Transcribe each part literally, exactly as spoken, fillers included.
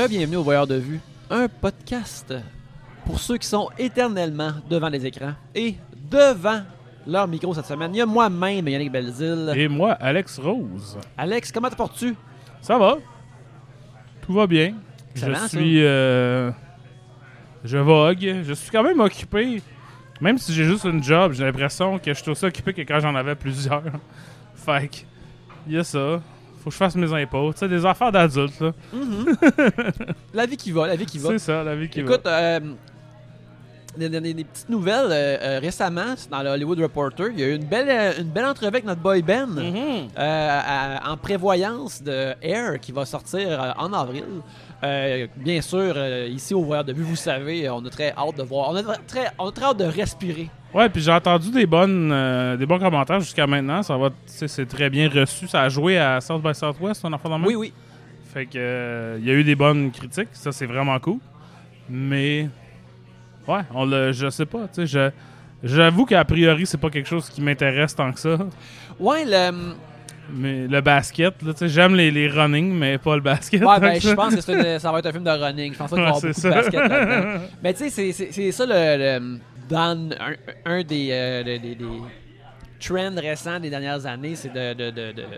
Re-bienvenue au Voyeur de Vue, un podcast pour ceux qui sont éternellement devant les écrans et devant leur micro cette semaine. Il y a moi-même, Yannick Belzile. Et moi, Alex Rose. Alex, comment te portes-tu? Ça va. Tout va bien. Excellent, je suis... Euh, je vogue. Je suis quand même occupé. Même si j'ai juste une job, j'ai l'impression que je suis aussi occupé que quand j'en avais plusieurs. Fait que, il y a ça. Faut que je fasse mes impôts. Tu sais, des affaires d'adultes, là. Mm-hmm. La vie qui va, la vie qui va. C'est ça, la vie qui Écoute, va. euh, des, des, des petites nouvelles. Euh, euh, récemment, dans le Hollywood Reporter, il y a eu une belle, euh, une belle entrevue avec notre boy Ben Mm-hmm. euh, à- en prévoyance de Air qui va sortir euh, en avril. Euh, bien sûr, euh, ici au Voyeur de Vue, vous savez, on a très hâte de voir. On a très, on a très hâte de respirer. Ouais, puis j'ai entendu des bonnes, euh, des bons commentaires jusqu'à maintenant. Ça va, tu sais, c'est très bien reçu. Ça a joué à South by Southwest, un enfant dans le Oui, oui. Fait que euh, il y a eu des bonnes critiques, ça c'est vraiment cool. Mais ouais, on le, je sais pas, tu sais, je, j'avoue qu'a priori c'est pas quelque chose qui m'intéresse tant que ça. Ouais, le. Mais le basket, là, tu sais, j'aime les, les running, mais pas le basket. Ouais, tant ben, que je ça. pense que c'est une- ça va être un film de running. Je pense pas qu'il va y Ouais, avoir c'est beaucoup ça. de basket là-dedans. Mais tu sais, c'est, c'est, c'est ça le, le- dans un, un des, euh, des, des- des trends récents des dernières années, c'est de, de, de, de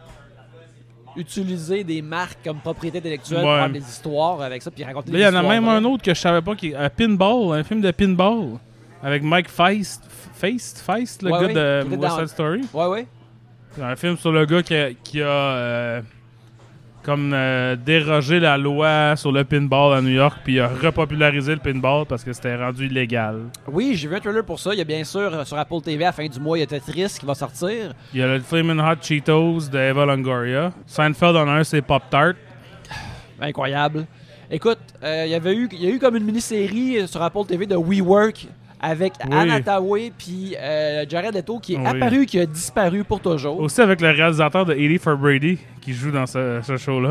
utiliser des marques comme propriété intellectuelle pour Ouais. faire des histoires avec ça, puis raconter Là, des il y en a histoires même vraies. un autre que je savais pas, qui est un Pinball, un film de pinball, avec Mike Feist, Feist, Feist le Ouais, gars ouais, de qui était West dans- Side Story. Ouais, ouais. C'est un film sur le gars qui a, qui a euh, comme euh, dérogé la loi sur le pinball à New York, puis il a repopularisé le pinball parce que c'était rendu illégal. Oui, j'ai vu un trailer pour ça. Il y a bien sûr euh, sur Apple T V à la fin du mois, il y a Tetris qui va sortir. Il y a le Flamin' Hot Cheetos de Eva Longoria. Seinfeld en a un, c'est Pop-Tart. Incroyable. Écoute, euh, il y avait eu, il y a eu comme une mini-série euh, sur Apple T V de WeWork avec Oui. Anna Tawai puis euh, Jared Leto qui est Oui. apparu, qui a disparu pour toujours. Aussi avec le réalisateur de eighty for Brady qui joue dans ce, ce show-là.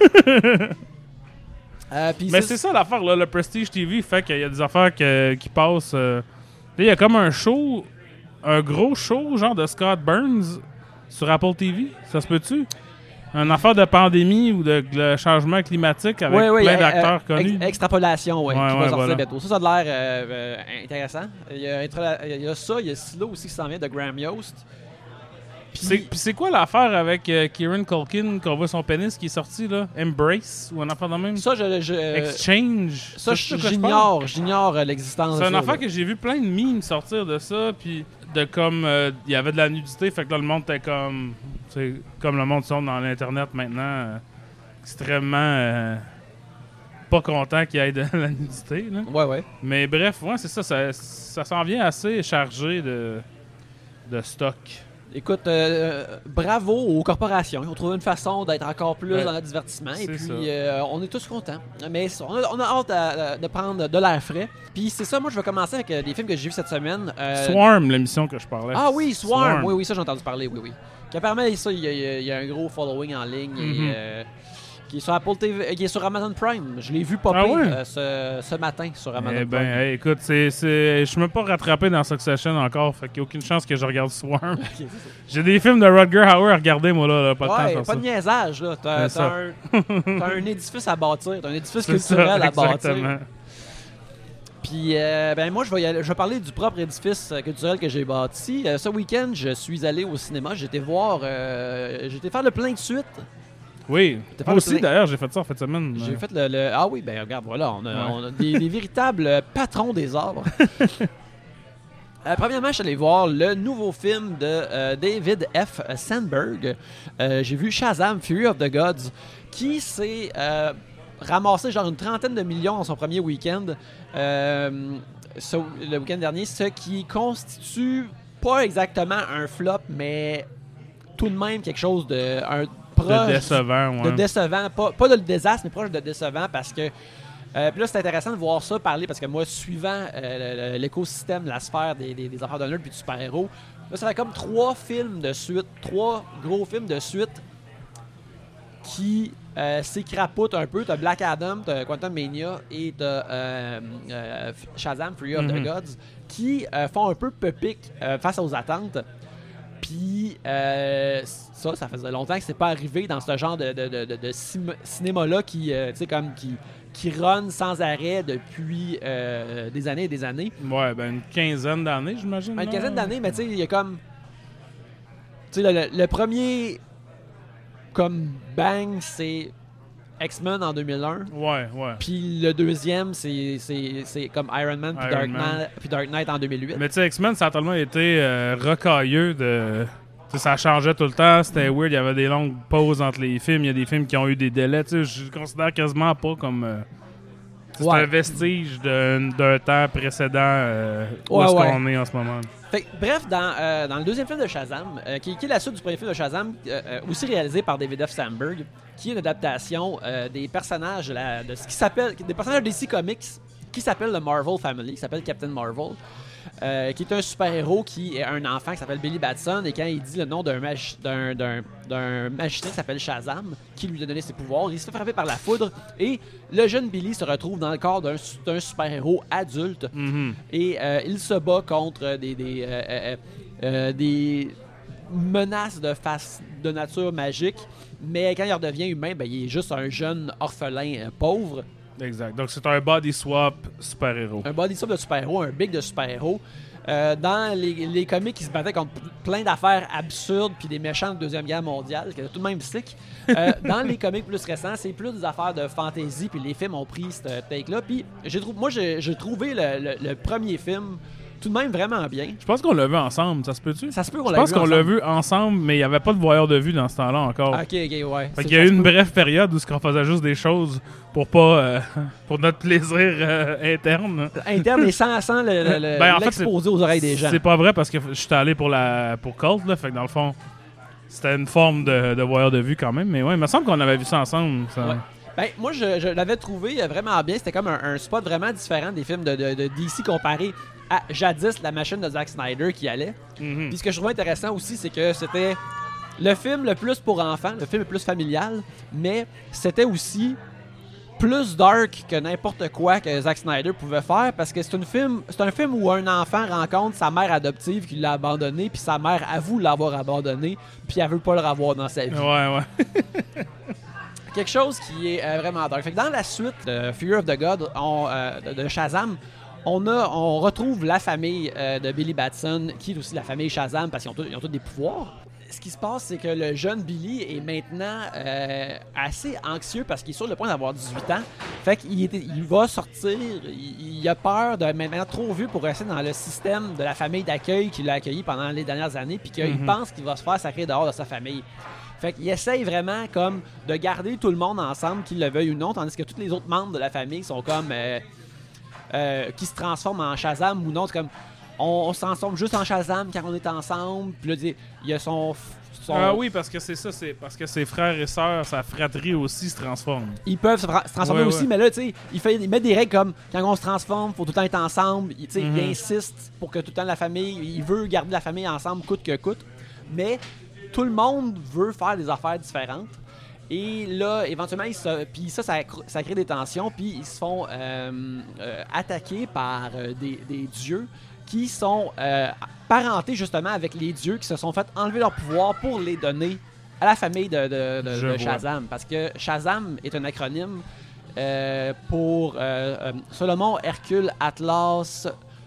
Euh, puis Mais c'est- c'est ça l'affaire, là. Le Prestige T V fait qu'il y a des affaires que- qui passent. euh, Là, il y a comme un show, un gros show, genre de Scott Burns sur Apple T V. Ça se peut-tu? Une affaire de pandémie ou de, de changement climatique avec Ouais, ouais, plein euh, d'acteurs euh, connus. ex- extrapolation, ouais, Ouais, qui va ouais, sortir voilà. bientôt. Ça, ça a l'air euh, euh, intéressant. Il y, a, il y a ça, il y a Silo aussi qui s'en vient de Graham Yost. Puis- C'est- Puis c'est quoi l'affaire avec euh, Kieran Culkin qu'on voit son pénis qui est sorti là? Embrace ou un affaire de même? Ça, je, je, euh, Exchange. ça, C'est de quoi je parle? j'ignore, j'ignore euh, l'existence de C'est une ça. affaire là. que j'ai vu plein de memes sortir de ça, puis de comme euh, il y avait de la nudité, fait que là le monde était comme, tu sais, comme le monde sont dans l'internet maintenant, euh, extrêmement euh, pas content qu'il y ait de la nudité. Là. Ouais, ouais. Mais bref, ouais, c'est ça, ça, ça s'en vient assez chargé de, de stock. Écoute, euh, bravo aux corporations. Ils ont trouvé une façon d'être encore plus Ouais. dans le divertissement. Et C'est puis, ça. euh, on est tous contents. Mais c'est- on a, on a hâte à- à- de prendre de l'air frais. Puis c'est ça, moi, je vais commencer avec euh, des films que j'ai vus cette semaine. Euh, Swarm, l'émission que je parlais. Ah oui, Swarm. Swarm. Oui, oui, ça, j'ai entendu parler. Oui, oui. Qu'apparemment, ça, il y, a- il y a- il y a un gros following en ligne. et, Mhm. euh, qui est sur Apple T V, euh, qui est sur Amazon Prime. Je l'ai vu popper Ah ouais? euh, ce, ce matin sur Amazon Eh ben, Prime. hey, écoute, c'est, c'est, je suis même pas rattrapé dans Succession encore, fait qu'il n'y a aucune chance que je regarde Swarm. Ok, c'est ça. J'ai des films de Rutger Hauer à regarder, moi, là, là, pas de temps de Ouais, faire pas ça. de niaisage, là. T'as, C'est t'as ça. un, t'as un édifice à bâtir. T'as un édifice C'est culturel ça, à bâtir. exactement. Puis, euh, ben moi, je vais, y aller- je vais parler du propre édifice euh, culturel que j'ai bâti. Euh, ce week-end, je suis allé au cinéma. J'ai été voir... euh, j'ai été faire le plein de suite. Oui, T'as fait moi le aussi, plein. d'ailleurs, j'ai fait ça en fin de semaine. J'ai Euh, fait le, le- Ah oui, ben regarde, voilà. On a, Ouais. on a des, des véritables euh, patrons des arts. Euh, premièrement, je suis allé voir le nouveau film de euh, David F. Sandberg. Euh, j'ai vu Shazam, Fury of the Gods, qui s'est euh, ramassé genre une trentaine de millions dans son premier week-end. Euh, ce- le week-end dernier, ce qui constitue pas exactement un flop, mais tout de même quelque chose de un proche de décevant, ouais. de décevant, pas, pas de le désastre, mais proche de décevant parce que. Euh, puis là, c'est intéressant de voir ça parler parce que moi, suivant euh, le- l'écosystème, la sphère des, des, des affaires de nerd puis du super-héros, là, ça fait comme trois films de suite, trois gros films de suite qui euh, s'écrapoutent un peu. T'as Black Adam, t'as Quantum Mania et t'as euh, euh, Shazam, Fury of Mhm. the Gods, qui euh, font un peu pupic euh, face aux attentes. Puis euh, ça, ça faisait longtemps que c'est pas arrivé dans ce genre de, de, de, de, de sim- cinéma-là qui, euh, tu sais, comme qui, qui run sans arrêt depuis euh, des années et des années. Ouais, ben une quinzaine d'années, j'imagine. Une là. quinzaine d'années, mais tu sais, il y a comme... Tu sais, le, le, le premier comme bang, c'est X-Men en deux mille un. Ouais, ouais. Puis le deuxième, c'est, c'est, c'est comme Iron Man puis Iron Dark, Man. Na- puis Dark Knight en deux mille huit. Mais tu sais, X-Men, ça a tellement été euh, rocailleux de... T'sais, ça changeait tout le temps, c'était weird, il y avait des longues pauses entre les films, il y a des films qui ont eu des délais, tu sais, je le considère quasiment pas comme... Euh, c'est Ouais. un vestige d'un, d'un temps précédent euh, où Ouais, est-ce ouais. qu'on est en ce moment. Fait que, bref, dans, euh, dans le deuxième film de Shazam, euh, qui, qui est la suite du premier film de Shazam, euh, euh, aussi réalisé par David F. Sandberg, qui est une adaptation euh, des personnages de, la- de ce qui s'appelle des personnages D C Comics qui s'appelle le Marvel Family, qui s'appelle Captain Marvel, euh, qui est un super-héros qui est un enfant qui s'appelle Billy Batson, et quand il dit le nom d'un, magi- d'un, d'un, d'un magicien qui s'appelle Shazam, qui lui a donné ses pouvoirs, il se fait frapper par la foudre, et le jeune Billy se retrouve dans le corps d'un, su- d'un super-héros adulte, Mhm. et euh, il se bat contre des, des, euh, euh, euh, des menaces de, face, de nature magique, mais quand il redevient humain, ben, il est juste un jeune orphelin euh, pauvre. Exact. Donc c'est un body swap super-héros. Un body swap de super-héros, un big de super-héros. Euh, dans les, les comics, ils se battaient contre plein d'affaires absurdes puis des méchants de Deuxième Guerre mondiale, qui étaient tout de même slick. Euh, dans les comics plus récents, c'est plus des affaires de fantasy, puis les films ont pris cette take-là. Puis j'ai trou- moi, j'ai, j'ai trouvé le, le- le premier film tout de même vraiment bien. Je pense qu'on l'a vu ensemble, ça se peut-tu? Ça se peut qu'on Je l'a pense vu qu'on l'a ensemble. vu ensemble, mais il n'y avait pas de voyeur de vue dans ce temps-là encore. Ok, ok, ouais. Fait C'est- qu'il y a ça eu se une peut. brève période où on faisait juste des choses pour pas euh, pour notre plaisir euh, interne. Interne et sans, sans le, le- le- Ben, en fait, l'exposer aux oreilles des gens. C'est pas vrai parce que je suis allé pour la pour Cult là, fait que dans le fond c'était une forme de, de voyeur de vue quand même, mais ouais, il me semble qu'on avait vu ça ensemble. Ça. Ouais. Ben, moi, je, je l'avais trouvé euh, vraiment bien. C'était comme un, un spot vraiment différent des films de, de- de D C comparé à jadis la machine de Zack Snyder qui allait. Mhm. Puis ce que je trouvais intéressant aussi, c'est que c'était le film le plus pour enfants, le film le plus familial, mais c'était aussi plus dark que n'importe quoi que Zack Snyder pouvait faire, parce que c'est une film, c'est un film où un enfant rencontre sa mère adoptive qui l'a abandonné, puis sa mère avoue l'avoir abandonné, puis elle veut pas le revoir dans sa vie. Ouais, ouais. Quelque chose qui est euh, vraiment dark. Fait que dans la suite de Fear of the God, on, euh, de, de Shazam, on, a, on retrouve la famille euh, de Billy Batson, qui est aussi la famille Shazam, parce qu'ils ont tous ils ont tous des pouvoirs. Ce qui se passe, c'est que le jeune Billy est maintenant euh, assez anxieux parce qu'il est sur le point d'avoir dix-huit ans. Fait qu'il était- il va sortir, il, il a peur de maintenant trop vieux pour rester dans le système de la famille d'accueil qui l'a accueilli pendant les dernières années, puis qu'il Mhm. pense qu'il va se faire sacrer dehors de sa famille. Fait qu'il essaye vraiment comme de garder tout le monde ensemble, qu'ils le veuillent ou non, tandis que tous les autres membres de la famille sont comme euh, euh, qui se transforment en Shazam ou non. C'est comme on, on se transforme juste en Shazam quand on est ensemble. Puis là, il y a son, son- Ah oui, parce que c'est ça, c'est parce que ses frères et sœurs, sa fratrie aussi se transforme. Ils peuvent se, tra- se transformer Ouais, aussi, ouais. mais là, tu sais, il, fait- il met des règles comme quand on se transforme, faut tout le temps être ensemble. Il, tu sais, Mhm. il insiste pour que tout le temps la famille, il veut garder la famille ensemble coûte que coûte. Mais tout le monde veut faire des affaires différentes. Et là, éventuellement, ils se- puis ça, ça, cr- ça crée des tensions, puis ils se font euh, euh, attaquer par euh, des, des dieux qui sont euh, parentés justement avec les dieux qui se sont fait enlever leur pouvoir pour les donner à la famille de, de- de- Je de vois. Shazam. Parce que Shazam est un acronyme euh, pour euh, euh, Solomon, Hercule, Atlas,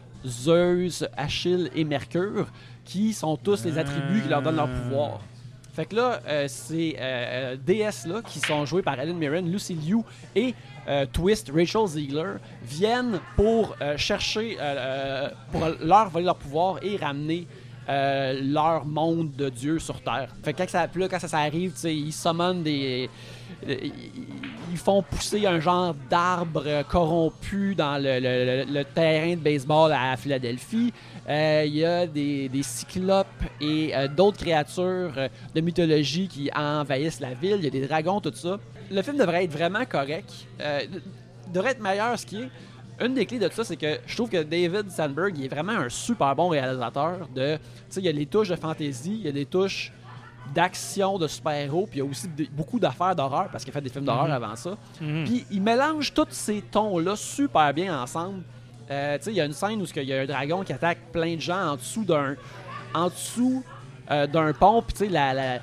Zeus, Achille et Mercure, qui sont tous les attributs qui leur donnent leur pouvoir. Fait que là, euh, ces euh, D S-là, qui sont joués par Helen Mirren, Lucy Liu et euh, Twist, Rachel Ziegler, viennent pour euh, chercher, euh, euh, pour leur voler leur pouvoir et ramener euh, leur monde de Dieu sur Terre. Fait que quand ça, puis là, quand ça, ça arrive, tu sais, ils summonnent des... Ils, ils font pousser un genre d'arbre euh, corrompu dans le, le- le- le terrain de baseball à Philadelphie. Euh, Il y a des, des cyclopes et euh, d'autres créatures euh, de mythologie qui envahissent la ville. Il y a des dragons, tout ça. Le film devrait être vraiment correct. Euh, devrait être meilleur, ce qui est. Une des clés de tout ça, c'est que je trouve que David Sandberg il est vraiment un super bon réalisateur. De, tu sais, il y a les touches de fantasy, il y a des touches d'action de super-héros, puis il y a aussi de- beaucoup d'affaires d'horreur, parce qu'il a fait des films d'horreur Mhm. avant ça. Mhm. Puis il mélange tous ces tons-là super bien ensemble. Euh, tu sais, il y a une scène où il y a un dragon qui attaque plein de gens en dessous d'un... En dessous euh, d'un pont, puis tu sais, la, la,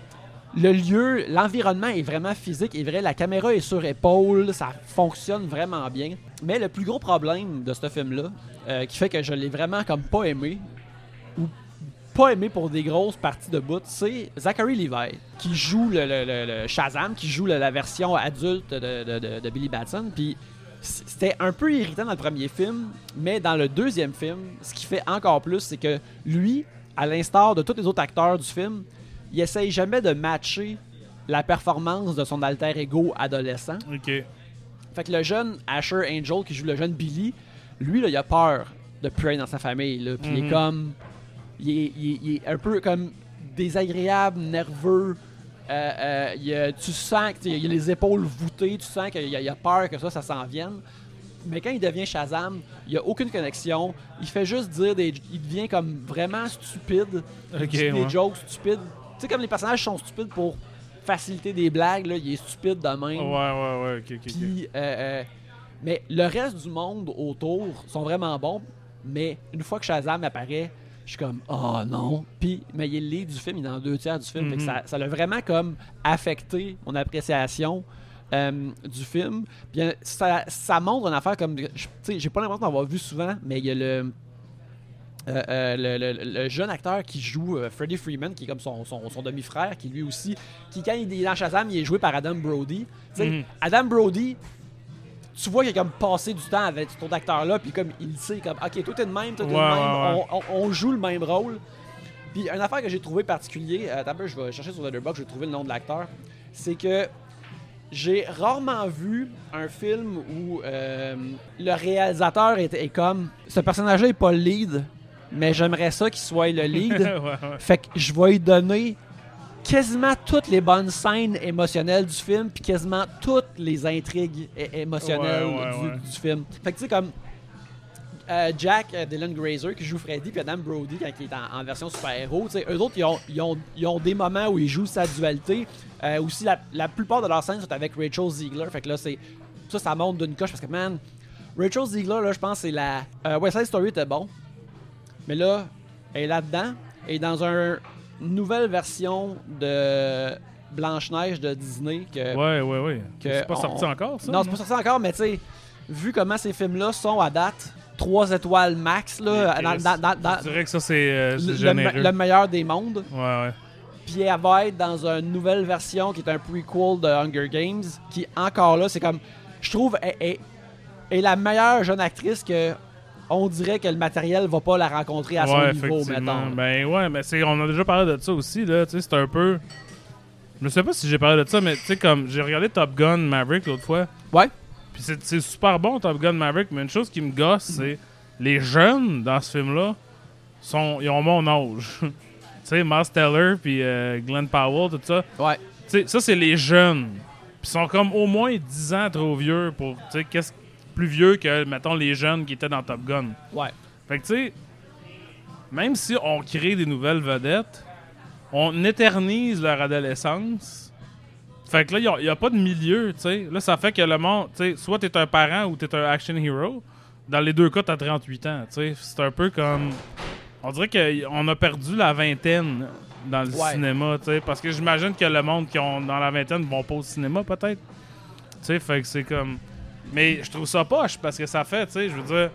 le lieu, l'environnement est vraiment physique, est vrai, la caméra est sur épaule, ça fonctionne vraiment bien. Mais le plus gros problème de ce film-là, euh, qui fait que je l'ai vraiment comme pas aimé, ou pas aimé pour des grosses parties de bout, c'est Zachary Levi, qui joue le, le, le, le Shazam, qui joue le, la version adulte de, de, de, de Billy Batson. Puis c'était un peu irritant dans le premier film, mais dans le deuxième film, ce qui fait encore plus, c'est que lui, à l'instar de tous les autres acteurs du film, il essaye jamais de matcher la performance de son alter ego adolescent. OK. Fait que le jeune Asher Angel, qui joue le jeune Billy, lui, là, il a peur de plus rien dans sa famille. Là. Puis mm-hmm. il est comme... Il est, il, est, il est un peu comme désagréable, nerveux. Euh, euh, il a, tu sens qu'il a les épaules voûtées, tu sens qu'il a, il a peur que ça, ça s'en vienne. Mais quand il devient Shazam, il n'y a aucune connexion. Il fait juste dire des... Il devient comme vraiment stupide. Il okay, dit des ouais. jokes stupides. Tu sais, comme les personnages sont stupides pour faciliter des blagues, là, il est stupide de même. Ouais, ouais, ouais. OK, OK. Puis, euh, euh, mais le reste du monde autour sont vraiment bons. Mais une fois que Shazam apparaît, je suis comme, oh non. Puis, mais il est le lead du film, il est dans deux tiers du film. Mm-hmm. Fait que ça, ça l'a vraiment comme affecté mon appréciation euh, du film. Puis, ça, ça montre une affaire comme, tu sais, j'ai pas l'impression d'avoir vu souvent, mais il y a le, euh, euh, le, le, le jeune acteur qui joue euh, Freddie Freeman, qui est comme son, son, son demi-frère, qui lui aussi, qui quand il est dans Shazam, il est joué par Adam Brody. Tu sais, mm-hmm. Adam Brody, tu vois qu'il a comme passé du temps avec cet acteur-là, puis comme il sait, comme, ok, toi t'es le même, toi t'es ouais, le même, ouais, ouais. On, on, on joue le même rôle. Puis une affaire que j'ai trouvé particulier, euh, attends, je vais chercher sur Letterboxd, je vais trouver le nom de l'acteur, c'est que j'ai rarement vu un film où euh, le réalisateur est, est comme, ce personnage-là est pas le lead, mais j'aimerais ça qu'il soit le lead. ouais, ouais. Fait que je vais lui donner quasiment toutes les bonnes scènes émotionnelles du film, puis quasiment toutes les intrigues é- émotionnelles ouais, ouais, du, ouais. du film. Fait que tu sais, comme euh, Jack euh, Dylan Grazer qui joue Freddy, puis Adam Brody quand il est en, en version super-héros, tu sais, eux autres, ils ont, ils, ont, ils ont des moments où ils jouent sa dualité. Euh, aussi, la, la plupart de leurs scènes sont avec Rachel Ziegler. Fait que là, c'est ça, ça monte d'une coche parce que, man, Rachel Ziegler, là, je pense, c'est la. Euh, West Side Story était bon, mais là, elle est là-dedans, et dans un. Une nouvelle version de Blanche-Neige de Disney que... Ouais, ouais, ouais. Que c'est pas on... sorti encore, ça? Non, c'est pas sorti encore, mais tu sais, vu comment ces films-là sont à date, trois étoiles max, là, dans, dans, dans, dans, je dirais que ça, c'est, euh, c'est le, généreux. Le, le meilleur des mondes. Ouais, ouais. Puis elle va être dans une nouvelle version qui est un prequel de Hunger Games, qui, encore là, c'est comme... Je trouve, est, est, est la meilleure jeune actrice que... On dirait que le matériel va pas la rencontrer à son ouais, niveau, mettons. Ben ouais, mais c'est, on a déjà parlé de ça aussi, là. Tu sais, c'est un peu... Je sais pas si j'ai parlé de ça, mais tu sais, comme j'ai regardé Top Gun Maverick l'autre fois. Ouais. Puis c'est, c'est super bon, Top Gun Maverick, mais une chose qui me gosse, c'est les jeunes dans ce film-là, sont, ils ont mon âge. Tu sais, Miles Teller, puis euh, Glenn Powell, tout ça. Ouais. Tu sais, ça, c'est les jeunes. Puis ils sont comme au moins dix ans trop vieux pour, tu sais, qu'est-ce plus vieux que, mettons, les jeunes qui étaient dans Top Gun. Ouais. Fait que, tu sais, même si on crée des nouvelles vedettes, on éternise leur adolescence. Fait que là, il n'y a, a pas de milieu, tu sais. Là, ça fait que le monde, tu sais, soit t'es un parent ou t'es un action hero. Dans les deux cas, t'as trente-huit ans, tu sais. C'est un peu comme... On dirait qu'on a perdu la vingtaine dans le ouais. cinéma, tu sais. Parce que j'imagine que le monde qui ont dans la vingtaine vont pas au cinéma, peut-être. Tu sais, fait que c'est comme... Mais je trouve ça poche parce que ça fait, tu sais, je veux dire,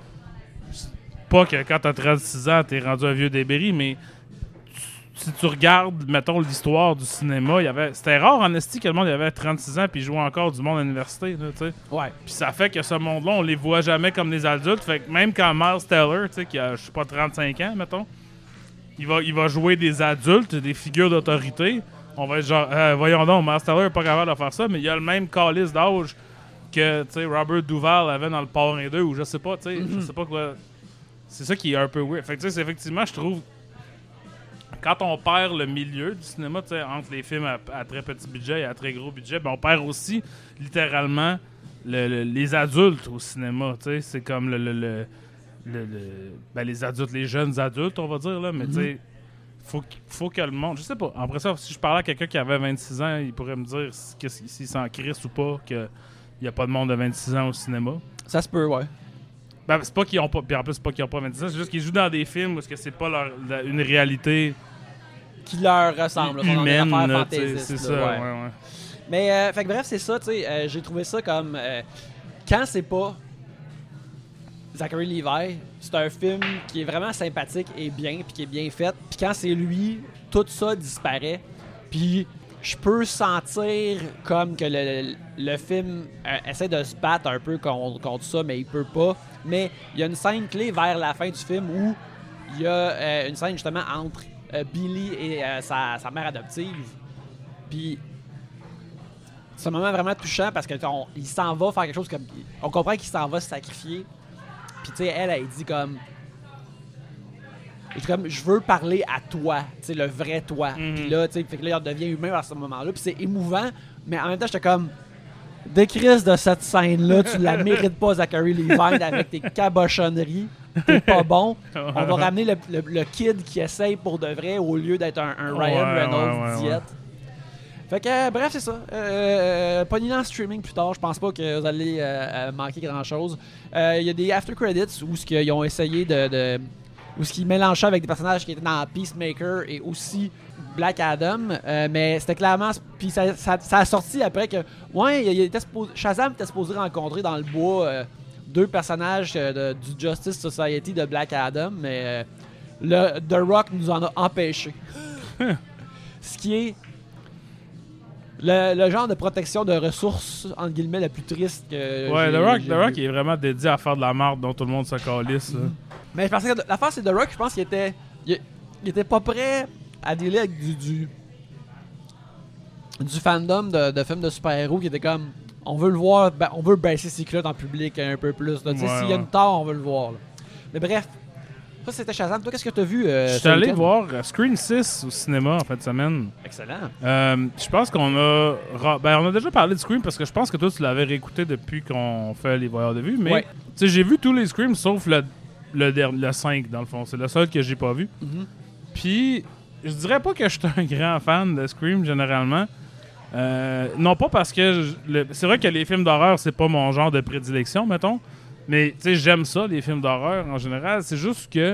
pas que quand t'as trente-six ans, t'es rendu un vieux débris, mais tu, si tu regardes, mettons, l'histoire du cinéma, il y avait, c'était rare en esti que le monde il avait trente-six ans puis il jouait encore du monde à l'université, tu sais. Ouais. Puis ça fait que ce monde-là, on les voit jamais comme des adultes, fait que même quand Miles Teller, tu sais, qui a, je sais pas, trente-cinq ans, mettons, il va, il va jouer des adultes, des figures d'autorité, on va être genre, euh, voyons donc, Miles Teller est pas capable de faire ça, mais il a le même calice d'âge que, tu sais, Robert Duvall avait dans Le Parrain deux, ou je sais pas, tu sais, mm-hmm. je sais pas quoi. C'est ça qui est un peu weird. Fait que, tu sais, effectivement, je trouve, quand on perd le milieu du cinéma, tu sais, entre les films à, à très petit budget et à très gros budget, ben on perd aussi, littéralement, le, le, les adultes au cinéma, tu sais. C'est comme le, le, le, le, le ben, les adultes, les jeunes adultes, on va dire, là, mais mm-hmm. tu sais, faut, faut que le monde, je sais pas, après ça, si je parlais à quelqu'un qui avait vingt-six ans, il pourrait me dire s'il s'en crisse ou pas, que il n'y a pas de monde de vingt-six ans au cinéma. Ça se peut, ouais. Ben, c'est pas qu'ils ont pas. Puis en plus, c'est pas qu'ils ont pas vingt-six ans, c'est juste qu'ils jouent dans des films où c'est pas leur, la, une réalité qui leur ressemblent. Là, humaine, sont dans des là, affaires fantaisistes, c'est là, ça, ouais. ouais, ouais. Mais, euh, fait que bref, c'est ça, tu sais, euh, j'ai trouvé ça comme... Euh, quand c'est pas Zachary Levi, c'est un film qui est vraiment sympathique et bien, puis qui est bien fait. Puis quand c'est lui, tout ça disparaît. Puis je peux sentir comme que le, le film euh, essaie de se battre un peu contre, contre ça, mais il peut pas. Mais il y a une scène clé vers la fin du film où il y a euh, une scène justement entre euh, Billy et euh, sa, sa mère adoptive. Puis c'est un moment vraiment touchant parce que on, il s'en va faire quelque chose comme... On comprend qu'il s'en va se sacrifier. Puis tu sais, elle, elle dit comme... comme je veux parler à toi, tu sais, le vrai toi. Mm-hmm. Puis là, tu sais, fait que là, il devient humain à ce moment-là. Puis c'est émouvant, mais en même temps, j'étais comme... Décris de cette scène-là, tu la mérites pas, Zachary Levi, avec tes cabochonneries. T'es pas bon. On va ramener le, le, le kid qui essaye pour de vrai au lieu d'être un, un Ryan ouais, Reynolds ouais, ouais, diète. ouais. Fait que, euh, bref, c'est ça. Euh, Pognez en streaming plus tard. Je pense pas que vous allez euh, euh, manquer grand-chose. Il euh, y a des after credits où ils ont essayé de... de où ce qu'ils mélangeaient avec des personnages qui étaient dans Peacemaker et aussi Black Adam. Euh, mais c'était clairement... Puis ça, ça, ça a sorti après que... Ouais, il était supposé, Shazam était supposé rencontrer dans le bois euh, deux personnages euh, de, du Justice Society de Black Adam, mais euh, le The Rock nous en a empêchés. Ce qui est... Le, le genre de protection de ressources, entre guillemets, la plus triste que ouais, j'ai, The Rock, j'ai The Rock est vraiment dédié à faire de la merde dont tout le monde se calisse. Mm-hmm. Mais parce que l'affaire, c'est The Rock, je pense qu'il était... Il, il était pas prêt à dealer avec du... du, du fandom de, de films de super-héros qui était comme... On veut le voir, ben, on veut baisser ses culottes en public un peu plus. Là. Ouais, s'il ouais. y a une tort, on veut le voir. Là. Mais bref... Ça, c'était Shazam. Toi, qu'est-ce que t'as vu? Euh, je suis allé voir Scream six au cinéma en fin de semaine. Excellent. Euh, je pense qu'on a... Ben, on a déjà parlé de Scream parce que je pense que toi, tu l'avais réécouté depuis qu'on fait les voyeurs de vue. Mais ouais. J'ai vu tous les Screams sauf le, le, le cinq, dans le fond. C'est le seul que j'ai pas vu. Mm-hmm. Puis, je dirais pas que je suis un grand fan de Scream, généralement. Euh, non pas parce que... Je, le, c'est vrai que les films d'horreur, c'est pas mon genre de prédilection, mettons. Mais, tu sais, j'aime ça, les films d'horreur, en général. C'est juste que...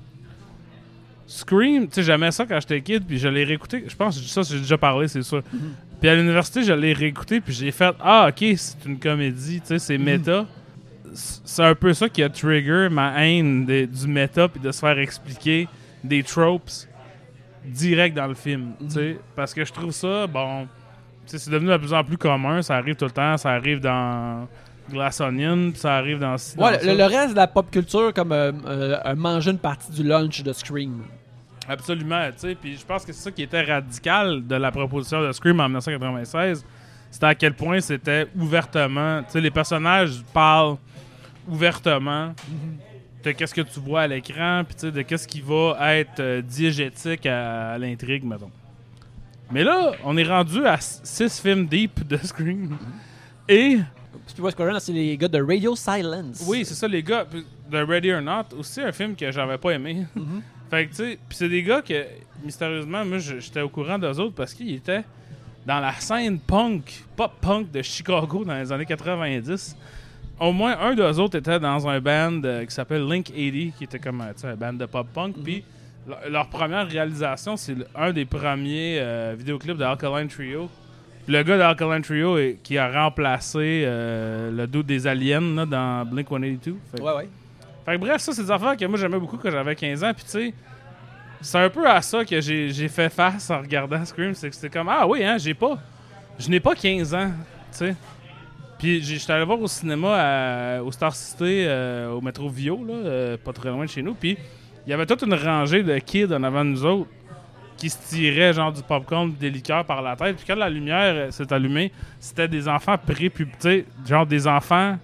Scream, tu sais, j'aimais ça quand j'étais kid, puis je l'ai réécouté. Je pense que ça, j'ai déjà parlé, c'est sûr. Mm-hmm. Puis à l'université, je l'ai réécouté, puis j'ai fait « Ah, OK, c'est une comédie, tu sais, c'est méta. Mm-hmm. » C'est un peu ça qui a trigger ma haine de, du méta, puis de se faire expliquer des tropes direct dans le film, tu sais. Mm-hmm. Parce que je trouve ça, bon... Tu sais, c'est devenu de plus en plus commun, ça arrive tout le temps, ça arrive dans... Glass Onion, puis ça arrive dans... dans ouais, le, le reste de la pop culture, comme euh, euh, manger une partie du lunch de Scream. Absolument, tu sais, puis je pense que c'est ça qui était radical de la proposition de Scream en dix-neuf quatre-vingt-seize, c'était à quel point c'était ouvertement... Tu sais, les personnages parlent ouvertement mm-hmm. de qu'est-ce que tu vois à l'écran, puis tu sais, de qu'est-ce qui va être euh, diégétique à, à l'intrigue, mettons. Mais là, on est rendu à six films deep de Scream, mm-hmm. et... Puis West Coast, c'est les gars de Radio Silence. Oui, c'est ça, les gars de Ready or Not. Aussi un film que j'avais pas aimé. Mm-hmm. Fait que, tu sais, puis c'est des gars que, mystérieusement, moi, j'étais au courant d'eux autres parce qu'ils étaient dans la scène punk, pop-punk de Chicago dans les années quatre-vingt-dix. Au moins, un d'eux autres était dans un band euh, qui s'appelle Link eighty, qui était comme un band de pop-punk. Mm-hmm. Puis leur, leur première réalisation, c'est un des premiers euh, vidéoclips de Alkaline Trio. Le gars d'Alkaline Trio est, qui a remplacé euh, le dude des Aliens là, dans Blink one eighty-two. Fait, ouais, ouais. Fait que bref, ça, c'est des affaires que moi j'aimais beaucoup quand j'avais quinze ans. Puis tu sais, c'est un peu à ça que j'ai, j'ai fait face en regardant Scream. C'est que c'était comme, ah oui, hein, j'ai pas. Je n'ai pas quinze ans, tu sais. Puis j'étais allé voir au cinéma à, au Star City, euh, au métro Vio, là, euh, pas très loin de chez nous. Puis il y avait toute une rangée de kids en avant de nous autres qui se tiraient genre du popcorn des liqueurs par la tête. Puis quand la lumière s'est allumée, c'était des enfants prépubères, genre des enfants,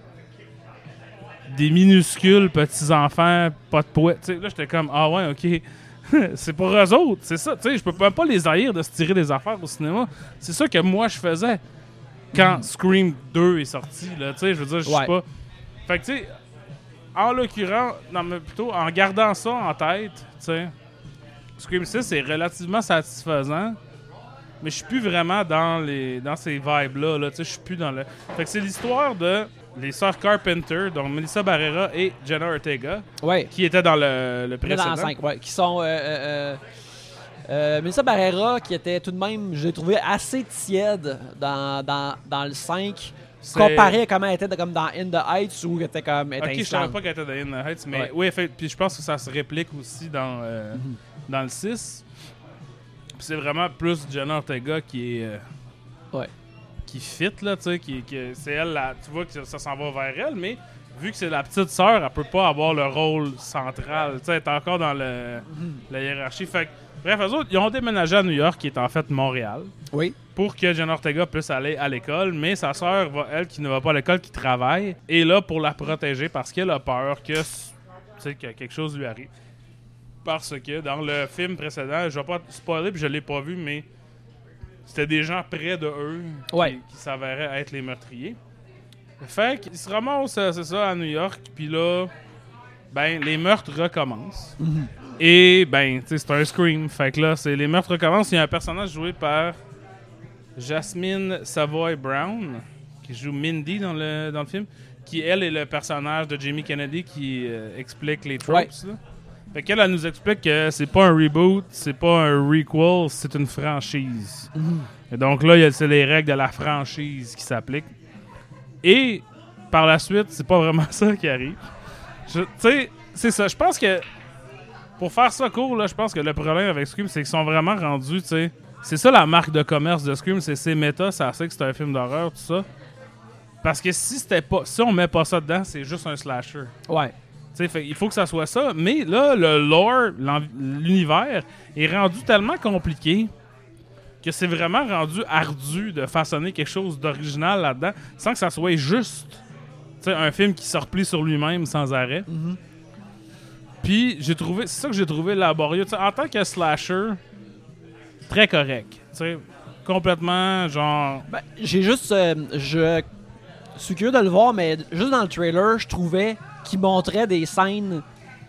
des minuscules petits-enfants, pas de poids. T'sais, là, j'étais comme, ah ouais, OK. C'est pour eux autres, c'est ça. Tu sais, je peux même pas les haïr de se tirer des affaires au cinéma. C'est ça que moi, je faisais quand mm. Scream deux est sorti. Tu sais, je veux dire, je sais ouais. pas... Fait que, tu sais, en l'occurrence, non, mais plutôt en gardant ça en tête, tu sais, Scream six est relativement satisfaisant, mais je suis plus vraiment dans les dans ces vibes-là. Là, je suis plus dans le... Fait que c'est l'histoire de les sœurs Carpenter, donc Melissa Barrera et Jenna Ortega, ouais. qui étaient dans le, le précédent. Dans le cinq, ouais. Qui sont... Euh, euh, Euh, Melissa Barrera, qui était tout de même, je l'ai trouvé assez tiède dans, dans, dans le cinq, C'est- comparé à comment elle était de- comme dans In the Heights, où elle était comme Ok, je savais étincelante. pas qu'elle était dans In the Heights, mais Ouais. oui, fait, puis je pense que ça se réplique aussi dans, euh, Mm-hmm. dans le six. Puis c'est vraiment plus Jenna Ortega qui est. euh, Ouais. qui fit, là, tu sais, qui, qui- c'est elle, la, tu vois que ça s'en va vers elle, mais vu que c'est la petite sœur, elle peut pas avoir le rôle central, tu sais, elle est encore dans le, la hiérarchie. Fait que, bref, eux autres, ils ont déménagé à New York, qui est en fait Montréal, Oui. pour que Jenna Ortega puisse aller à l'école, mais sa sœur, va, elle, qui ne va pas à l'école, qui travaille, est là pour la protéger parce qu'elle a peur que, tu sais, que quelque chose lui arrive. Parce que dans le film précédent, je vais pas spoiler, puis je l'ai pas vu, mais c'était des gens près de eux qui, Ouais. qui s'avéraient être les meurtriers. Fait qu'ils se ramassent, euh, c'est ça, à New York, puis là, ben, les meurtres recommencent. Et, ben, tu sais, c'est un Scream. Fait que là, c'est, les meurtres recommencent. Il y a un personnage joué par Jasmine Savoy Brown, qui joue Mindy dans le, dans le film, qui, elle, est le personnage de Jamie Kennedy qui euh, explique les tropes. Ouais. Là. Fait qu'elle, elle nous explique que c'est pas un reboot, c'est pas un requel, c'est une franchise. Et donc là, il y a- c'est les règles de la franchise qui s'appliquent. Et par la suite, c'est pas vraiment ça qui arrive. Je- Tu sais, c'est ça. Je pense que pour faire ça court, là, je pense que le problème avec Scream, c'est qu'ils sont vraiment rendus, tu sais. C'est ça la marque de commerce de Scream, c'est c'est méta, ça sait que c'est un film d'horreur, tout ça. Parce que si c'était pas, si on met pas ça dedans, c'est juste un slasher. Ouais. Tu sais, fait, il faut que ça soit ça. Mais là, le lore, l'env- l'univers est rendu tellement compliqué que c'est vraiment rendu ardu de façonner quelque chose d'original là-dedans sans que ça soit juste, tu sais, un film qui se replie sur lui-même sans arrêt. Mhm. Puis j'ai trouvé, c'est ça que j'ai trouvé laborieux. Tu sais, en tant que slasher, très correct. Tu sais, complètement genre. Ben, j'ai juste. euh, je suis curieux de le voir, mais juste dans le trailer, je trouvais qu'il montrait des scènes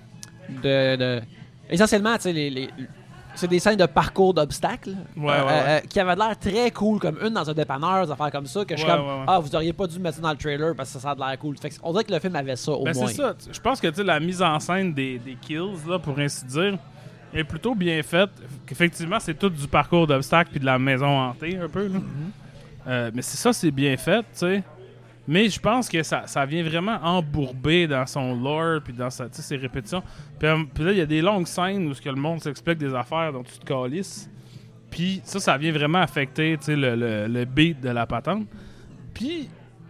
de. de- essentiellement, tu sais, les, les- c'est des scènes de parcours d'obstacles. Ouais, ouais, euh, ouais. euh, qui avaient l'air très cool, comme une dans un dépanneur, des affaires comme ça, que je suis Ouais, comme. ouais, ouais. Ah, vous auriez pas dû mettre ça dans le trailer parce que ça a de l'air cool. Fait que on dirait que le film avait ça au Ben moins. c'est ça. Je pense que tu sais, la mise en scène des, des kills, là, pour ainsi dire, est plutôt bien faite. Qu'effectivement, c'est tout du parcours d'obstacles puis de la maison hantée, un peu. Là. Euh, mais c'est ça, c'est bien fait, tu sais. Mais je pense que ça, ça vient vraiment embourber dans son lore puis dans sa, tu sais, ses répétitions. Puis, euh, puis là, il y a des longues scènes où ce que le monde s'explique des affaires dont tu te calisses. Puis ça, ça vient vraiment affecter, tu sais, le, le, le beat de la patente. Puis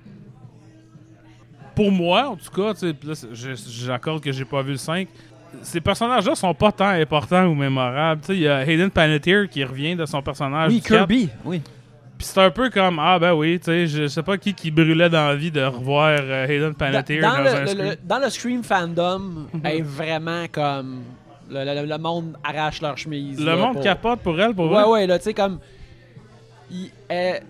pour moi, en tout cas, tu sais, puis là, c'est- je- j'accorde que j'ai pas vu le cinq. Ces personnages-là sont pas tant importants ou mémorables. Tu sais, il y a Hayden Panettiere qui revient de son personnage. Oui, du quatre. Kirby. Oui. Puis c'est un peu comme, ah ben oui, tu sais, je sais pas qui qui brûlait d'envie de revoir euh, Hayden Dans, Panettiere dans dans, le, un le- Scream. le- dans le Scream fandom, est vraiment comme. Le, le- le monde arrache leur chemise. Le là, monde pour- capote pour elle, pour Ouais, vrai. ouais, là, tu sais, comme. Il est.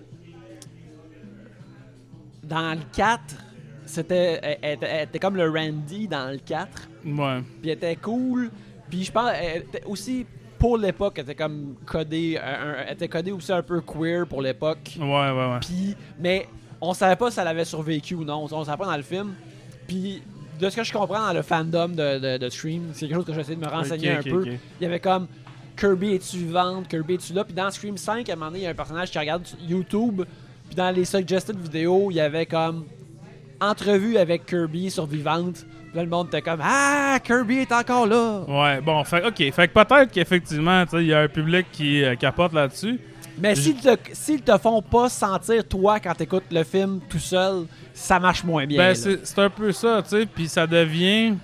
Dans le quatre, c'était. Elle, elle était- elle était comme le Randy dans le quatre. Ouais. Puis elle était cool. Puis je pense. Elle était aussi. Pour l'époque, elle était comme codée. un- un- elle était codée aussi un peu queer pour l'époque. Ouais, ouais, ouais. Puis, mais on savait pas si elle avait survécu ou non. On savait pas dans le film. Puis, de ce que je comprends dans le fandom de, de, de Scream, c'est quelque chose que j'essaie de me renseigner Ok, un ok, peu. ok. Il y avait comme Kirby est-tu vivante, Kirby est-tu là. Puis dans Scream cinq, à un moment donné, il y a un personnage qui regarde sur YouTube. Puis dans les suggested vidéos, il y avait comme entrevue avec Kirby survivante. Puis là, le monde était comme ah, Kirby est encore là. Ouais, bon, fait, ok. Fait que peut-être qu'effectivement, tu sais, il y a un public qui euh, capote là-dessus. Mais s'ils te, s'ils te font pas sentir toi quand t'écoutes le film tout seul, ça marche moins bien. Ben, là. c'est c'est un peu ça, tu sais, puis ça devient...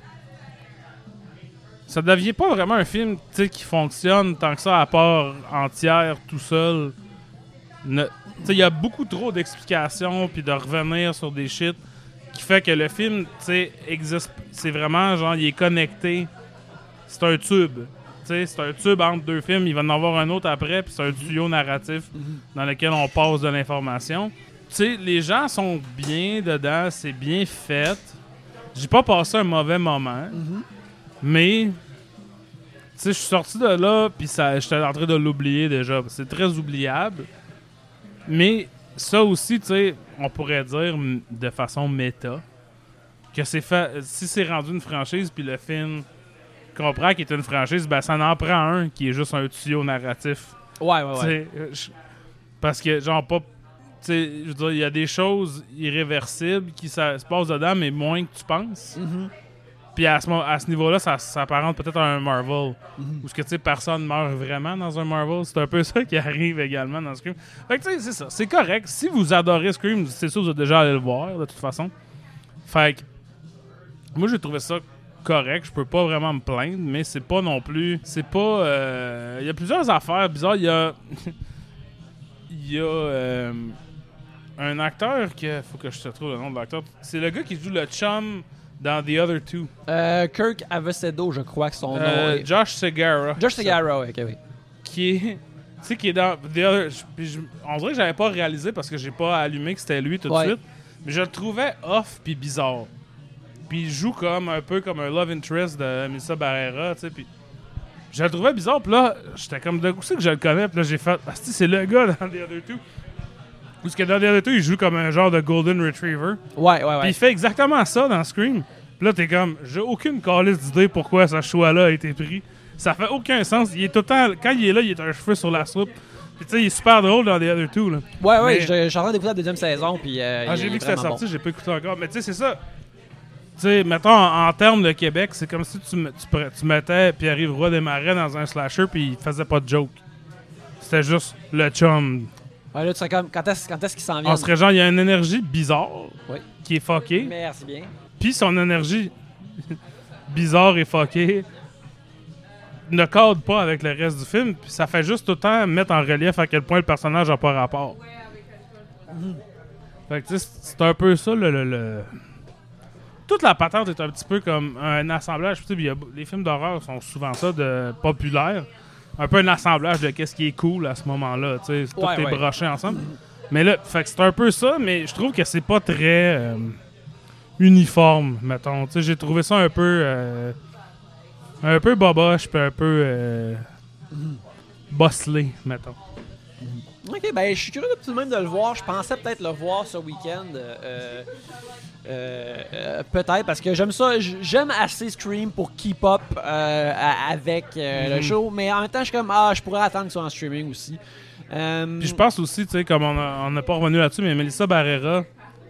Ça devient pas vraiment un film, tu sais, qui fonctionne tant que ça à part entière, tout seul. Ne- Tu sais, il y a beaucoup trop d'explications puis de revenir sur des shit qui fait que le film, tu sais, existe... C'est vraiment, genre, il est connecté. C'est un tube. Tu sais, c'est un tube entre deux films. Il va en avoir un autre après, puis c'est un tuyau narratif dans lequel on passe de l'information. Tu sais, les gens sont bien dedans, c'est bien fait. J'ai pas passé un mauvais moment, mais tu sais, je suis sorti de là, puis ça, j'étais en train de l'oublier déjà. C'est très oubliable. Mais ça aussi, tu sais, on pourrait dire m- de façon méta que c'est fait. Si c'est rendu une franchise, puis le film comprends qu'il est une franchise, ben ça en prend un qui est juste un tuyau narratif. Ouais, ouais, ouais. Je, parce que, genre, pas. Tu sais, je veux dire, il y a des choses irréversibles qui ça, se passent dedans, mais moins que tu penses. Mm-hmm. Puis à ce, à ce niveau-là, ça s'apparente peut-être à un Marvel. Mm-hmm. Où ce que, tu sais, personne meurt vraiment dans un Marvel. C'est un peu ça qui arrive également dans Scream. Fait que, tu sais, c'est ça. C'est correct. Si vous adorez Scream, c'est sûr que vous êtes déjà allé le voir, de toute façon. Fait que, moi, j'ai trouvé ça correct. Je peux pas vraiment me plaindre, mais c'est pas non plus... C'est pas... Il euh, y a plusieurs affaires bizarres. Il y a... Il y a... Euh, un acteur que... Faut que je te trouve le nom de l'acteur. C'est le gars qui joue le chum... Dans The Other Two. Euh, Kirk Avesedo, je crois que son euh, nom est... Josh Segarra. Josh Segarra, ok, oui. Qui est... Tu sais, qui est dans The Other... Puis je, on dirait que j'avais pas réalisé parce que j'ai pas allumé que c'était lui tout ouais. de suite. Mais je le trouvais off puis bizarre. Puis il joue comme un peu comme un love interest de Melissa Barrera, tu sais, puis... Je le trouvais bizarre, puis là, j'étais comme de où c'est que je le connais, puis là, j'ai fait... Ah, c'est le gars dans The Other Two. Parce que dans The Other Two, il joue comme un genre de Golden Retriever. Ouais, ouais, ouais. Puis il fait exactement ça dans Scream. Puis là, t'es comme, j'ai aucune calisse d'idée pourquoi ce choix-là a été pris. Ça fait aucun sens. Il est tout le temps, quand il est là, il est un cheveu sur la soupe. Puis tu sais, il est super drôle dans The Other Two. Là. Ouais, ouais, mais... je, je suis en train d'écouter la deuxième saison. Puis, euh, ah, j'ai vu que c'était sorti, bon. j'ai pas écouté encore. Mais tu sais, c'est ça. Tu sais, mettons, en, en termes de Québec, c'est comme si tu, tu, tu mettais Pierre-Yves Roy Desmarais dans un slasher, puis il faisait pas de joke. C'était juste le chum. Ouais, là, tu serais comme, quand est-ce, quand est-ce qu'il s'en vient? On serait genre, il y a une énergie bizarre oui. qui est fuckée. Merci bien. Puis son énergie bizarre et fuckée ne cadre pas avec le reste du film. Puis ça fait juste tout le temps mettre en relief à quel point le personnage n'a pas rapport. Mm. Fait que tu sais, c'est un peu ça le, le, le... Toute la patente est un petit peu comme un assemblage. Tu sais, y a, les films d'horreur sont souvent ça, de populaire. Un peu un assemblage de qu'est-ce qui est cool à ce moment-là. Tu sais, tout ouais, est ouais. broché ensemble. Mm. Mais là, fait que c'est un peu ça, mais je trouve que c'est pas très euh, uniforme, mettons. Tu sais, j'ai trouvé ça un peu... Euh, un peu boboche, puis un peu... Euh, mm. bosselé, mettons. Ok, ben je suis curieux tout de même de le voir. Je pensais peut-être le voir ce week-end. Euh, euh, euh, peut-être, parce que j'aime ça. J'aime assez Scream pour keep up euh, avec euh, mm-hmm. le show. Mais en même temps, je suis comme, ah, je pourrais attendre que ce soit en streaming aussi. Euh, Puis je pense aussi, tu sais, comme on n'a pas revenu là-dessus, mais Melissa Barrera,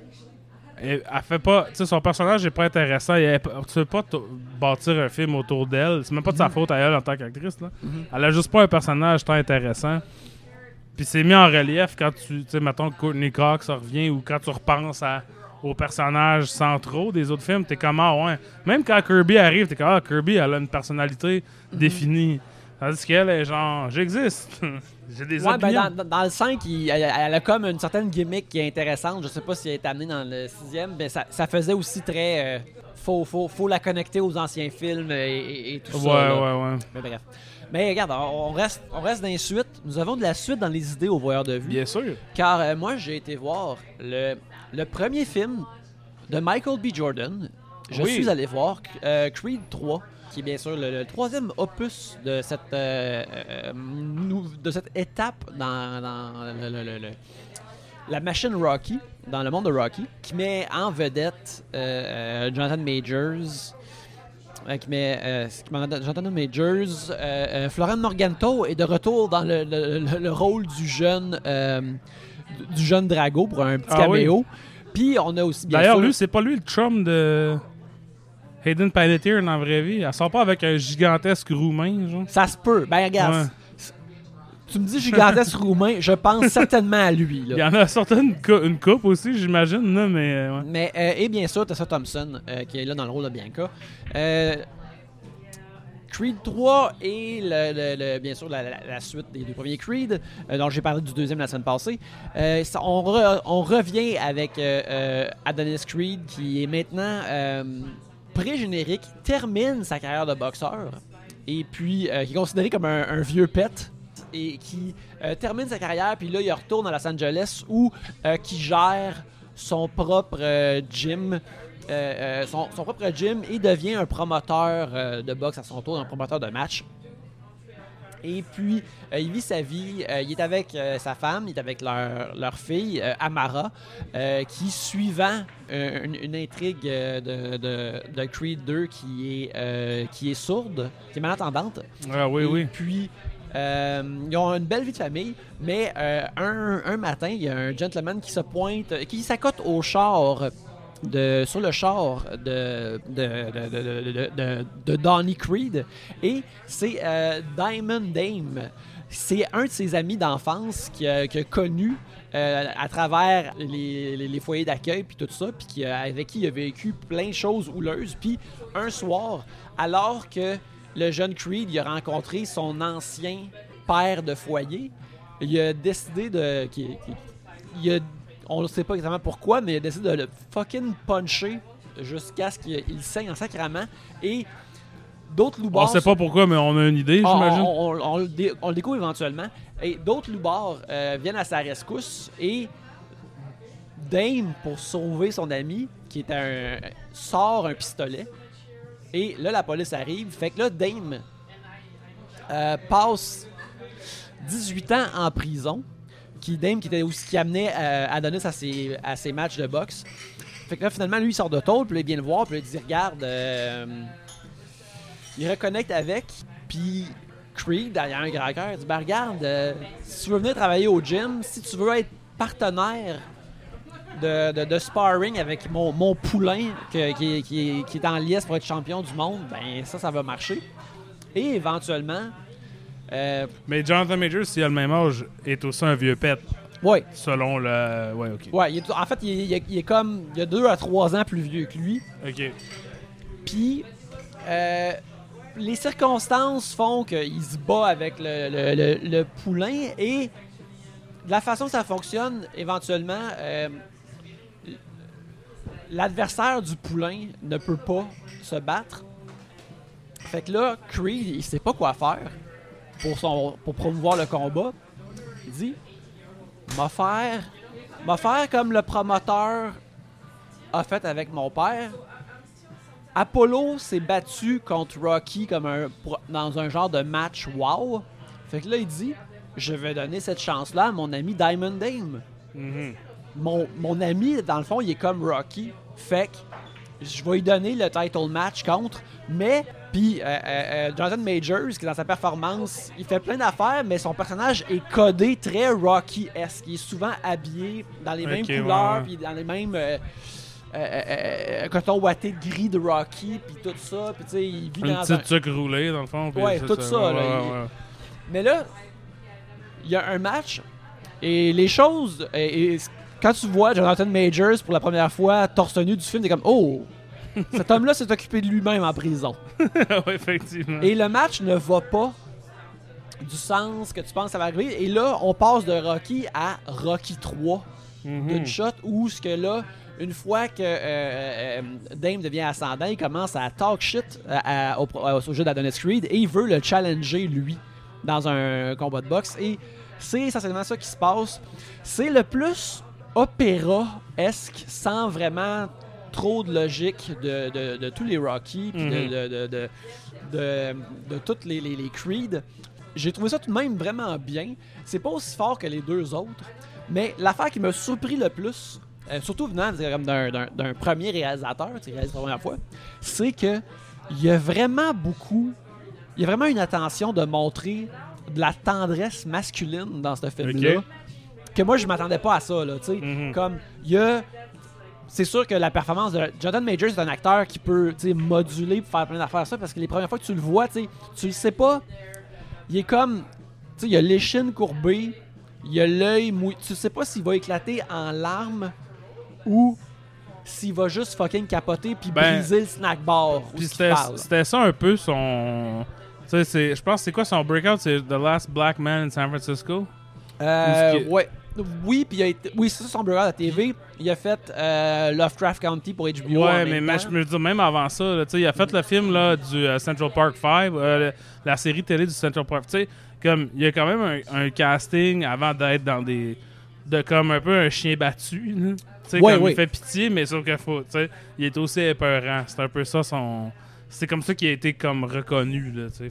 elle, elle fait pas... Tu sais, son personnage est pas intéressant. Elle, tu veux pas bâtir un film autour d'elle. C'est même pas de sa faute à elle en tant qu'actrice. Là. Mm-hmm. Elle a juste pas un personnage tant intéressant. Puis c'est mis en relief quand tu... Tu sais, mettons que Courtney Cox revient ou quand tu repenses à, aux personnages centraux des autres films, t'es comme, ah ouais. Même quand Kirby arrive, t'es comme, ah, Kirby, elle a une personnalité mm-hmm. définie. Tandis qu'elle est genre, j'existe. J'ai des ouais, opinions. Ben dans, dans le cinq, il, elle, elle a comme une certaine gimmick qui est intéressante. Je sais pas si elle est amenée dans le sixième, mais ça, ça faisait aussi très... Euh, faut, faut, faut la connecter aux anciens films et, et, et tout ouais, ça. Ouais, ouais, ouais. Mais bref. Mais regarde, on reste, on reste dans les suites. Nous avons de la suite dans les idées au voyeur de vue. Bien sûr. Car euh, moi, j'ai été voir le, le premier film de Michael B. Jordan. Je oui. suis allé voir euh, Creed trois, qui est bien sûr le, le troisième opus de cette, euh, euh, nou, de cette étape dans, dans le, le, le, le, la machine Rocky, dans le monde de Rocky, qui met en vedette euh, euh, Jonathan Majors... Euh, qui met euh, Jonathan Majors, euh, euh, Florent Morganto est de retour dans le, le, le, le rôle du jeune euh, du jeune Drago pour un petit ah, caméo. Oui. Puis on a aussi bien D'ailleurs, sûr... lui, c'est pas lui le chum de Hayden Panettiere dans la vraie vie. Elle sort pas avec un gigantesque roumain, genre. Ça se peut. Ben regarde, ouais. Tu me dis gigantesque roumain, je pense certainement à lui. Là. Il y en a sorti une, cou- une coupe aussi, j'imagine, là, mais... Euh, ouais. mais euh, et bien sûr, Tessa Thompson, euh, qui est là dans le rôle de Bianca. Euh, Creed trois et le, le, le, bien sûr la, la, la suite des deux premiers Creed, euh, dont j'ai parlé du deuxième la semaine passée. Euh, ça, on, re, on revient avec euh, euh, Adonis Creed, qui est maintenant euh, pré-générique, termine sa carrière de boxeur, et puis euh, qui est considéré comme un, un vieux pet. Et qui euh, termine sa carrière, puis là, il retourne à Los Angeles où euh, qui gère son propre euh, gym, euh, euh, son, son propre gym et devient un promoteur euh, de boxe à son tour, un promoteur de match. Et puis, euh, il vit sa vie. Euh, il est avec euh, sa femme, il est avec leur, leur fille, euh, Amara, euh, qui, suivant euh, une, une intrigue euh, de, de, de Creed deux qui est, euh, qui est sourde, qui est malentendante. Ah oui, Et oui. puis, euh, ils ont une belle vie de famille, mais euh, un, un matin, il y a un gentleman qui se pointe, qui s'accote au char. De, sur le char de, de, de, de, de, de, de Donnie Creed, et c'est euh, Diamond Dame. C'est un de ses amis d'enfance qu'il a, qu'il a connu euh, à travers les, les, les foyers d'accueil puis tout ça, puis qui, avec qui il a vécu plein de choses houleuses. Puis un soir, alors que le jeune Creed il a rencontré son ancien père de foyer, il a décidé de... qu'il, qu'il, il a on ne sait pas exactement pourquoi, mais il a décidé de le fucking puncher jusqu'à ce qu'il saigne en sacrament. Et d'autres loupards... On sait pas pourquoi, mais on a une idée, on, j'imagine. On, on, on, le dé... on le découvre éventuellement. Et d'autres loupards euh, viennent à sa rescousse. Et Dame, pour sauver son ami, qui est un... sort un pistolet. Et là, la police arrive. Fait que là, Dame euh, passe dix-huit ans en prison. Qui, Dame, qui était aussi qui amenait euh, Adonis à ses, à ses matchs de boxe. Fait que là, finalement, lui, il sort de tôle, puis là, il vient le voir, puis là, il dit, regarde, euh, il reconnecte avec, puis Creed, derrière un grand cœur, il dit, ben regarde, euh, si tu veux venir travailler au gym, si tu veux être partenaire de, de, de sparring avec mon, mon poulain, que, qui, qui, qui est en liesse pour être champion du monde, ben ça, ça va marcher. Et éventuellement... Euh, Mais Jonathan Majors, s'il a le même âge, est aussi un vieux pet. Oui. Selon le... Ouais, OK. Ouais, il est, en fait, il est, il, est, il est comme... Il a deux à trois ans plus vieux que lui. OK. Puis, euh, les circonstances font qu'il se bat avec le, le, le, le poulain et de la façon que ça fonctionne, éventuellement, euh, l'adversaire du poulain ne peut pas se battre. Fait que là, Creed, il sait pas quoi faire. Pour, son, pour promouvoir le combat, il dit m'a faire, m'a faire comme le promoteur a fait avec mon père. Apollo s'est battu contre Rocky comme un, dans un genre de match wow. Fait que là, il dit je vais donner cette chance-là à mon ami Diamond Dame. Mm-hmm. Mon, mon ami, dans le fond, il est comme Rocky. Fait que je vais lui donner le title match contre, mais puis euh, euh, Jonathan Majors, qui dans sa performance, il fait plein d'affaires, mais son personnage est codé très Rocky-esque. Il est souvent habillé dans les mêmes okay, couleurs, ouais, ouais. puis dans les mêmes euh, euh, euh, coton ouaté de gris de Rocky, puis tout ça, puis tu sais, il vit Une dans petite un... sucre roulée, dans le fond. Ouais, tout ça, ouais, là, ouais, il... ouais. Mais là, il y a un match, et les choses... Et, et, quand tu vois Jonathan Majors pour la première fois torse nu du film, t'es comme « Oh! » Cet homme-là s'est occupé de lui-même en prison. Ouais, effectivement. Et le match ne va pas du sens que tu penses que ça va arriver. Et là, on passe de Rocky à Rocky trois Mm-hmm. d'une shot où ce que là, une fois que euh, euh, Dame devient ascendant, il commence à talk shit à, à, au, au jeu d'Adonis Creed et il veut le challenger lui dans un combat de boxe. Et c'est essentiellement ça qui se passe. C'est le plus opéra-esque sans vraiment trop de logique de, de, de tous les Rocky puis Mm-hmm. de, de, de, de, de, de toutes les, les, les Creed. J'ai trouvé ça tout de même vraiment bien. C'est pas aussi fort que les deux autres, mais l'affaire qui m'a surpris le plus, euh, surtout venant comme d'un, d'un, d'un premier réalisateur, qui réalise la première fois, c'est que il y a vraiment beaucoup, il y a vraiment une attention de montrer de la tendresse masculine dans ce film-là, Okay. que moi je m'attendais pas à ça, là, tu sais. Mm-hmm. Comme il y a c'est sûr que la performance de Jonathan Majors est un acteur qui peut moduler pour faire plein d'affaires ça, parce que les premières fois que tu le vois, tu le sais pas. Il est comme, tu sais, il a l'échine courbée, il a l'œil mouillé. Tu sais pas s'il va éclater en larmes ou s'il va juste fucking capoter puis Ben, briser le snack bar. Puis c'était, c'était ça un peu son... Tu sais, c'est, je pense que c'est quoi son breakout? C'est The Last Black Man in San Francisco? Euh, Qui... ouais. Oui, puis il a été... oui, c'est ça son breakout à la T V. Il a fait euh, Lovecraft County pour H B O. Ouais, mais, mais je me dis même avant ça, là, il a fait le film là, du uh, Central Park five, euh, le, la série télé du Central Park. Tu sais, comme il y a quand même un, un casting avant d'être dans des. De comme un peu un chien battu. Tu sais, ouais, comme ouais. il fait pitié, mais sauf qu'il faut. Tu sais, il est aussi épeurant. C'est un peu ça son. C'est comme ça qu'il a été comme reconnu, là, tu sais. Fait.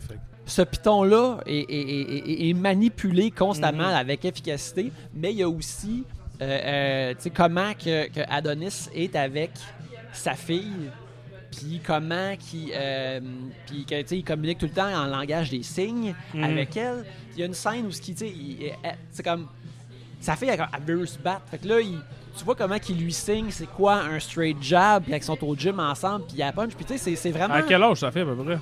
ce piton-là est, est, est, est manipulé constamment Mm-hmm. avec efficacité, mais il y a aussi euh, euh, tu sais, comment que, que Adonis est avec sa fille, puis comment qu'il euh, puis que, tu sais, il communique tout le temps en langage des signes Mm-hmm. avec elle. Il y a une scène où ce qui, tu sais, il- elle- c'est comme sa fille, elle, elle veut se battre. Fait que là, il, tu vois comment qu'il lui signe c'est quoi un straight jab, puis qu'ils sont au gym ensemble, puis il a punch, puis tu sais, c'est, c'est vraiment. À quel âge ça fait à peu près?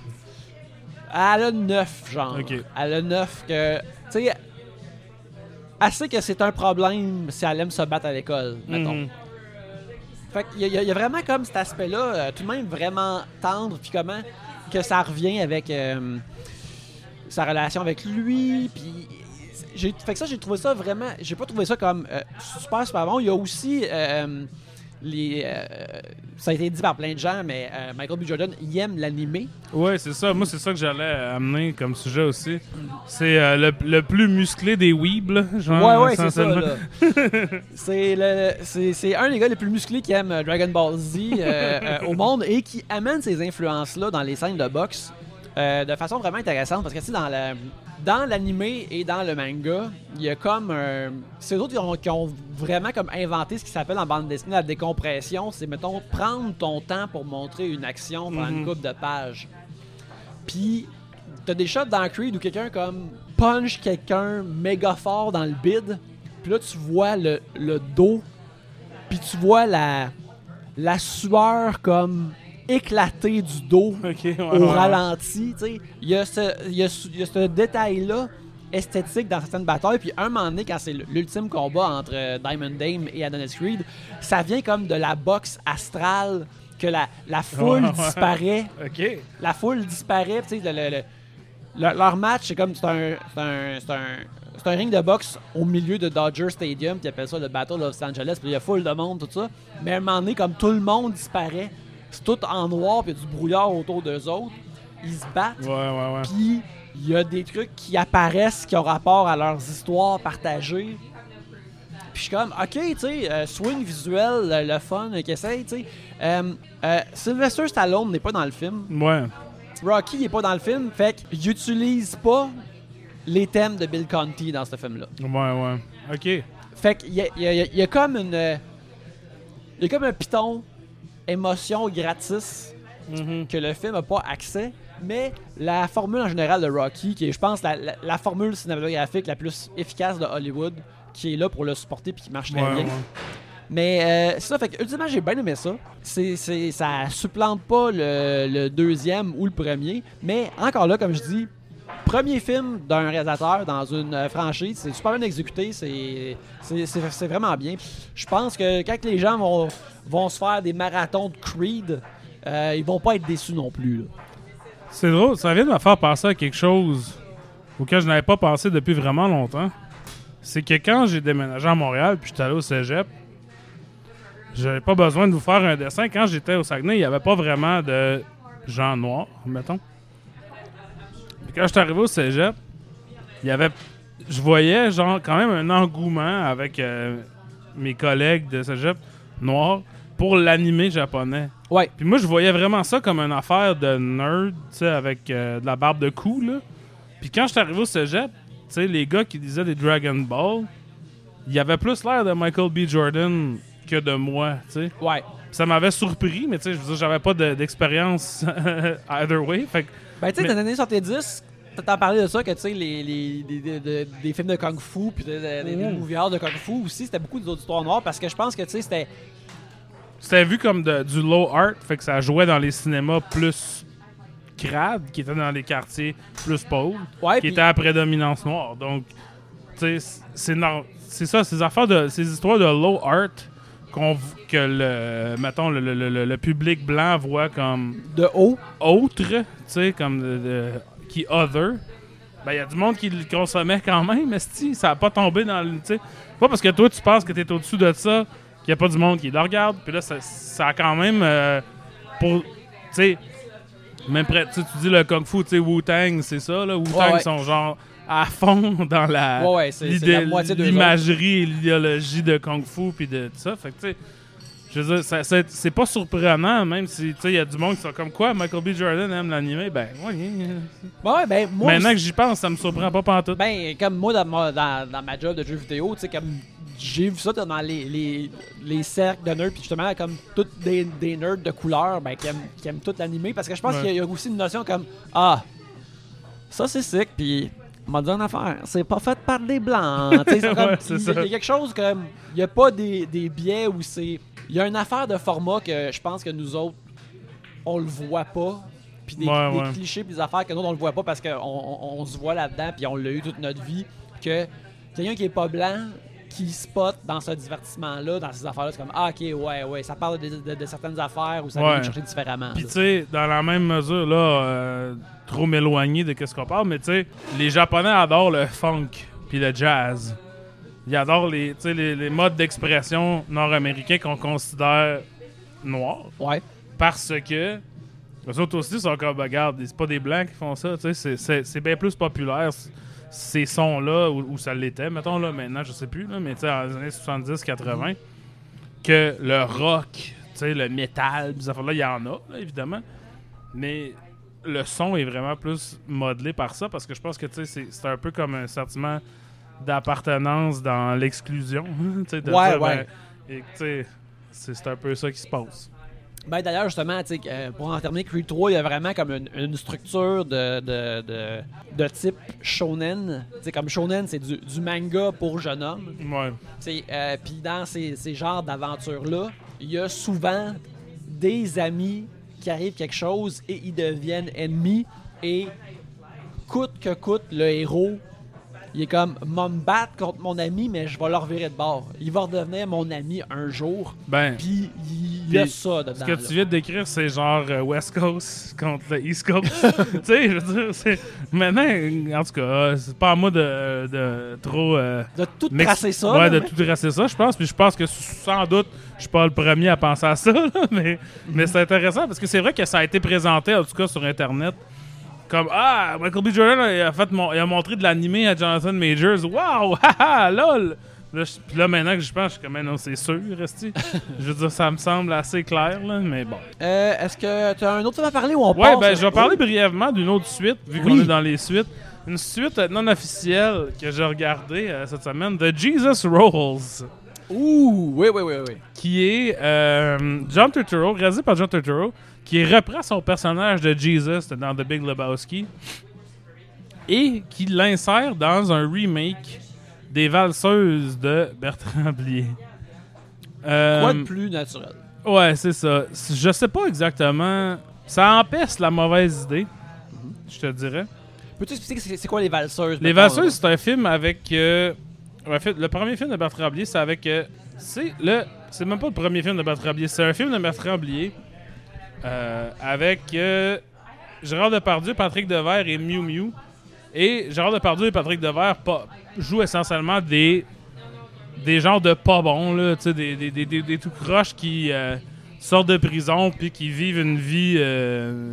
Elle a neuf, genre. Ok. Elle a neuf que. Tu sais, elle sait que c'est un problème si elle aime se battre à l'école, mettons. Mhm. Fait qu'il y, a- il y a vraiment comme cet aspect-là, euh, tout de même vraiment tendre, puis comment que ça revient avec euh, sa relation avec lui, puis. J'ai, fait que ça, j'ai trouvé ça vraiment. J'ai pas trouvé ça comme euh, super, super bon. Il y a aussi. euh, les, euh, ça a été dit par plein de gens, mais euh, Michael B. Jordan, il aime l'animé. Ouais, c'est ça. Moi, c'est ça que j'allais amener comme sujet aussi. C'est euh, le, le plus musclé des weebs, là, genre, Ouais, ouais, c'est ça. essentiellement. Là. c'est, le, c'est, c'est un des gars les plus musclés qui aime euh, Dragon Ball Z euh, euh, au monde et qui amène ces influences-là dans les scènes de boxe euh, de façon vraiment intéressante parce que, tu sais, dans, la, dans l'animé et dans le manga, il y a comme un. C'est eux autres qui ont, qui ont vraiment comme inventé ce qui s'appelle en bande dessinée la décompression. C'est, mettons, prendre ton temps pour montrer une action pendant une Mhm. couple de pages. Puis, t'as des shots dans Creed où quelqu'un comme punch quelqu'un méga fort dans le bide, puis là tu vois le, le dos, puis tu vois la, la sueur comme éclatée du dos Ok, ouais, au ouais, ouais. ralenti, tu sais. Il y a ce, il y a ce- il y a ce détail-là esthétique dans certaines batailles, puis un moment donné, quand c'est l'ultime combat entre euh, Diamond Dame et Adonis Creed, ça vient comme de la boxe astrale, que la, la foule Ouais, ouais. disparaît, Ok. la foule disparaît, tu sais, le, le- le- le- leur match, c'est comme, c'est un, c'est un, c'est un, c'est un ring de boxe au milieu de Dodger Stadium, qui appelle ça le Battle of Los Angeles, puis il y a foule de monde, tout ça, mais à un moment donné, comme tout le monde disparaît, c'est tout en noir, puis il y a du brouillard autour d'eux autres, ils se battent, Ouais, ouais, ouais. puis il y a des trucs qui apparaissent qui ont rapport à leurs histoires partagées. Puis je suis comme, ok, tu sais, euh, swing visuel, le, le fun, euh, qui essaye, tu sais. Euh, euh, Sylvester Stallone n'est pas dans le film. Ouais. Rocky n'est pas dans le film, fait qu'il utilise pas les thèmes de Bill Conti dans ce film-là. Ouais, ouais. Ok. Fait qu'il y a, il y a- il y a comme une. euh, Il y a comme un piton émotion gratis Mhm. que le film n'a pas accès, mais la formule en général de Rocky, qui est, je pense, la, la, la formule cinématographique la plus efficace de Hollywood, qui est là pour le supporter puis qui marche très Ouais, bien. ouais. Mais euh, c'est ça, fait que ultimement, j'ai bien aimé ça. C'est, c'est, ça supplante pas le, le deuxième ou le premier, mais encore là, comme je dis, premier film d'un réalisateur dans une euh, franchise, c'est super bien exécuté, c'est, c'est, c'est, c'est vraiment bien. Je pense que quand les gens vont, vont se faire des marathons de Creed, euh, ils vont pas être déçus non plus. Là. C'est drôle, ça vient de me faire penser à quelque chose auquel je n'avais pas pensé depuis vraiment longtemps. C'est que quand j'ai déménagé à Montréal puis j'étais allé au cégep, j'avais pas besoin de vous faire un dessin. Quand j'étais au Saguenay, il n'y avait pas vraiment de gens noirs, mettons. Puis quand j'étais arrivé au cégep, il y avait, je voyais genre quand même un engouement avec euh, mes collègues de cégep noirs pour l'animé japonais. Ouais. Puis moi, je voyais vraiment ça comme une affaire de nerd, tu sais, avec euh, de la barbe de cou, là. Puis quand je suis arrivé au cégep, tu sais, les gars qui disaient des Dragon Ball, il y avait plus l'air de Michael B. Jordan que de moi, tu sais. Ouais. Puis ça m'avait surpris, mais tu sais, je veux dire, j'avais pas de- d'expérience either way. Fait que, Ben, tu sais, Mais- dans les années soixante-dix, t'as parlé de ça, que tu sais, les, les, les- des- des- des films de Kung Fu, puis des, des, des Mm. movie de Kung Fu aussi, c'était beaucoup d'histoires noires, parce que je pense que, tu sais, c'était. c'était vu comme de- du low art, fait que ça jouait dans les cinémas plus crades, qui étaient dans les quartiers plus pauvres, Ouais, qui puis- étaient à prédominance noire. Donc, tu sais, c'est nor- c'est ça, ces affaires de ces histoires de low art qu'on v- que le mettons le, le- le- le public blanc voit comme de haut. autre, tu sais, comme de- de- qui other. Ben, il y a du monde qui le consommait quand même, mais si ça a pas tombé dans le, tu sais, pas parce que toi tu penses que t'es au-dessus de ça qu'il y a pas du monde qui le regarde. Puis là, ça, ça a quand même euh, pour, tu sais, même près, tu sais, tu dis le kung fu, tu sais, Wu-Tang, c'est ça, là. Wu-Tang, Ouais, ouais. sont genre à fond dans la Ouais, ouais, c'est- c'est l'idée- la moitié d'eux l'imagerie et l'idéologie de kung fu puis de tout ça. Fait que, tu sais, Je veux dire, ça, ça, c'est pas surprenant, même si il y a du monde qui sont comme quoi, Michael B. Jordan aime l'animé. Ben, ouais. Ouais, ben, moi. Maintenant que j'y pense, ça me surprend pas pantoute. Ben, comme moi, dans ma, dans, dans ma job de jeu vidéo, tu sais, comme j'ai vu ça dans les, les, les cercles de nerds, puis justement, comme tous des, des nerds de couleur, ben, qui aiment, qui aiment tout l'animé, parce que je pense ouais. qu'il y a aussi une notion comme, ah, ça c'est sick, puis on m'a dit une affaire, c'est pas fait par des blancs. Tu sais, c'est comme, il y, y a quelque chose comme, il y a pas des, des biais où c'est. Il y a une affaire de format que je pense que nous autres, on le voit pas. Puis des, ouais, des ouais. clichés puis des affaires que nous, on le voit pas parce qu'on on, on se voit là-dedans puis on l'a eu toute notre vie. Que quelqu'un qui est pas blanc, qui spot dans ce divertissement-là, dans ces affaires-là, c'est comme, ah, ok, ouais, ouais, ça parle de, de, de certaines affaires ou ça vient ouais. nous chercher différemment. Puis tu sais, dans la même mesure, là, euh, trop m'éloigner de ce qu'on parle, mais tu sais, les Japonais adorent le funk puis le jazz. Ils adorent les, les, les modes d'expression nord-américains qu'on considère noirs. Ouais. Parce que eux autres aussi sont comme, regarde, c'est pas des blancs qui font ça. C'est, c'est, c'est bien plus populaire, ces sons-là, où, où ça l'était. Mettons, là, maintenant, je sais plus, là, mais dans les années soixante-dix quatre-vingts, que le rock, le métal, ces affaires-là, il y en a, là, évidemment. Mais le son est vraiment plus modelé par ça, parce que je pense que c'est, c'est un peu comme un sentiment d'appartenance dans l'exclusion. de ouais, dire, ouais. Ben, et, c'est, c'est un peu ça qui se passe. Ben d'ailleurs, justement, euh, pour en terminer, Creed trois, il y a vraiment comme une, une structure de, de, de, de type shonen. T'sais, comme shonen, c'est du, du manga pour jeune homme. Ouais. Euh, Puis dans ces, ces genres d'aventures-là, il y a souvent des amis qui arrivent quelque chose et ils deviennent ennemis. Et coûte que coûte, le héros, il est comme, m'a me battre contre mon ami, mais je vais leur virer de bord. Il va redevenir mon ami un jour. Ben, puis il y a ça dedans. Ce que là. tu viens de décrire, c'est genre euh, West Coast contre le East Coast. Tu sais, je veux dire, c'est. Maintenant, en tout cas, c'est pas à moi de, de trop. Euh, de tout mix... tracer ça. Ouais, là, de mais... tout tracer ça, je pense. Puis je pense que sans doute, je suis pas le premier à penser à ça. Là, mais, mm-hmm. mais c'est intéressant parce que c'est vrai que ça a été présenté, en tout cas sur Internet. Comme, ah, Michael B. Jordan il a, fait mon, il a montré de l'animé à Jonathan Majors. Waouh, haha, lol. Là, je, puis là, maintenant que je pense, je suis comme, non, c'est sûr, resti. Je veux dire, ça me semble assez clair, là, mais bon. Euh, est-ce que tu as un autre film à parler ou on ouais, passe? Ouais, ben, je vais parler brièvement d'une autre suite, vu oui. qu'on est dans les suites. Une suite non officielle que j'ai regardée euh, cette semaine, The Jesus Rolls. Ouh, oui, oui, oui, oui. Qui est euh, John Turturro, réalisé par John Turturro, qui reprend son personnage de Jesus dans The Big Lebowski et qui l'insère dans un remake des Valseuses de Bertrand Blier. Euh, Quoi de plus naturel? Ouais, c'est ça. Je sais pas exactement. Ça empêche la mauvaise idée, mm-hmm. je te dirais. Peux-tu expliquer c'est quoi les Valseuses? Les Valseuses, c'est un film avec... Euh, en fait, le premier film de Bertrand Blier, c'est avec... Euh, c'est le... C'est même pas le premier film de Bertrand Blier. C'est un film de Bertrand Blier euh, avec euh, Gérard Depardieu, Patrick Devers et Miu Miu. Et Gérard Depardieu et Patrick Devers pa- jouent essentiellement des des genres de pas bons, là, des, des, des, des, des tout croches qui euh, sortent de prison puis qui vivent une vie euh,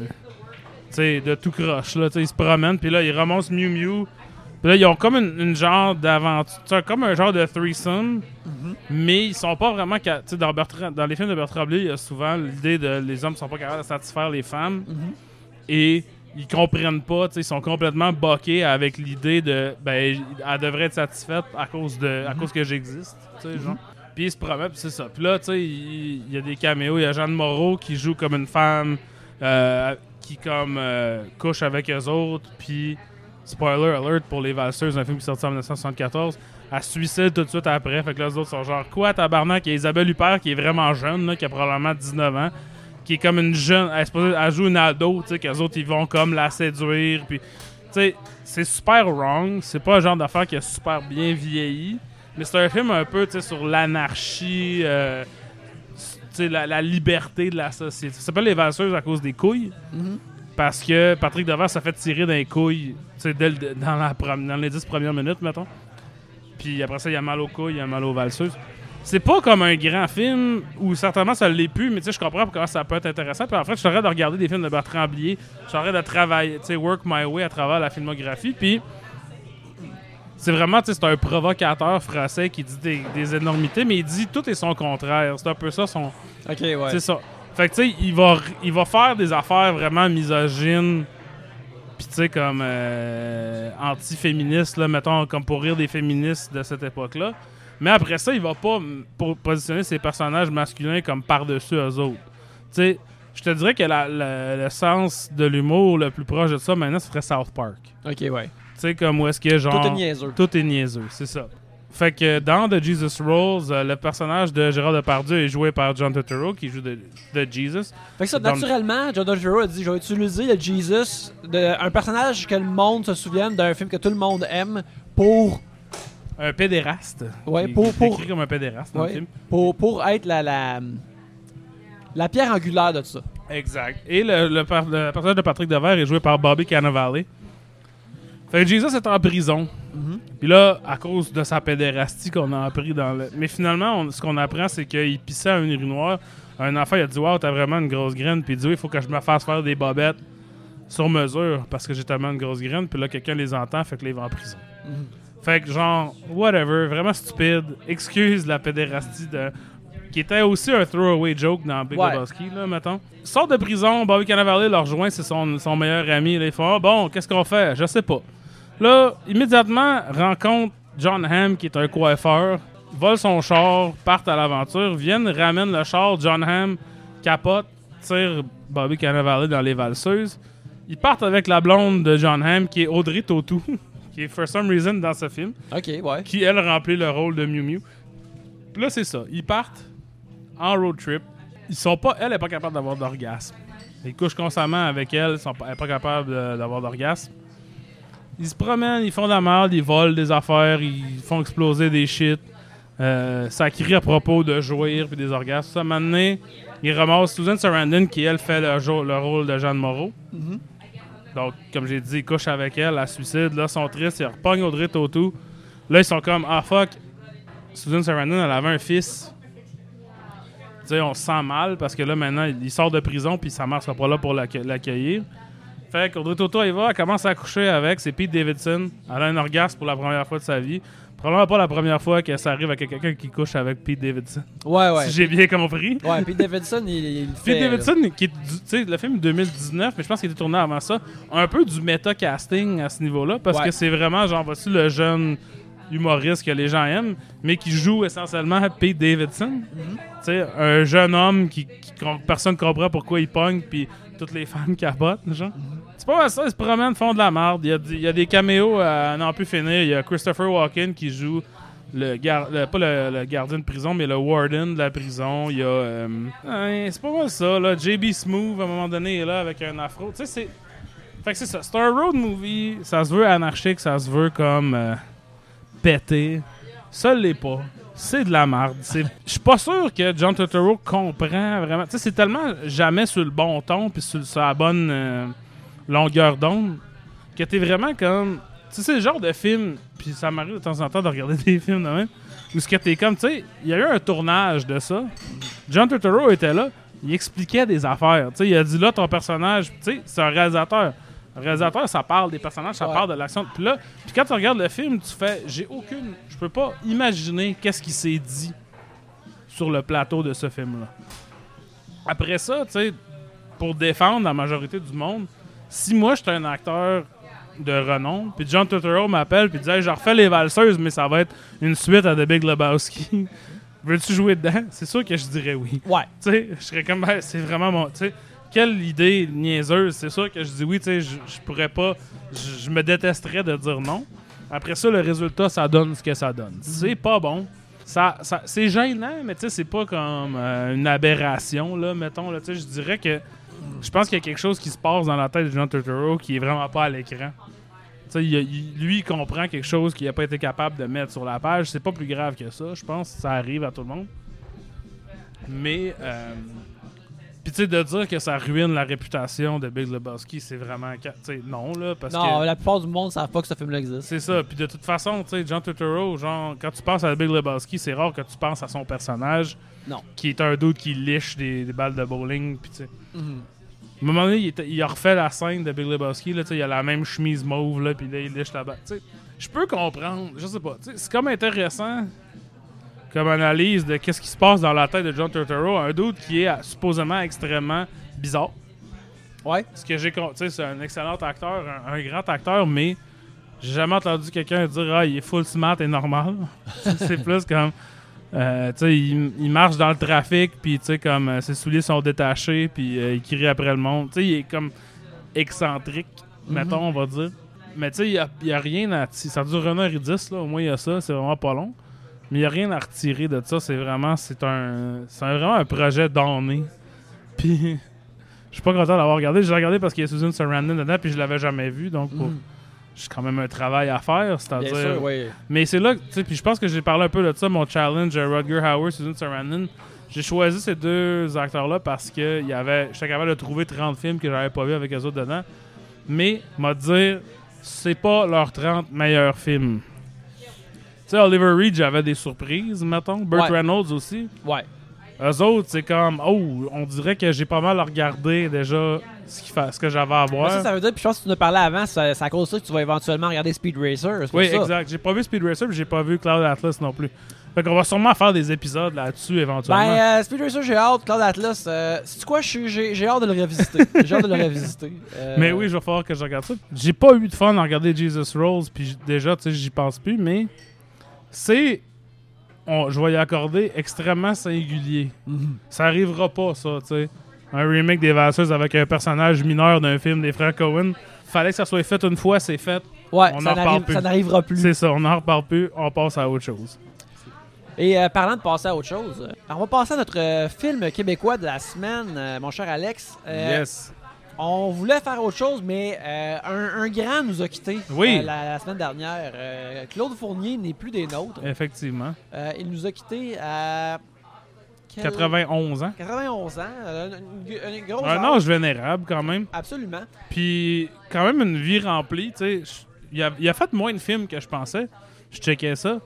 de tout croche. Là, ils se promènent, puis là, ils ramassent Miu Miu. Puis là, ils ont comme une, une genre d'aventure, comme un genre de threesome, mm-hmm. mais ils sont pas vraiment... Ca- dans, Bertrand, dans les films de Bertrand Blier, il y a souvent l'idée de les hommes sont pas capables de satisfaire les femmes. Mm-hmm. Et ils comprennent pas, ils sont complètement boqués avec l'idée de ben elle devrait être satisfaite à cause de à cause que j'existe, mm-hmm. genre. Puis ils se promettent, puis c'est ça. Puis là, tu sais, il, il y a des caméos, il y a Jeanne Moreau qui joue comme une femme euh, qui comme euh, couche avec eux autres, puis spoiler alert pour Les Valseuses, un film qui est sorti en dix-neuf cent soixante-quatorze, elle se suicide tout de suite après, fait que là les autres sont genre quoi tabarnak, il y a Isabelle Huppert qui est vraiment jeune là, qui a probablement dix-neuf ans. Qui est comme une jeune, elle, elle joue une ado, tu sais, qu'eux autres, ils vont comme la séduire, puis, tu sais, c'est super wrong, c'est pas un genre d'affaire qui a super bien vieilli, mais c'est un film un peu, tu sais, sur l'anarchie, euh, tu sais, la, la liberté de la société. Ça s'appelle Les Valseuses à cause des couilles, mm-hmm. parce que Patrick Devers s'est fait tirer dans les couilles, tu sais, dans, la, dans les dix premières minutes, mettons, puis après ça, il y a mal aux couilles, il y a mal aux valseuses. C'est pas comme un grand film où certainement ça l'est plus, mais tu sais, je comprends comment ça peut être intéressant. Puis en fait, je t'arrête de regarder des films de Bertrand Blier, je t'arrête de travailler, tu sais, work my way à travers la filmographie. Puis c'est vraiment, tu sais, c'est un provocateur français qui dit des, des énormités, mais il dit tout est son contraire. C'est un peu ça son. Ok, ouais. C'est ça. Fait que, tu sais, il va, il va faire des affaires vraiment misogynes, pis tu sais, comme euh, anti-féministes, là, mettons, comme pour rire des féministes de cette époque-là. Mais après ça, il va pas pour positionner ses personnages masculins comme par-dessus eux autres. Tu sais, je te dirais que la, la, le sens de l'humour le plus proche de ça, maintenant, ce serait South Park. Ok, ouais. Tu sais, comme où est-ce que genre. Tout est niaiseux. Tout est niaiseux, c'est ça. Fait que dans The Jesus Rolls, euh, le personnage de Gérard Depardieu est joué par John Turturro, qui joue de, de Jesus. Fait que ça, Dans- naturellement, John Turturro a dit je vais utiliser le Jesus, de, un personnage que le monde se souvienne d'un film que tout le monde aime, pour, Un pédéraste. Ouais, Il- pour- il est pour- décrit comme un pédéraste dans ouais, le film. pour, pour être la, la, la pierre angulaire de tout ça. Exact. Et le, le, per- le personnage de Patrick Devers est joué par Bobby Cannavale. Fait que Jesus est en prison. Mhm. Puis là, à cause de sa pédérastie qu'on a appris dans le... Mais finalement, on- ce qu'on apprend, c'est qu'il pissait à une urinoir. Un enfant, il a dit « Wow, t'as vraiment une grosse graine. » Puis il dit « Oui, il faut que je me fasse faire des bobettes sur mesure parce que j'ai tellement une grosse graine. » Puis là, quelqu'un les entend, fait que là, il va en prison. Mhm. Fait que genre, whatever, vraiment stupide. Excuse la pédérastie de... qui était aussi un throwaway joke dans Big Ouais. Lebowski, là, mettons. Il sort de prison, Bobby Cannavale le rejoint, c'est son, son meilleur ami. Là, ils font « Ah bon, qu'est-ce qu'on fait? Je sais pas. » Là, immédiatement, rencontre John Hamm, qui est un coiffeur, vole son char, partent à l'aventure, viennent, ramènent le char, John Hamm capote, tire Bobby Cannavale dans les valseuses. Ils partent avec la blonde de John Hamm, qui est Audrey Tautou, qui est for some reason dans ce film, Ok, ouais. qui, elle, remplit le rôle de Mew Mew. Puis là, c'est ça. Ils partent en road trip. Ils sont pas... Elle est pas capable d'avoir d'orgasme. Ils couchent constamment avec elle, ils sont pas, elle est pas capable de- d'avoir d'orgasme. Ils se promènent, ils font de la merde, ils volent des affaires, ils font exploser des shit. Euh, ça crie à propos de jouir puis des orgasmes. Ça, maintenant, ils ramassent Susan Sarandon qui, elle, fait le, jo- le rôle de Jeanne Moreau. Mhm. Donc, comme j'ai dit, ils couchent avec elle, la suicide. Là, ils sont tristes, ils repognent Audrey Tautou. Là, ils sont comme, ah fuck, Susan Sarandon, elle avait un fils. Tu sais, on se sent mal parce que là, maintenant, il sort de prison puis sa mère sera pas là pour l'accue- l'accueillir. Fait qu'Audrey Tautou, elle va, elle commence à coucher avec, c'est Pete Davidson. Elle a un orgasme pour la première fois de sa vie. Probablement pas la première fois que ça arrive à quelqu'un qui couche avec Pete Davidson. Ouais, ouais. Si j'ai bien compris. Ouais, puis Davidson, il, il fait... Pete Davidson, qui est du- tu sais, le film deux mille dix-neuf, mais je pense qu'il était tourné avant ça, un peu du méta-casting à ce niveau-là, parce Ouais. que c'est vraiment, genre, voici le jeune humoriste que les gens aiment, mais qui joue essentiellement Pete Davidson. Mhm. Tu sais, un jeune homme qui, qui com- personne comprend pourquoi il pogne, puis toutes les femmes capotent, genre. C'est pas mal ça, ils se promènent, font de la merde. Il y a, des- il y a des caméos à n'en plus finir. Il y a Christopher Walken qui joue le, gar- le- pas le, le gardien de prison, mais le warden de la prison. Il y a. euh, ouais, c'est pas mal ça, là. J B Smoove, à un moment donné, est là avec un afro. Tu sais, c'est. Fait que c'est ça. C'est un road movie. Ça se veut anarchique, ça se veut comme. euh, pété. Ça l'est pas. C'est de la merde. C'est- Je suis pas sûr que John Turturro comprend vraiment. Tu sais, c'est tellement jamais sur le bon ton puis sur, sur la bonne euh, longueur d'onde que t'es vraiment comme. Tu sais, c'est le genre de film, puis ça m'arrive de temps en temps de regarder des films de même, où ce que t'es comme, tu sais, il y a eu un tournage de ça. John Turturro était là, il expliquait des affaires. Tu sais, il a dit là, ton personnage, tu sais, c'est un réalisateur. Un réalisateur, ça parle des personnages, ça Ouais. parle de l'action. Puis là, puis quand tu regardes le film, tu fais, j'ai aucune, je peux pas imaginer qu'est-ce qui s'est dit sur le plateau de ce film-là. Après ça, tu sais, pour défendre la majorité du monde, si moi, j'étais un acteur de renom, puis John Turturro m'appelle puis dit hey, « Je refais les valseuses, mais ça va être une suite à The Big Lebowski. Veux-tu jouer dedans? » C'est sûr que je dirais oui. Ouais. Tu sais, je serais comme, ben, c'est vraiment mon. Tu sais, quelle idée niaiseuse. C'est sûr que je dis oui, tu sais, je je pourrais pas. Je je me détesterais de dire non. Après ça, le résultat, ça donne ce que ça donne. C'est pas bon. Ça, ça, c'est gênant, mais tu sais, c'est pas comme euh, une aberration, là, mettons. Là, tu sais, je dirais que. Je pense qu'il y a quelque chose qui se passe dans la tête de John Turturro qui est vraiment pas à l'écran. Tu sais, il a- il- lui, il comprend quelque chose qu'il n'a pas été capable de mettre sur la page. C'est pas plus grave que ça, je pense. Ça arrive à tout le monde. Mais, euh, puis tu sais, de dire que ça ruine la réputation de Big Lebowski, c'est vraiment, ca- tu sais, non là, parce Non, que la plupart du monde ne savent pas que ce film-là existe. c'est ça. Puis de toute façon, tu sais, John Turturro, genre, quand tu penses à Big Lebowski, c'est rare que tu penses à son personnage, Non. qui est un dude qui liche des, des balles de bowling, puis tu sais. Mhm. À un moment donné, il, était- il a refait la scène de Big Lebowski, là, tu sais, il a la même chemise mauve, là, puis là, il liche la balle. Tu sais, je peux comprendre, je sais pas, c'est comme intéressant comme analyse de qu'est-ce qui se passe dans la tête de John Turturro, un dude qui est supposément extrêmement bizarre. Ouais. Ce que j'ai, tu sais, c'est un excellent acteur, un, un grand acteur, mais j'ai jamais entendu quelqu'un dire ah il est full smart et normal. C'est plus comme euh, tu sais il, il marche dans le trafic puis tu sais comme euh, ses souliers sont détachés puis euh, il crie après le monde. Tu sais il est comme excentrique, mm-hmm. mettons on va dire. Mais tu sais il y a, y a rien à t- ça dure une heure et dix là, au moins il y a ça, c'est vraiment pas long. Mais il y a rien à retirer de ça, c'est vraiment c'est un c'est un, vraiment un projet donné. Puis je suis pas content d'avoir regardé, j'ai regardé parce qu'il y a Susan Sarandon dedans puis je l'avais jamais vu donc pour mm. j'ai quand même un travail à faire, c'est-à-dire... Bien sûr, oui. Mais c'est là, tu sais, puis je pense que j'ai parlé un peu de ça, mon challenge, Rutger Hauer, Susan Sarandon. J'ai choisi ces deux acteurs-là parce que y avait, j'étais capable de trouver trente films que j'avais pas vus avec eux autres dedans. Mais, m'a dire, c'est pas leurs trente meilleurs films. Tu sais, Oliver Reed, j'avais des surprises, mettons. Burt ouais. Reynolds aussi. Ouais. Eux autres, c'est comme, oh, on dirait que j'ai pas mal regardé déjà ce, qu'il fa- ce que j'avais à voir. Ça, ça veut dire, puis je pense que tu nous as parlé avant, c'est, c'est à cause de ça que tu vas éventuellement regarder Speed Racer. Oui, ça. exact. J'ai pas vu Speed Racer, puis j'ai pas vu Cloud Atlas non plus. Fait qu'on va sûrement faire des épisodes là-dessus éventuellement. Ben, euh, Speed Racer, j'ai hâte. Cloud Atlas, euh, c'est quoi, j'ai, j'ai hâte de le revisiter. J'ai hâte de le revisiter. Euh... Mais oui, je vais falloir que je regarde ça. J'ai pas eu de fun à regarder Jesus Rolls, puis déjà, tu sais, j'y pense plus, mais c'est. On, je vais y accorder extrêmement singulier. Mm-hmm. Ça arrivera pas, ça, tu sais. Un remake des Valseuses avec un personnage mineur d'un film des frères Coen. Fallait que ça soit fait une fois, c'est fait. Ouais, on ça, en n'arrive, plus. ça n'arrivera plus. C'est ça, on n'en reparle plus, on passe à autre chose. Et euh, parlant de passer à autre chose, euh, on va passer à notre euh, film québécois de la semaine, euh, mon cher Alex. Euh, yes. On voulait faire autre chose, mais euh, un, un grand nous a quittés oui. euh, la, la semaine dernière. Euh, Claude Fournier n'est plus des nôtres. Effectivement. Euh, il nous a quittés à... Quel... quatre-vingt-onze ans. quatre-vingt-onze ans. Euh, une, une, une grosse un âge vénérable, quand même. Absolument. Puis, quand même, une vie remplie. Tu sais, il a, il a fait moins de films que je pensais. Je checkais ça.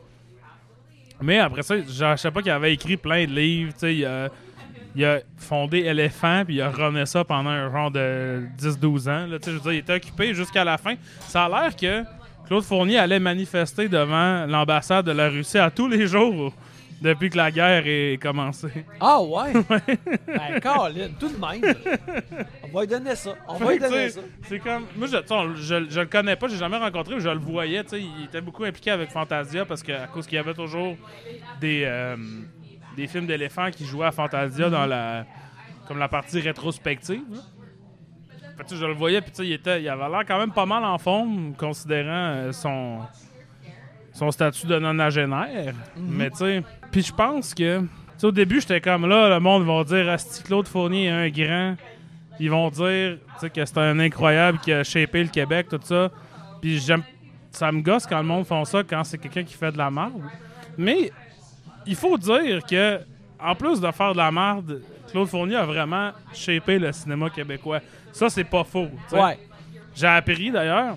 Mais après ça, je sais pas qu'il avait écrit plein de livres. Tu sais, il a... Il a fondé Éléphant, puis il a rené ça pendant un genre de dix douze ans. Là, je veux dire, il était occupé jusqu'à la fin. Ça a l'air que Claude Fournier allait manifester devant l'ambassade de la Russie à tous les jours depuis que la guerre est commencée. Ah ouais? ouais. Ben, Colin, tout de même. On va lui donner ça. On va lui donner ça. C'est comme... Moi, je, je, je le connais pas, j'ai jamais rencontré, mais je le voyais. Il était beaucoup impliqué avec Fantasia parce qu'à cause qu'il y avait toujours des... Euh, des films d'éléphants qui jouaient à Fantasia dans la comme la partie rétrospective. Fait, je le voyais, puis il était, il avait l'air quand même pas mal en forme, considérant euh, son son statut de nonagénaire. Mm-hmm. Mais tu sais, puis je pense que au début, j'étais comme là, le monde va dire Asti Claude Fournier est un grand. Ils vont dire que c'est un incroyable qui a shapé le Québec, tout ça. Puis j'aime, ça me gosse quand le monde font ça, quand c'est quelqu'un qui fait de la merde. Mais il faut dire que, en plus de faire de la merde, Claude Fournier a vraiment shapé le cinéma québécois. Ça, c'est pas faux. T'sais. Ouais. J'ai appris d'ailleurs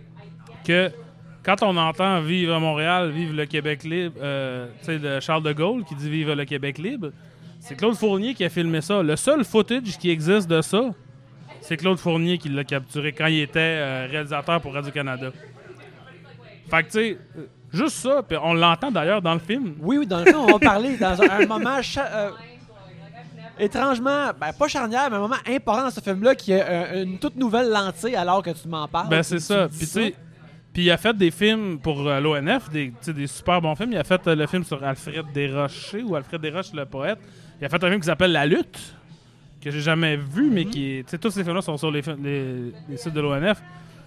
que quand on entend Vive à Montréal, Vive le Québec libre, euh, tu sais, de Charles de Gaulle qui dit Vive le Québec libre, c'est Claude Fournier qui a filmé ça. Le seul footage qui existe de ça, c'est Claude Fournier qui l'a capturé quand il était euh, réalisateur pour Radio-Canada. Fait que, tu sais. Juste ça, puis on l'entend d'ailleurs dans le film. Oui, oui, dans le film, on va parler dans un, un moment cha- euh, étrangement, ben pas charnière, mais un moment important dans ce film-là qui a euh, une toute nouvelle lentille alors que tu m'en parles. Ben c'est ça. Puis tu sais, puis il a fait des films pour euh, l'O N F, des, des super bons films. Il a fait euh, le film sur Alfred Desrochers ou Alfred Desroches le poète. Il a fait un film qui s'appelle La Lutte, que j'ai jamais vu, mais mm-hmm. qui, tu sais, tous ces films-là sont sur les, les, les sites de l'O N F.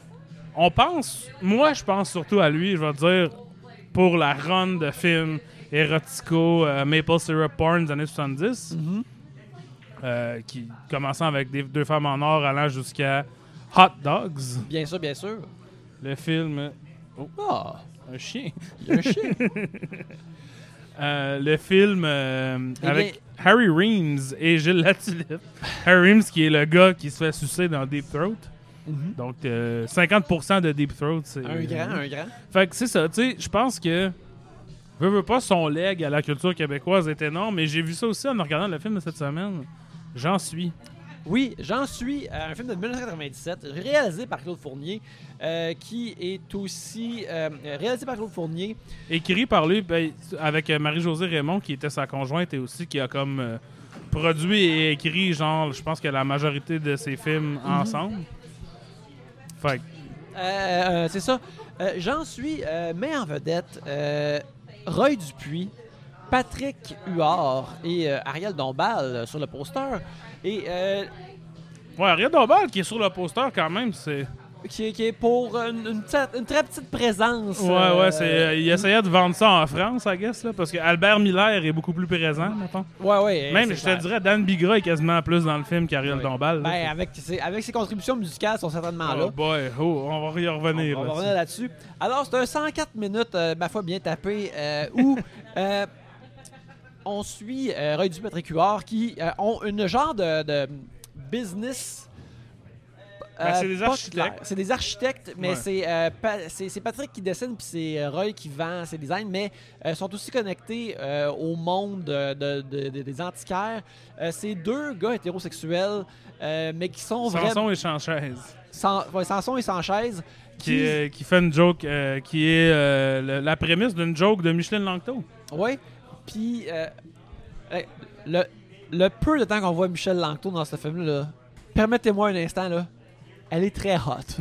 On pense, moi je pense surtout à lui, je vais dire. Pour la run de films érotico, euh, Maple Syrup Porn des années soixante-dix, mm-hmm. euh, qui commençant avec des, deux femmes en or allant jusqu'à Hot Dogs. Bien sûr, bien sûr. Le film... Oh, oh. Un chien. Il y a un chien. euh, le film euh, eh avec bien... Harry Reams et Gilles Latulippe. Harry Reams qui est le gars qui se fait sucer dans Deep Throat. Mm-hmm. Donc, euh, cinquante pour cent de Deep Throat, c'est... Un grand, un grand. Fait que c'est ça, tu sais, je pense que... Veux, veux pas, son leg à la culture québécoise est énorme, mais j'ai vu ça aussi en regardant le film de cette semaine. J'en suis. Oui, J'en suis, euh, un film de dix-neuf quatre-vingt-dix-sept, réalisé par Claude Fournier, euh, qui est aussi euh, réalisé par Claude Fournier. Écrit par lui, ben, avec Marie-Josée Raymond, qui était sa conjointe et aussi qui a comme euh, produit et écrit, genre, je pense que la majorité de ses films mm-hmm. ensemble. Fait euh, euh, c'est ça. Euh, J'en suis, euh, met en vedette euh, Roy Dupuis, Patrick Huard et euh, Ariel Dombal euh, sur le poster. Et euh, ouais, Ariel Dombal qui est sur le poster quand même, c'est... Qui, qui est pour une, une, une très petite présence. Ouais, euh, ouais, c'est, euh, il essayait de vendre ça en France, I guess, là, parce que Albert Miller est beaucoup plus présent, mettons. Ouais, ouais. Même, je te dirais, Dan Bigra est quasiment plus dans le film qu'Ariel ouais. Dombal. Ben, là, avec, ses, avec ses contributions musicales, sont certainement oh là. Boy, oh, on va y revenir. On, on là-dessus. va revenir là-dessus. Alors, c'est un cent quatre minutes, euh, ma foi, bien tapé, euh, où euh, on suit euh, Roy Dupuis et Patrick Huard qui euh, ont une genre de, de business. Ben, c'est des architectes. C'est des architectes, mais ouais. c'est, euh, pa- c'est, c'est Patrick qui dessine puis c'est Roy qui vend ses designs, mais euh, sont aussi connectés euh, au monde de, de, de, de, des antiquaires. Euh, c'est deux gars hétérosexuels, euh, mais qui sont vraiment... Samson et Sanchez. Sans, ouais, Samson et Sanchez. Qui, qui, euh, qui fait une joke, euh, qui est euh, le, la prémisse d'une joke de Micheline Langto. Oui, puis euh, le, le peu de temps qu'on voit Michel Langto dans ce film-là, permettez-moi un instant, là. Elle est très hot.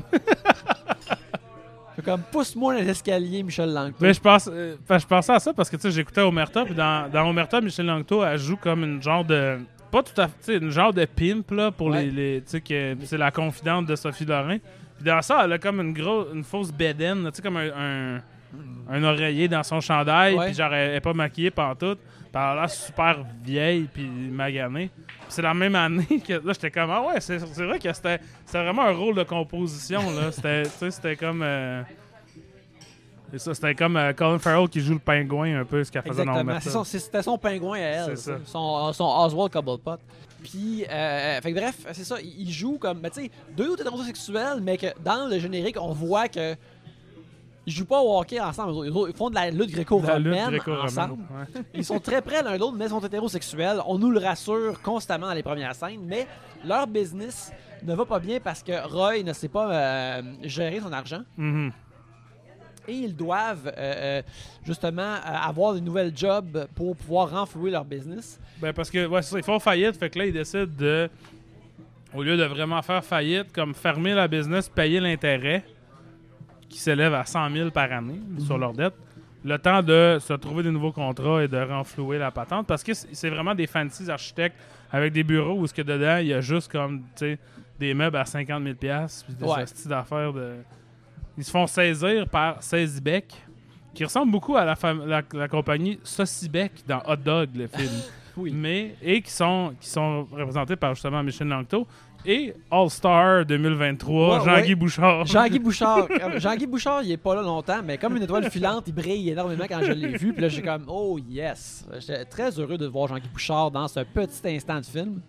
Comme, pousse-moi dans l'escalier, Michel Langto. Mais je, pense, euh, je pensais à ça parce que tu sais, j'écoutais Omerta, puis dans, dans Omerta, Michel Langto, elle joue comme une genre de. Pas tout à fait. Tu sais, une genre de pimp, là, pour ouais. les. les tu sais, que c'est la confidente de Sophie Lorrain. Puis dans ça, elle a comme une, grosse, une fausse bédaine, tu sais, comme un, un, un oreiller dans son chandail, ouais. puis genre, elle n'est pas maquillée pantoute. Puis elle a l'air super vieille, puis maganée. C'est la même année que là, j'étais comme ah ouais, c'est, c'est vrai que c'était, c'était vraiment un rôle de composition là. C'était, tu sais, c'était comme euh, c'est ça, c'était comme euh, Colin Farrell qui joue le pingouin un peu ce qu'elle faisait dans le c'est son, C'était son pingouin à elle, c'est ça. Son, son Oswald Cobblepot. Puis, euh, fait que bref, c'est ça, il joue comme, ben, tu sais, deux autres hétérosexuels, mais que dans le générique, on voit que ils jouent pas au hockey ensemble. Ils font de la lutte gréco-romaine gréco ensemble. Ouais. Ils sont très près l'un de l'autre, mais ils sont hétérosexuels. On nous le rassure constamment dans les premières scènes. Mais leur business ne va pas bien parce que Roy ne sait pas euh, gérer son argent. Mm-hmm. Et ils doivent euh, justement euh, avoir de nouvelles jobs pour pouvoir renflouer leur business. Ben parce que ouais, c'est ça, ils font faillite. Fait que là, ils décident de, au lieu de vraiment faire faillite, comme fermer la business, payer l'intérêt qui s'élève à cent mille par année mm-hmm. sur leur dette, le temps de se trouver des nouveaux contrats et de renflouer la patente, parce que c'est vraiment des fancy architectes avec des bureaux où ce que dedans, il y a juste comme, tu sais, des meubles à cinquante mille dollars puis des ouais. hosties d'affaires de... Ils se font saisir par Saisibec, qui ressemble beaucoup à la, fam- la, la compagnie Saucibec dans Hot Dog, le film. oui. Mais, et qui sont, qui sont représentés par justement Michel Langto. Et All-Star deux mille vingt-trois, ouais, Jean-Guy ouais. Bouchard. Jean-Guy Bouchard. Jean-Guy Bouchard, il est pas là longtemps, mais comme une étoile filante, il brille énormément quand je l'ai vu. Puis là, j'ai comme, oh yes. J'étais très heureux de voir Jean-Guy Bouchard dans ce petit instant de film.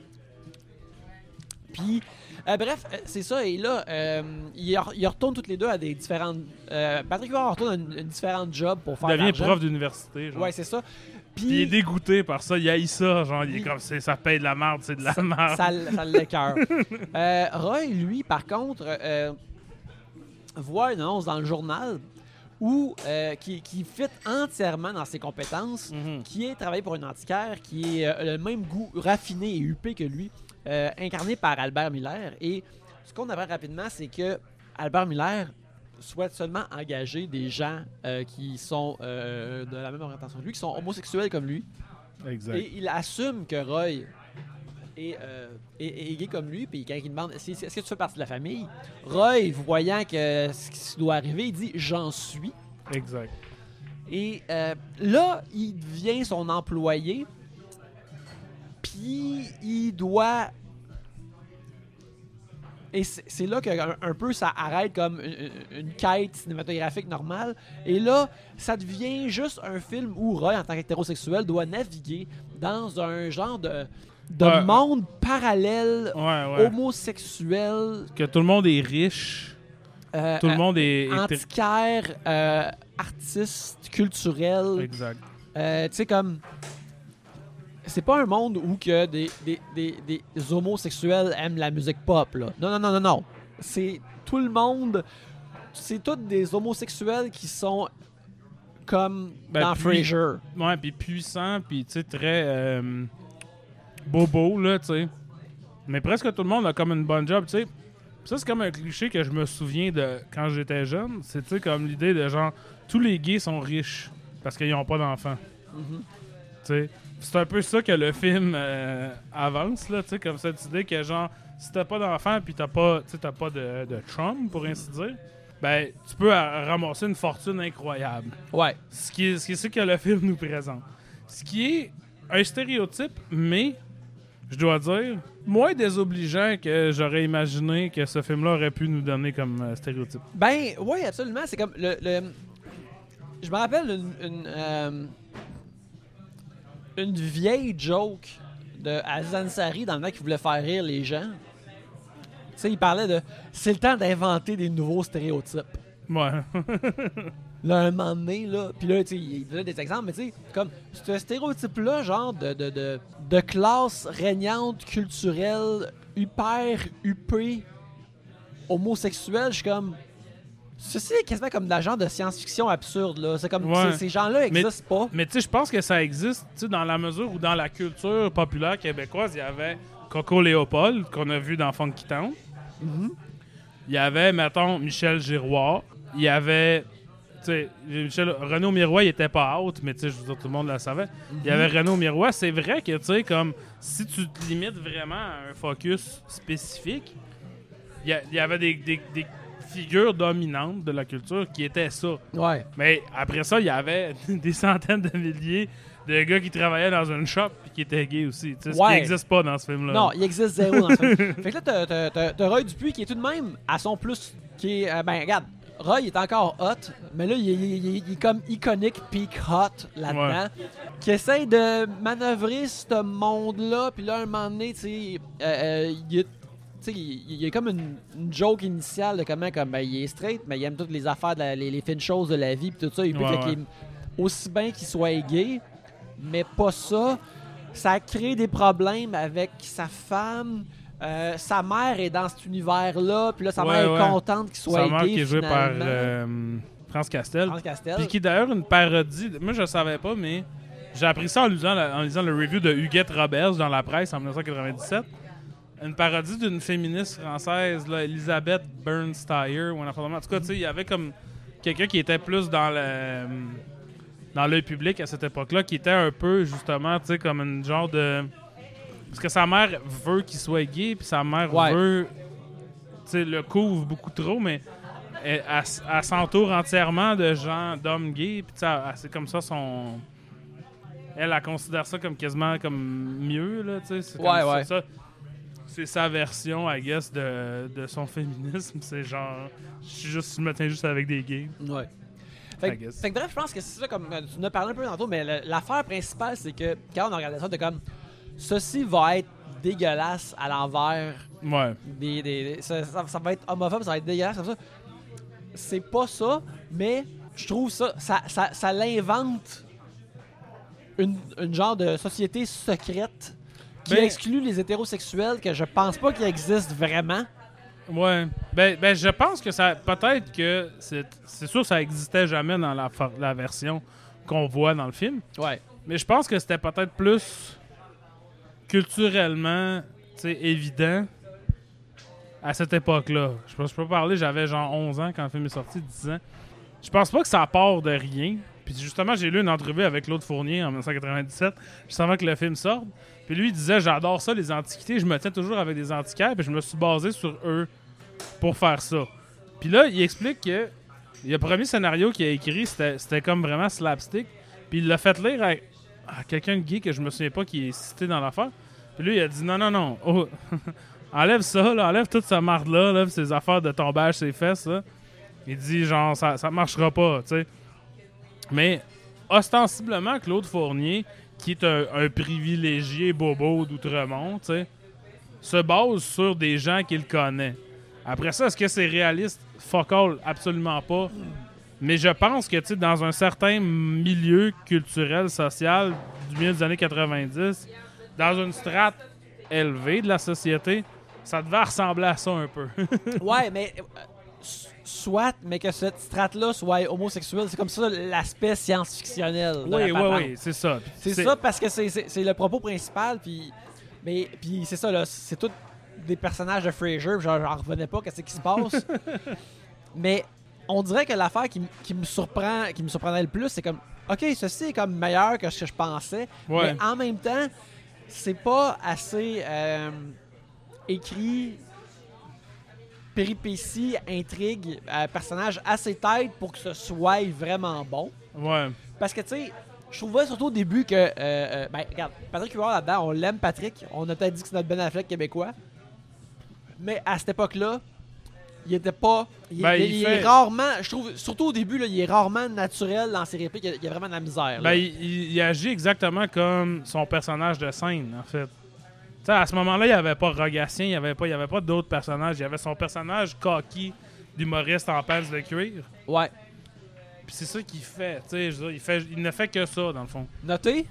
Puis, euh, bref, c'est ça. Et là, euh, ils, ils retournent toutes les deux à des différentes... Euh, Patrick Huard retourne à une, une différente job pour faire Il devient l'argent. prof d'université. Genre. Ouais, c'est ça. Puis, il est dégoûté par ça, il haït ça, genre, il est comme, c'est, ça paye de la merde, c'est de la merde. Ça, ça l'écoeure. euh, Roy, lui, par contre, euh, voit une annonce dans le journal où, euh, qui, qui fit entièrement dans ses compétences, mm-hmm. qui est travailler pour un antiquaire, qui est euh, le même goût raffiné et huppé que lui, euh, incarné par Albert Miller. Et ce qu'on apprend rapidement, c'est que Albert Miller souhaite seulement engager des gens euh, qui sont euh, de la même orientation que lui, qui sont homosexuels comme lui. Exact. Et il assume que Roy est, euh, est, est gay comme lui, puis quand il demande est-ce, est-ce que tu fais partie de la famille, Roy, voyant que ce qui doit arriver, il dit « j'en suis ». Exact. Et euh, là, il devient son employé, puis il doit... Et c'est, c'est là qu'un un peu ça arrête comme une, une quête cinématographique normale. Et là, ça devient juste un film où Roy, en tant qu'hétérosexuel, doit naviguer dans un genre de, de ouais. monde parallèle, ouais, ouais. homosexuel. Que tout le monde est riche. Euh, tout le monde est... Euh, antiquaire, euh, artiste, culturel. Exact. Euh, tu sais, comme... c'est pas un monde où que des, des, des, des homosexuels aiment la musique pop, là. Non, non, non, non, non. C'est tout le monde... C'est tous des homosexuels qui sont comme Ben, dans puis- Frasier. Ouais, puis puissant, puis tu sais, très euh, bobo, là, tu sais. Mais presque tout le monde a comme une bonne job, tu sais. Ça, c'est comme un cliché que je me souviens de quand j'étais jeune. C'est, tu sais, comme l'idée de genre, tous les gays sont riches parce qu'ils n'ont pas d'enfants. Mhm. Tu sais. C'est un peu ça que le film euh, avance, là, tu sais, comme cette idée que genre, si t'as pas d'enfants puis t'as pas, tu sais, t'as pas de, de chum, pour ainsi dire, ben, tu peux euh, ramasser une fortune incroyable. Ouais. Ce qui est, ce qui est ce que le film nous présente. Ce qui est un stéréotype, mais, je dois dire, moins désobligeant que j'aurais imaginé que ce film-là aurait pu nous donner comme euh, stéréotype. Ben, oui, absolument. C'est comme le... le- Je me rappelle une... Une, euh, une vieille joke de Aziz Ansari dans le mec qui voulait faire rire les gens. Tu sais, il parlait de... C'est le temps d'inventer des nouveaux stéréotypes. Ouais. Là, un moment donné, là... Puis là, tu sais, il donnait des exemples, mais tu sais, comme ce stéréotype-là, genre de, de, de, de classe régnante, culturelle, hyper huppée, homosexuelle, je suis comme... Ceci est quasiment comme de la genre de science-fiction absurde, là. C'est comme... Ouais. c'est- Ces gens-là Mais- n'existent pas. Mais tu sais, je pense que ça existe, tu sais, dans la mesure où dans la culture populaire québécoise, il y avait Coco Léopold, qu'on a vu dans Funky Town. Mhm. Il y avait, mettons, Michel Giroir. Il y avait, tu sais, Michel, Renaud Miroir, il était pas out, mais tu sais, je veux dire, tout le monde le savait. Il y avait Renaud Miroir. C'est vrai que, tu sais, comme, si tu te limites vraiment à un focus spécifique, il y, a- il y avait des, des- des figures dominantes de la culture qui étaient ça. Ouais. Mais après ça, il y avait des centaines de milliers de gars qui travaillaient dans une shop et qui étaient gays aussi. Tu sais, Ce Ouais. qui n'existe pas dans ce film-là. Non, il existe zéro dans ce film. Fait que là, t'as- t'as- t'as t'as Roy Dupuis qui est tout de même à son plus. Qui est, euh, ben, regarde, Roy est encore hot, mais là, il est, il est- il est- il est comme iconique peak hot là-dedans. Qui essaye de manœuvrer ce monde-là, puis là, un moment donné, tu sais, euh, euh, il est. Tu sais, il il y a comme une, une joke initiale de comment comme, ben, il est straight, mais il aime toutes les affaires, de la- les, les fines choses de la vie, puis tout ça. Il peut Ouais, que- ouais. qu'il- aussi bien qu'il soit gay, mais pas ça. Ça a créé des problèmes avec sa femme. Euh, sa mère est dans cet univers-là, puis là, sa Ouais, mère ouais. est contente qu'il soit Sa mère gay, qui est jouée par finalement. euh, France Castel. France Castel. Puis qui est d'ailleurs une parodie. de- Moi, je savais pas, mais j'ai appris ça en lisant, la- en lisant le review de Huguette Roberge dans la presse en dix-neuf cent quatre-vingt-dix-sept. Une parodie d'une féministe française, là, Elisabeth Bernstein, ou un enfant de même. En tout cas, tu sais, il y avait comme quelqu'un qui était plus dans le dans l'œil public à cette époque-là, qui était un peu, justement, tu sais, comme une genre de... Parce que sa mère veut qu'il soit gay, puis sa mère Ouais. veut... Tu sais, le couvre beaucoup trop, mais elle, elle s- elle s'entoure entièrement de gens, d'hommes gays, puis tu sais, elle- elle- c'est comme ça son... Elle, elle considère ça comme quasiment comme mieux, là, tu sais. C'est comme Ouais, ça- ouais. ça- c'est sa version, I guess, de, de son féminisme. C'est genre... Je suis juste... Je me tiens juste avec des gays. Ouais. Fait, I que- guess. fait que bref, je pense que c'est ça, comme euh, tu en as parlé un peu tantôt, mais le- l'affaire principale, c'est que quand on regardait ça, de comme, ceci va être dégueulasse à l'envers, Ouais. des, des, des- ça, ça- ça va être homophobe, ça va être dégueulasse comme ça. C'est pas ça, mais je trouve ça, ça, ça, ça l'invente une, une genre de société secrète qui Ben- exclut les hétérosexuels que je pense pas qu'ils existent vraiment. Ouais. Ben, ben, je pense que ça. Peut-être que. C'est c'est sûr que ça existait jamais dans la, for- la version qu'on voit dans le film. Ouais. Mais je pense que c'était peut-être plus culturellement, tu sais, évident à cette époque-là. Je peux, je peux parler, j'avais genre onze ans quand le film est sorti, dix ans. Je pense pas que ça part de rien. Puis justement, j'ai lu une entrevue avec Claude Fournier en dix-neuf cent quatre-vingt-dix-sept, juste avant que le film sorte. Puis lui, il disait, j'adore ça, les antiquités. Je me tiens toujours avec des antiquaires, puis je me suis basé sur eux pour faire ça. Puis là, il explique que le premier scénario qu'il a écrit, c'était c'était comme vraiment slapstick. Puis il l'a fait lire à, à quelqu'un de gay que je me souviens pas qui est cité dans l'affaire. Puis lui, il a dit, non, non, non, oh, enlève ça, là, enlève toute cette marde-là, là, pis ces affaires de tombage, ses fesses, là. Il dit, genre, ça, ça marchera pas, tu sais. Mais, ostensiblement, Claude Fournier, qui est un, un privilégié bobo d'Outremont, tu sais, se base sur des gens qu'il connaît. Après ça, est-ce que c'est réaliste? Fuck all, absolument pas. Mais je pense que, tu sais, dans un certain milieu culturel, social, du milieu des années quatre-vingt-dix, dans une strate élevée de la société, ça devait ressembler à ça un peu. Ouais, mais... euh, soit, mais que cette strate-là soit homosexuelle, c'est comme ça l'aspect science-fictionnel. de Oui, la oui, patente. oui, c'est ça. C'est ça parce que c'est- c'est c'est le propos principal, puis mais puis c'est ça là, c'est tous des personnages de Frasier, genre j'en revenais pas, qu'est-ce qui se passe. Mais on dirait que l'affaire qui, m- qui me surprend, qui me surprenait le plus, c'est comme, ok, ceci est comme meilleur que ce que je pensais, Ouais. mais en même temps, c'est pas assez euh, écrit. Péripéties, intrigues, euh, personnages assez tête pour que ce soit vraiment bon. Ouais. Parce que, tu sais, je trouvais surtout au début que. Euh, euh, ben, regarde, Patrick Huard là-dedans, on l'aime, Patrick. On a peut-être dit que c'est notre Ben Affleck québécois. Mais à cette époque-là, il était pas. Il, Ben, il- il il fait- est rarement. Je trouve, surtout au début, là, il est rarement naturel dans ses répliques. Il y a, il y a vraiment de la misère. là. Ben, il, il- il agit exactement comme son personnage de scène, en fait. Tu sais, à ce moment-là, il n'y avait pas Rogatien, il n'y avait pas, il y avait pas d'autres personnages. Il y avait son personnage cocky d'humoriste en pants de cuir. Ouais. Puis c'est ça qu'il fait. Tu sais, je veux dire, il, fait, il ne fait que ça, dans le fond. Noté.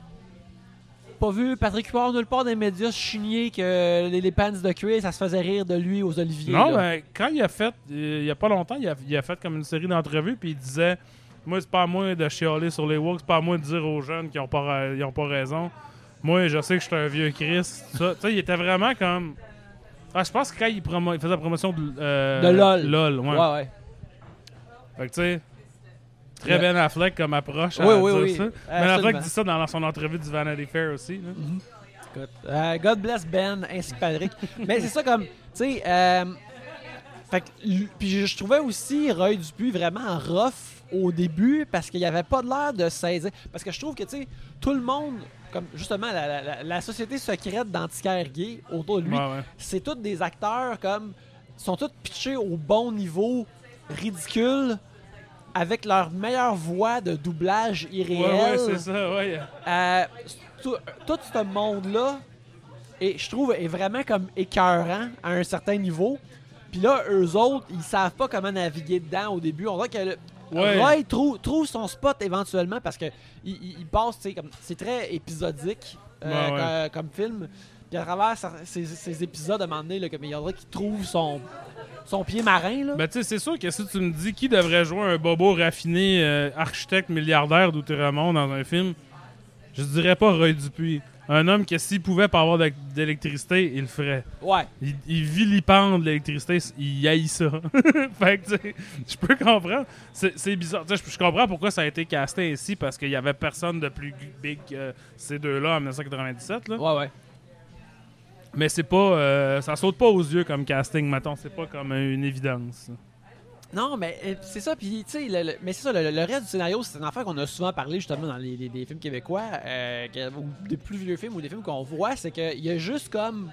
Pas vu Patrick Huard nulle part dans les médias chigner que les, les pants de cuir, ça se faisait rire de lui aux Oliviers. Non, là. ben, quand il a fait, euh, il y a pas longtemps, il a, il a fait comme une série d'entrevues, puis il disait moi, c'est pas à moi de chialer sur les woke, c'est pas à moi de dire aux jeunes qu'ils ont pas, ra- ils ont pas raison. Moi, je sais que je suis un vieux Christ. Ça. Tu sais, il était vraiment comme. Ah, je pense que quand il, promo- il faisait la promotion de, euh, De LOL. LOL, ouais. Ouais, ouais. Fait que, tu sais, très Ouais. Ben Affleck comme approche à Oui, oui, dire oui. ça. Ben Absolument. Affleck dit ça dans son entrevue du Vanity Fair aussi. Là. Écoute, euh, God bless Ben ainsi que Patrick. Mais c'est ça comme, tu sais, euh, fait que, l- puis je, je trouvais aussi Roy Dupuis vraiment rough au début parce qu'il avait pas de l'air de saisir. Parce que je trouve que, tu sais, tout le monde, comme justement la, la- la- la société secrète d'antiquaires gays autour de lui, Ouais, ouais. c'est tous des acteurs comme, sont tous pitchés au bon niveau, ridicule, avec leur meilleure voix de doublage irréel. Ouais, ouais, c'est ça, ouais. Euh, tout, tout ce monde-là, et je trouve, est vraiment comme écœurant à un certain niveau. Puis là, eux autres, ils savent pas comment naviguer dedans au début. On dirait que le, Ouais. Roy trouve, trouve son spot éventuellement parce que il, il- il passe, tu sais, comme c'est très épisodique euh, Ouais, ouais. co- comme film. Puis à travers ça- ces, ces épisodes, à un moment donné, là, comme il y en a qui trouve son, son pied marin. Là. Ben, tu sais, c'est sûr que si tu me dis qui devrait jouer un bobo raffiné, euh, architecte milliardaire d'Outremont dans un film, je dirais pas Roy Dupuis. Un homme que s'il pouvait pas avoir d'é- d'électricité, il le ferait. Ouais. Il, il vilipende l'électricité, il haït ça. Fait que, tu sais, je peux comprendre. C'est c'est bizarre. Tu sais, Je je comprends pourquoi ça a été casté ainsi, parce qu'il y avait personne de plus big que ces deux-là en dix-neuf cent quatre-vingt-dix-sept. Là. Ouais, ouais. Mais c'est pas. euh, ça saute pas aux yeux comme casting, mettons. C'est pas comme une évidence. Non, mais euh, c'est ça. Puis, tu sais, le, le- mais c'est ça, le, le reste du scénario, c'est une affaire qu'on a souvent parlé justement dans les, les- les films québécois, euh, que- ou des plus vieux films ou des films qu'on voit, c'est qu'il y a juste comme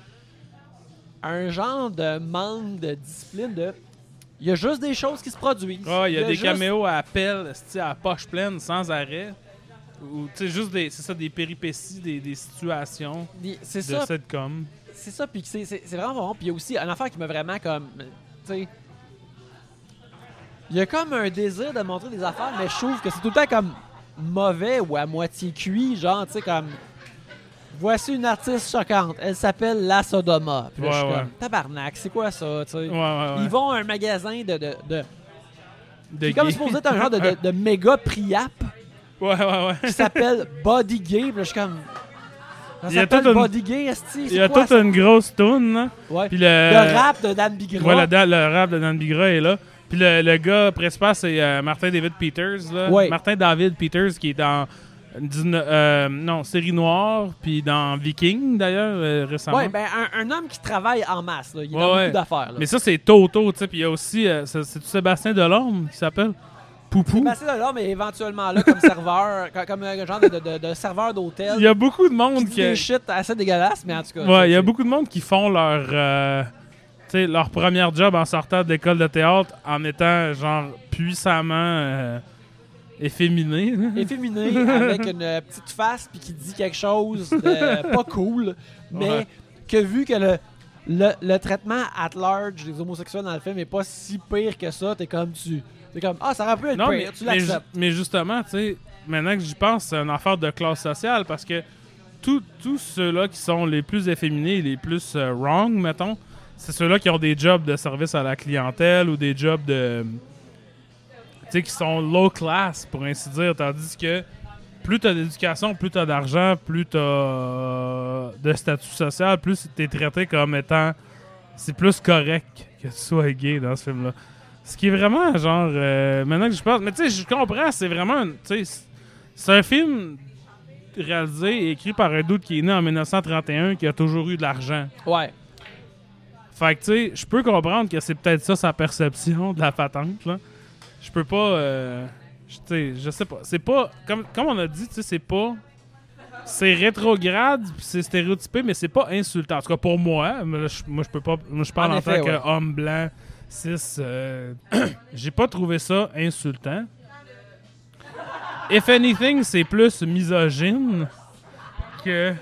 un genre de manque de discipline de. Il y a juste des choses qui se produisent. Ah, il y a, des juste- caméos à appel, esti, à poche pleine, sans arrêt. Ou, tu sais, juste des, c'est ça, des péripéties, des, des situations des- C'est de ça. sitcom. C'est ça, puis c'est c'est- c'est vraiment bon. Puis il y a aussi une affaire qui m'a vraiment comme. Tu sais. Il y a comme un désir de montrer des affaires, mais je trouve que c'est tout le temps comme mauvais ou à moitié cuit. Genre, tu sais, comme. Voici une artiste choquante. Elle s'appelle La Sodoma. Puis là, Ouais, je suis ouais. comme. Tabarnak, c'est quoi ça, tu sais? Ouais, ouais, ouais. Ils vont à un magasin de. de, de De qui, comme gay. supposé être un genre de, de, de méga priap Ouais, ouais, ouais. qui s'appelle Body Gay. Puis là, je suis comme. Ça Il y a s'appelle toute une- Body Gay, esti. Il y a toute une grosse toune, là. Ouais. Puis le, Le rap de Dan Bigra. Ouais, le, da- le rap de Dan Bigra est là. Puis le, le gars principal, c'est euh, Martin David Peters. Là. Ouais. Martin David Peters, qui est dans dix-neuf euh, non, Série Noire, puis dans Viking, d'ailleurs, euh, récemment. Ouais, ben un, un homme qui travaille en masse, là. Il y a Ouais, beaucoup ouais. d'affaires, là. Mais ça, c'est Toto, tu sais. Puis il y a aussi, euh, c'est c'est-tu Sébastien Delorme qui s'appelle Poupou. Sébastien Delorme est éventuellement là comme serveur, co- comme un genre de, de, de- de serveur d'hôtel. Il y a beaucoup de qui monde dit qui. des shit assez dégueulasses, mais en tout cas. Ouais, c'est- il y a c'est- beaucoup de monde qui font leur, euh, tu sais, leur premier job en sortant d'école de théâtre en étant genre puissamment euh, efféminé. là. efféminé avec une euh, petite face puis qui dit quelque chose de pas cool, mais Ouais. que vu que le, le, le traitement at large des homosexuels dans le film est pas si pire que ça, t'es comme tu C'est comme, ah, ça aurait pu être Non, pire, mais, tu mais, ju- l'acceptes. mais justement, tu sais, maintenant que j'y pense, c'est une affaire de classe sociale parce que tout- tous ceux-là qui sont les plus efféminés, les plus euh, wrong, mettons, c'est ceux-là qui ont des jobs de service à la clientèle ou des jobs de. Tu sais, qui sont low class, pour ainsi dire. Tandis que plus t'as d'éducation, plus t'as d'argent, plus t'as euh, de statut social, plus t'es traité comme étant. C'est plus correct que tu sois gay dans ce film-là. Ce qui est vraiment, genre, euh, maintenant que je pense. Mais tu sais, je comprends, c'est vraiment. un- Tu sais, c'est un film réalisé et écrit par un dude qui est né en dix-neuf cent trente et un qui a toujours eu de l'argent. Ouais. Fait que, tu sais, je peux comprendre que c'est peut-être ça sa perception de la patente, là. Je peux pas. Euh, tu sais, je sais pas. C'est pas. Comme, comme on a dit, tu sais, c'est pas. C'est rétrograde, pis c'est stéréotypé, mais c'est pas insultant. En tout cas, pour moi, mais là, je- moi, je peux pas. Moi, je parle En en, effet, tant ouais. qu'homme blanc, cis. euh, J'ai pas trouvé ça insultant. If anything, c'est plus misogyne que.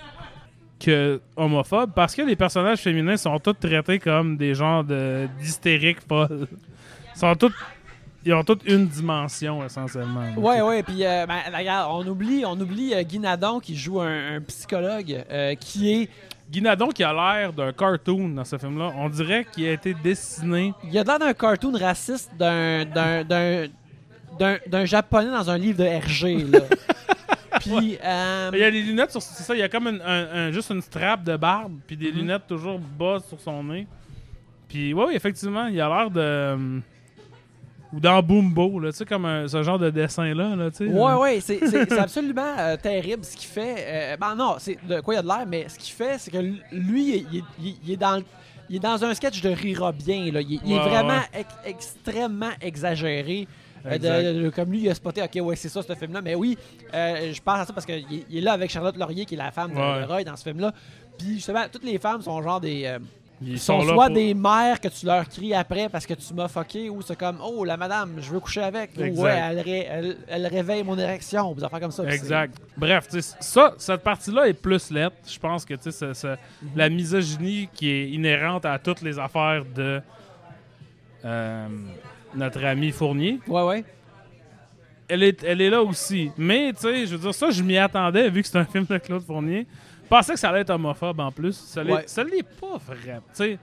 que homophobe, parce que les personnages féminins sont tous traités comme des genres de, d'hystériques folles. Ils sont tous. Ils ont toutes une dimension, essentiellement. Ouais, ouais, puis euh, ben, regarde, on oublie, on oublie euh, Guy Nadon qui joue un, un psychologue euh, qui est. Guy Nadon qui a l'air d'un cartoon dans ce film-là. On dirait qu'il a été dessiné. Il a l'air d'un cartoon raciste d'un, d'un, d'un, d'un, d'un japonais dans un livre de R G, là. Puis. euh, Il y a les lunettes sur. C'est ça, il y a comme une- un, un- juste une strap de barbe, puis des Mhm. lunettes toujours bas sur son nez. Puis, ouais, oui, effectivement, il a l'air de. euh, Ou dans Boombo, là, tu sais, comme un- ce genre de dessin-là, là, tu sais. Ouais, ouais, c'est, c'est, c'est absolument euh, terrible ce qu'il fait. Euh, ben non, c'est de quoi il y a de l'air, mais ce qu'il fait, c'est que lui, il, est- il est- il est- il est dans le- il est dans un sketch de Rira bien. Là. Il, est- il est Ouais, vraiment ouais. ex- extrêmement exagéré. Euh, de- Exact. de- de- comme lui, il a spoté, ok, ouais, c'est ça, ce film-là. Mais oui, euh, je pense à ça parce qu'il est, il est là avec Charlotte Laurier, qui est la femme de, Ouais. de Roy dans ce film-là. Puis justement, toutes les femmes sont genre des. euh, Ils sont, sont là soit pour- des mères que tu leur cries après parce que tu m'as fucké, ou c'est comme, oh, la madame, je veux coucher avec. Ou, Exact. ouais, elle, ré- elle, elle réveille mon érection. Des affaires comme ça. Puis Exact. Bref, tu sais, ça, cette partie-là est plus lettre. Je pense que, tu sais, c'est- c'est la misogynie qui est inhérente à toutes les affaires de euh, notre ami Fournier, c'est- Ouais, ouais. elle est, elle est là aussi. Mais, tu sais, je veux dire, ça, je m'y attendais, vu que c'est un film de Claude Fournier. Je pensais que ça allait être homophobe, en plus. Ça l'est, Ouais. ça l'est pas vraiment. Tu sais,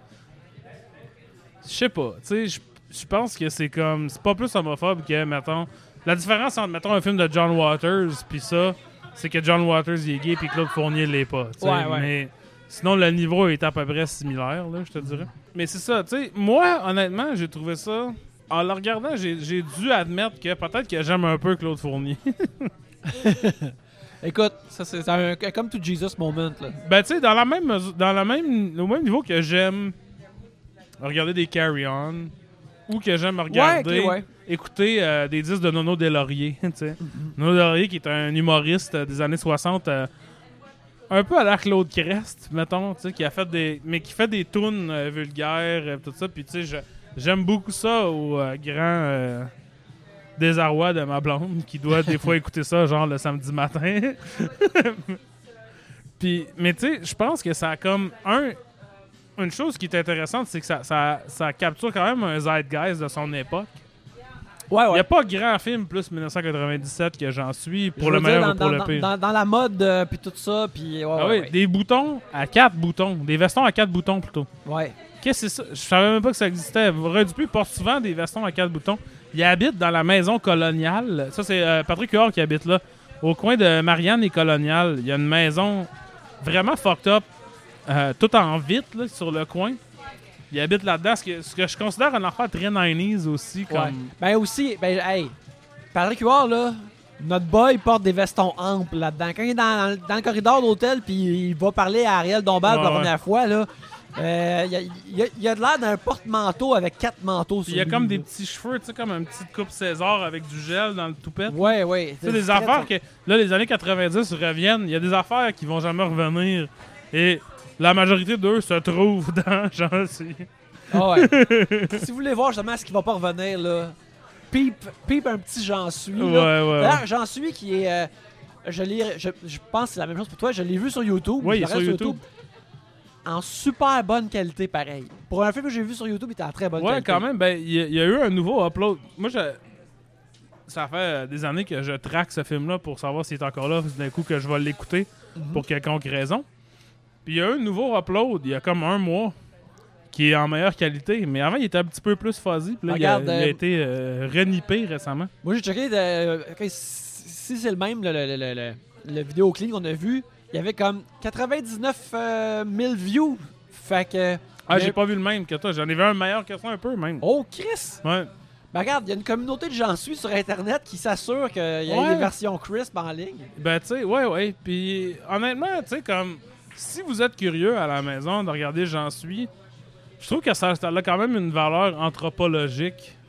je sais pas. Tu sais, je- je pense que c'est comme... C'est pas plus homophobe que, mettons... La différence entre, mettons, un film de John Waters puis ça, c'est que John Waters, il est gay puis Claude Fournier l'est pas. tu sais. Ouais, ouais. Mais sinon, le niveau est à peu près similaire, là, je te dirais. Mais c'est ça, tu sais. Moi, honnêtement, j'ai trouvé ça... En le regardant, j'ai, j'ai dû admettre que peut-être que j'aime un peu Claude Fournier. Écoute, ça c'est c'est un comme to Jesus moment là. Ben, tu sais, dans la même mesure- dans la même, au même niveau que j'aime regarder des Carry-On ou que j'aime regarder, Ouais, ok, ouais. écouter euh, des disques de Nono Deslauriers, tu sais. Nono Deslauriers qui est un humoriste euh, des années soixante, euh, un peu à la Claude Crest, mettons, tu sais, qui a fait des, mais qui fait des tunes euh, vulgaires, euh, tout ça, puis tu sais, je- j'aime beaucoup ça au euh, grand euh, désarroi de ma blonde qui doit des fois écouter ça genre le samedi matin. Puis, mais tu sais, je pense que ça a comme un une chose qui est intéressante, c'est que ça, ça, ça capture quand même un zeitgeist de son époque. Ouais, Il ouais. n'y a pas grand film plus dix-neuf cent quatre-vingt-dix-sept que j'en suis, pour Je le veux dire, meilleur dans, ou pour dans, le dans- pire. Dans, dans la mode euh, puis tout ça, puis ouais, Ah ouais, oui, ouais. des boutons à quatre boutons, des vestons à quatre boutons plutôt. Ouais. Qu'est-ce que c'est ça? Je savais même pas que ça existait. Roy Dupuis porte souvent des vestons à quatre boutons. Il habite dans la maison coloniale. Ça, c'est euh, Patrick Huard qui habite là. Au coin de Marianne et Coloniale, il y a une maison vraiment fucked up, euh, tout en vitre là, sur le coin. Il habite là-dedans, ce que, ce que je considère un affaire très nineties aussi. Comme... Ouais. Ben aussi, ben hey, Patrick Huard là, notre boy porte des vestons amples là-dedans. Quand il est dans, dans, dans le corridor d'hôtel puis il va parler à Ariel Dombal Ouais, pour la ouais. première fois là, euh, il y a, il y a- il y a de l'air d'un porte-manteau avec quatre manteaux Puis sur il y a lui, comme là. des petits cheveux, tu sais, comme une petite coupe César avec du gel dans le toupette. Ouais, ouais. Tu sais, des affaires que, là, les années quatre-vingt-dix reviennent. Il y a des affaires qui vont jamais revenir. Et la majorité d'eux se trouvent dans, genre, c'est- Ah ouais. Si vous voulez voir justement ce qui va pas revenir là, peep, peep un petit j'en suis. là. Ouais, ouais, D'ailleurs, ouais. j'en suis qui est. euh, je, l'ai- je, je pense que c'est la même chose pour toi. Je l'ai vu sur YouTube. Ouais, je il est le sur regarde YouTube. en super bonne qualité, pareil. Pour un film que j'ai vu sur YouTube, il était en très bonne ouais, qualité. quand même, ben, il y, a- y a eu un nouveau upload. Moi, je... ça fait euh, des années que je traque ce film-là pour savoir s'il est encore là, d'un coup que je vais l'écouter Mm-hmm. pour quelconque raison. Puis il y a eu un nouveau upload, il y a comme un mois, qui est en meilleure qualité. Mais avant, il était un petit peu plus fuzzy. Puis là, Regarde, il a, euh, il a été euh, renippé récemment. Moi, j'ai checké, de, euh, ok, si si c'est le même, le, le, le, le, le vidéoclip qu'on a vu, il y avait comme quatre-vingt-dix-neuf mille views. Fait que... Ah, mais- j'ai pas vu le même que toi. J'en ai vu un meilleur que toi un peu, même. Oh, Chris! Ouais. Ben regarde, il y a une communauté de gens suis sur Internet qui s'assure qu'il y a Ouais. des versions crisp en ligne. Ben, tu sais, ouais, ouais. Puis, honnêtement, tu sais, comme, si vous êtes curieux à la maison de regarder J'en suis, je trouve que ça, ça a quand même une valeur anthropologique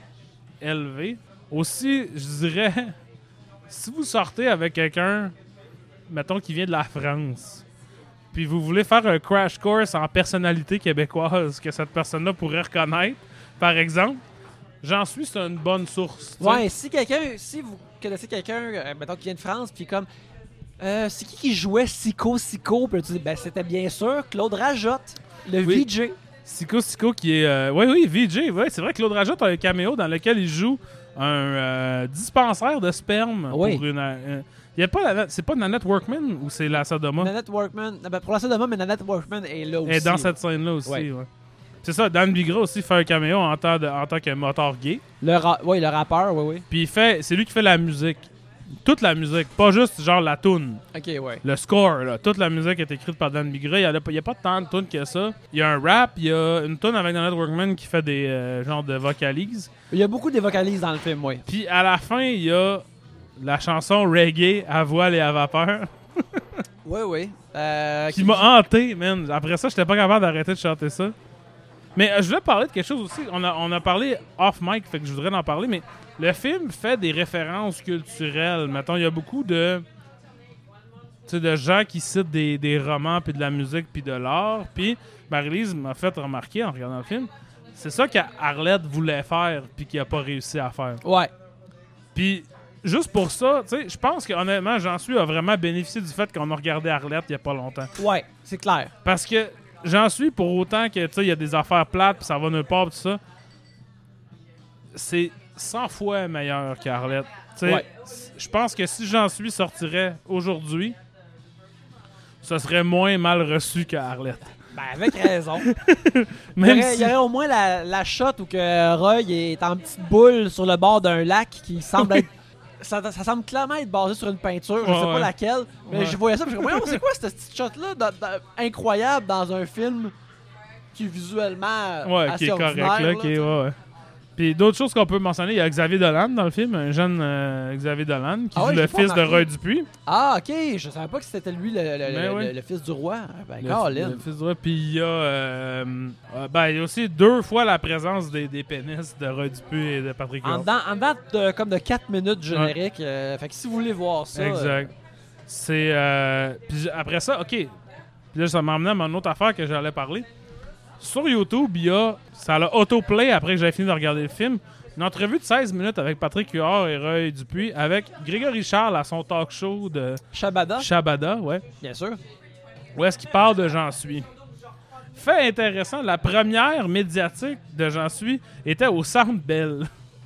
élevée. Aussi, je dirais, si vous sortez avec quelqu'un, mettons, qui vient de la France, puis vous voulez faire un crash course en personnalité québécoise que cette personne-là pourrait reconnaître, par exemple, J'en suis, c'est une bonne source. tu sais. Ouais, si quelqu'un, si vous connaissez quelqu'un, euh, mettons, qui vient de France, puis comme, euh, c'est qui qui jouait Sico Sico? Puis tu dis, ben c'était bien sûr Claude Rajotte, le Oui. V J. Sico Sico qui est... euh, oui, oui, V J. Ouais, c'est vrai que Claude Rajotte a un caméo dans lequel il joue un euh, dispensaire de sperme. Oui. Pour une, euh, il y a pas la- c'est pas Nanette Workman ou c'est la Sodoma? Nanette Workman, ah, ben, pour la Sodoma, mais Nanette Workman est là aussi. Elle est dans cette scène-là aussi. Ouais. Ouais. C'est ça, Dan Bigra aussi fait un caméo en tant, de- en tant que moteur gay. Le, ra- ouais, le rappeur, oui, oui. Puis il fait, c'est lui qui fait la musique. Toute la musique, pas juste genre la toune. Ok, ouais. Le score, là, toute la musique est écrite par Dan Bigra. Il n'y a, a pas tant de tunes que ça. Il y a un rap, il y a une tune avec Nanette Workman qui fait des euh, genres de vocalises. Il y a beaucoup de vocalises dans le film, oui. Puis à la fin, il y a la chanson reggae à voile et à vapeur Oui, oui. Euh, qui m'a hanté, man. Après ça, j'étais pas capable d'arrêter de chanter ça. Mais euh, je voulais parler de quelque chose aussi. On a, on a parlé off mic, fait que je voudrais en parler, mais le film fait des références culturelles. Mettons, il y a beaucoup de, tu sais, de gens qui citent des, des romans, puis de la musique, puis de l'art. Puis Marie-Lise m'a fait remarquer en regardant le film, c'est ça qu'Arlette voulait faire, puis qu'il n'a pas réussi à faire. Ouais. Puis juste pour ça, tu sais, je pense que honnêtement, J'en suis a vraiment bénéficié du fait qu'on a regardé Arlette il y a pas longtemps. Ouais, c'est clair. Parce que J'en suis, pour autant que, tu sais, il y a des affaires plates, puis ça va nulle part, pis tout ça, c'est cent fois meilleur qu'Arlette. Tu sais, Ouais. je pense que si J'en suis sortirait aujourd'hui, ce serait moins mal reçu qu'Arlette. Ben, avec raison. Il y, Même aurait, si... il y aurait au moins la, la shot où que Roy est en petite boule sur le bord d'un lac qui semble être. Ça, ça semble clairement être basé sur une peinture, je Ouais, sais pas ouais. laquelle, mais Ouais. je voyais ça, je me disais, voyons, c'est quoi cette petite shot-là dans- dans- incroyable dans un film qui est visuellement Ouais, assez qui est correct, ordinaire, là, là, qui est, t'sais. ouais, ouais. Puis d'autres choses qu'on peut mentionner, il y a Xavier Dolan dans le film, un jeune euh, Xavier Dolan, qui Ah joue ouais, le j'ai pas fils de remarqué. Roy Dupuis. Ah, ok, je savais pas que c'était lui le, le, le- Ben le- oui. le fils du roi. Ben, Le, Colin. le fils de Roy. Puis il y a, euh, euh, ben, il y a aussi deux fois la présence des, des pénis de Roy Dupuis et de Patrick En Huard. dedans, en dedans de, comme de quatre minutes générique. euh, fait que si vous voulez voir ça. euh, Exact. C'est. Euh, puis j- après ça, ok. Puis là, ça m'a amené à mon autre affaire que j'allais parler. Sur YouTube, il y a. Ça a autoplay après que j'avais fini de regarder le film. Une entrevue de seize minutes avec Patrick Huard et Roy Dupuis avec Grégory Charles à son talk show de Shabada, Shabada, ouais. bien sûr. Où est-ce qu'il parle de J'en suis. Fait intéressant, la première médiatique de J'en suis était au Centre Bell.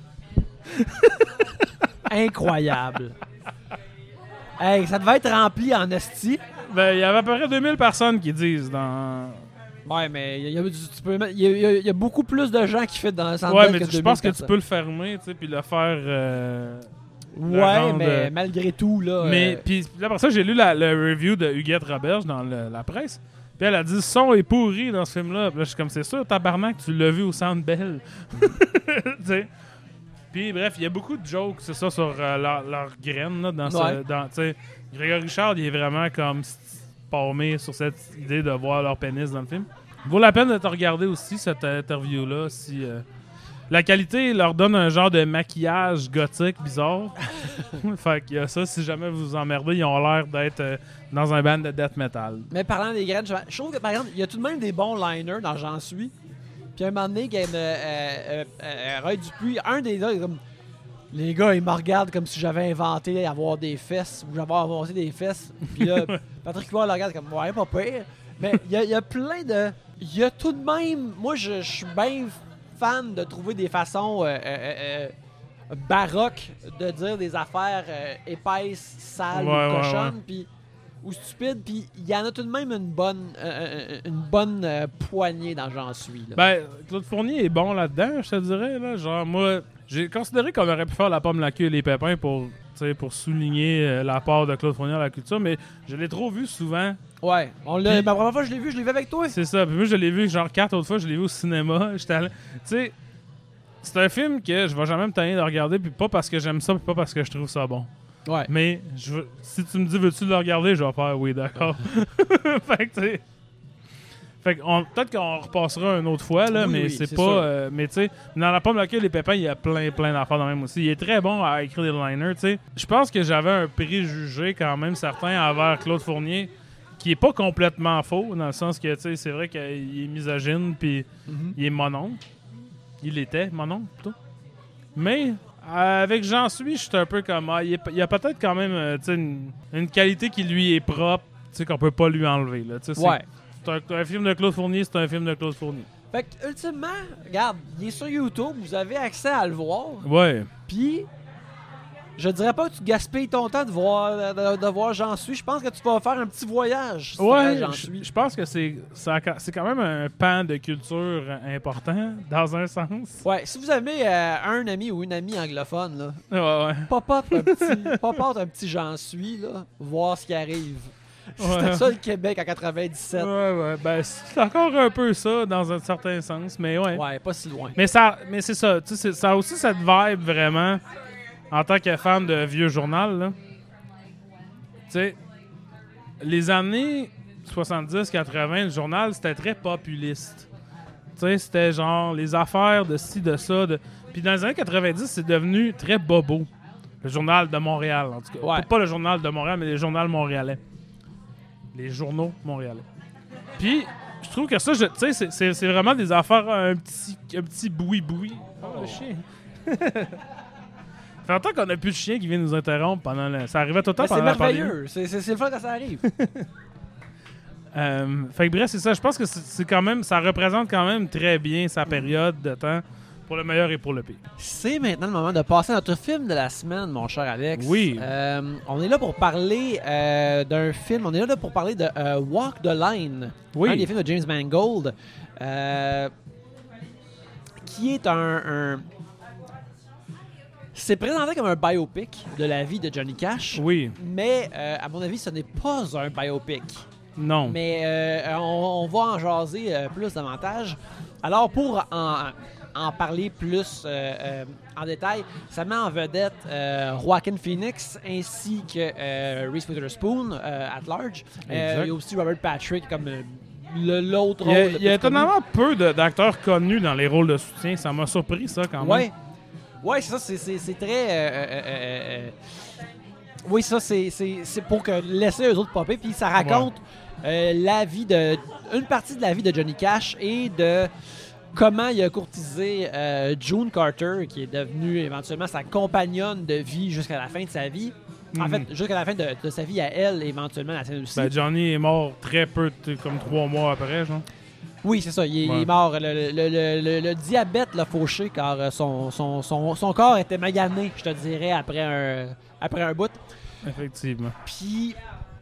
Incroyable. Hey, ça devait être rempli en esti. Ben, il y avait à peu près deux mille personnes qui disent dans. Ouais, mais il y, a- tu peux mettre- il y a- il y a- il y a beaucoup plus de gens qui fait dans le centre Ouais, Bell mais que tu- je deux pense que mille tu peux le fermer, tu sais, puis le faire. euh, le Ouais, rendre, mais euh, malgré tout, là. Mais euh, puis là, après ça, j'ai lu la, le review de Huguette Roberge dans le- la presse. Puis elle a dit, le son est pourri dans ce film-là. Puis là, je suis comme, c'est sûr, tabarnak, tu l'as vu au Centre Bell. Tu sais. Puis bref, il y a beaucoup de jokes, c'est ça, sur euh, leur, leur graine, là, dans ce. Ouais. Dans, tu sais, Grégory Charles, il est vraiment comme s- paumé sur cette idée de voir leur pénis dans le film. Vaut la peine de te regarder aussi, cette euh, interview-là, si. euh, La qualité leur donne un genre de maquillage gothique bizarre. Fait qu'il y a ça, si jamais vous vous emmerdez, ils ont l'air d'être euh, dans un band de death metal. Mais parlant des graines, je je trouve que par exemple, il y a tout de même des bons liners dans J'en suis. Puis à un moment donné, il y a une, euh, euh, euh, Roy Dupuis, un des gars, il est comme. Les gars, ils me regardent comme si j'avais inventé avoir des fesses ou j'avais inventé des fesses. Puis là, Patrick Huard le regarde comme, ouais, pas pire. Mais il y, y a plein de... Il y a tout de même... Moi, je je suis bien fan de trouver des façons euh, euh, euh, baroques de dire des affaires euh, épaisses, sales, Ouais, ou ouais, cochonnes, ouais. puis ou stupides. Puis il y en a tout de même une bonne, euh, une bonne euh, poignée dans J'en suis. Là. Ben, Claude Fournier est bon là-dedans, je te dirais. Là. Genre, moi, j'ai considéré qu'on aurait pu faire la pomme, la queue et les pépins pour, pour souligner euh, l'apport de Claude Fournier à la culture, mais je l'ai trop vu souvent. Ouais, on l'a, Puis- ma première fois que je l'ai vu, je l'ai vu avec toi. C'est ça. Puis moi, je l'ai vu genre quatre autres fois. Je l'ai vu au cinéma. J'étais allé... Tu sais, c'est un film que je vais jamais me tanner de regarder, puis pas parce que j'aime ça, puis pas parce que je trouve ça bon. Ouais. Mais je veux- si tu me dis, veux-tu le regarder, je vais faire oui, d'accord. Fait que, tu sais... Fait que on- peut-être qu'on repassera une autre fois, là, Oui, mais oui, c'est c'est pas... sûr. euh, mais tu sais, dans la pomme laquelle les pépins, il y a plein, plein d'affaires dans le même aussi. Il est très bon à écrire des liners, tu sais. Je pense que j'avais un préjugé quand même certain envers Claude Fournier, qui est pas complètement faux, dans le sens que, tu sais, c'est vrai qu'il est misogyne, puis Mhm. il est monon. Il était monon, plutôt. Mais... euh, avec J'en suis, je suis un peu comme... ah, il, est- il y a peut-être quand même euh, tu sais, une, une qualité qui lui est propre, tu sais, qu'on peut pas lui enlever. Là. Tu sais, c'est- Ouais. C'est un, un film de Claude Fournier, c'est un film de Claude Fournier. Fait que, ultimement, regarde, il est sur YouTube, vous avez accès à le voir. Ouais. Puis, je dirais pas que tu gaspilles ton temps de voir, de, de voir J'en suis. Je pense que tu vas faire un petit voyage. si tu Ouais, regardes J'en je suis. je pense que c'est ça a- c'est quand même un pan de culture important, dans un sens. Ouais, si vous avez euh, un ami ou une amie anglophone, là, Ouais, ouais. pop-up un petit, pop-out un petit J'en suis, là, voir ce qui arrive. C'était Ouais. ça le Québec en quatre-vingt-dix-sept. Ouais, ouais. Ben, c'est encore un peu ça, dans un certain sens, mais ouais. Ouais, pas si loin. Mais ça, mais c'est ça, tu sais, c'est- ça a aussi cette vibe vraiment, en tant que fan de vieux journal, là. Tu sais, les années soixante-dix quatre-vingt, le journal, c'était très populiste. Tu sais, c'était genre les affaires de ci, de ça. De... Puis dans les années quatre-vingt-dix, c'est devenu très bobo. Le journal de Montréal, en tout cas. Ouais. Pas le journal de Montréal, mais les journaux montréalais. Les journaux montréalais. Puis, je trouve que ça, je- tu sais, c'est- c'est c'est vraiment des affaires, un petit, un petit boui-boui. Oh, le chien. Ça fait longtemps qu'on n'a plus de chien qui vient nous interrompre pendant le... Ça arrivait tout le temps Mais c'est pendant la pandémie. merveilleux. C'est c'est- c'est le fun quand ça arrive. Euh, fait que bref, c'est ça. Je pense que c'est c'est quand même, ça représente quand même très bien sa période de temps, pour le meilleur et pour le pire. C'est maintenant le moment de passer à notre film de la semaine, mon cher Alex. Oui. Euh, on est là pour parler euh, d'un film. On est là pour parler de euh, Walk the Line. Oui. Un des films de James Mangold. euh, qui est un... un- C'est présenté comme un biopic de la vie de Johnny Cash. Oui. Mais, euh, à mon avis, ce n'est pas un biopic. Non. Mais euh, on, on va en jaser euh, plus davantage. Alors, pour en, en parler plus euh, euh, en détail, ça met en vedette euh, Joaquin Phoenix ainsi que euh, Reese Witherspoon euh, at large. Euh, Exact. il y a aussi Robert Patrick comme euh, le- l'autre Il y a, rôle. le il y a plus connu. étonnamment peu de- d'acteurs connus dans les rôles de soutien. Ça m'a surpris, ça, quand même. Ouais. Ouais, c'est ça, c'est, c'est, c'est très. euh, euh, euh, euh, oui, ça, c'est, c'est, c'est pour que laisser eux autres popper. Puis ça raconte euh, la vie de. Une partie de la vie de Johnny Cash et de comment il a courtisé euh, June Carter, qui est devenue éventuellement sa compagnonne de vie jusqu'à la fin de sa vie. En Mhm. fait, jusqu'à la fin de, de sa vie à elle, éventuellement la sienne aussi. Ben, Johnny est mort très peu, t- comme trois mois après, genre. Oui, c'est ça. Il est, il est Ouais. mort. Le, le- le- le- le diabète l'a fauché car euh, son, son, son, son corps était magané, je te dirais, après un, après un bout. Effectivement. Puis,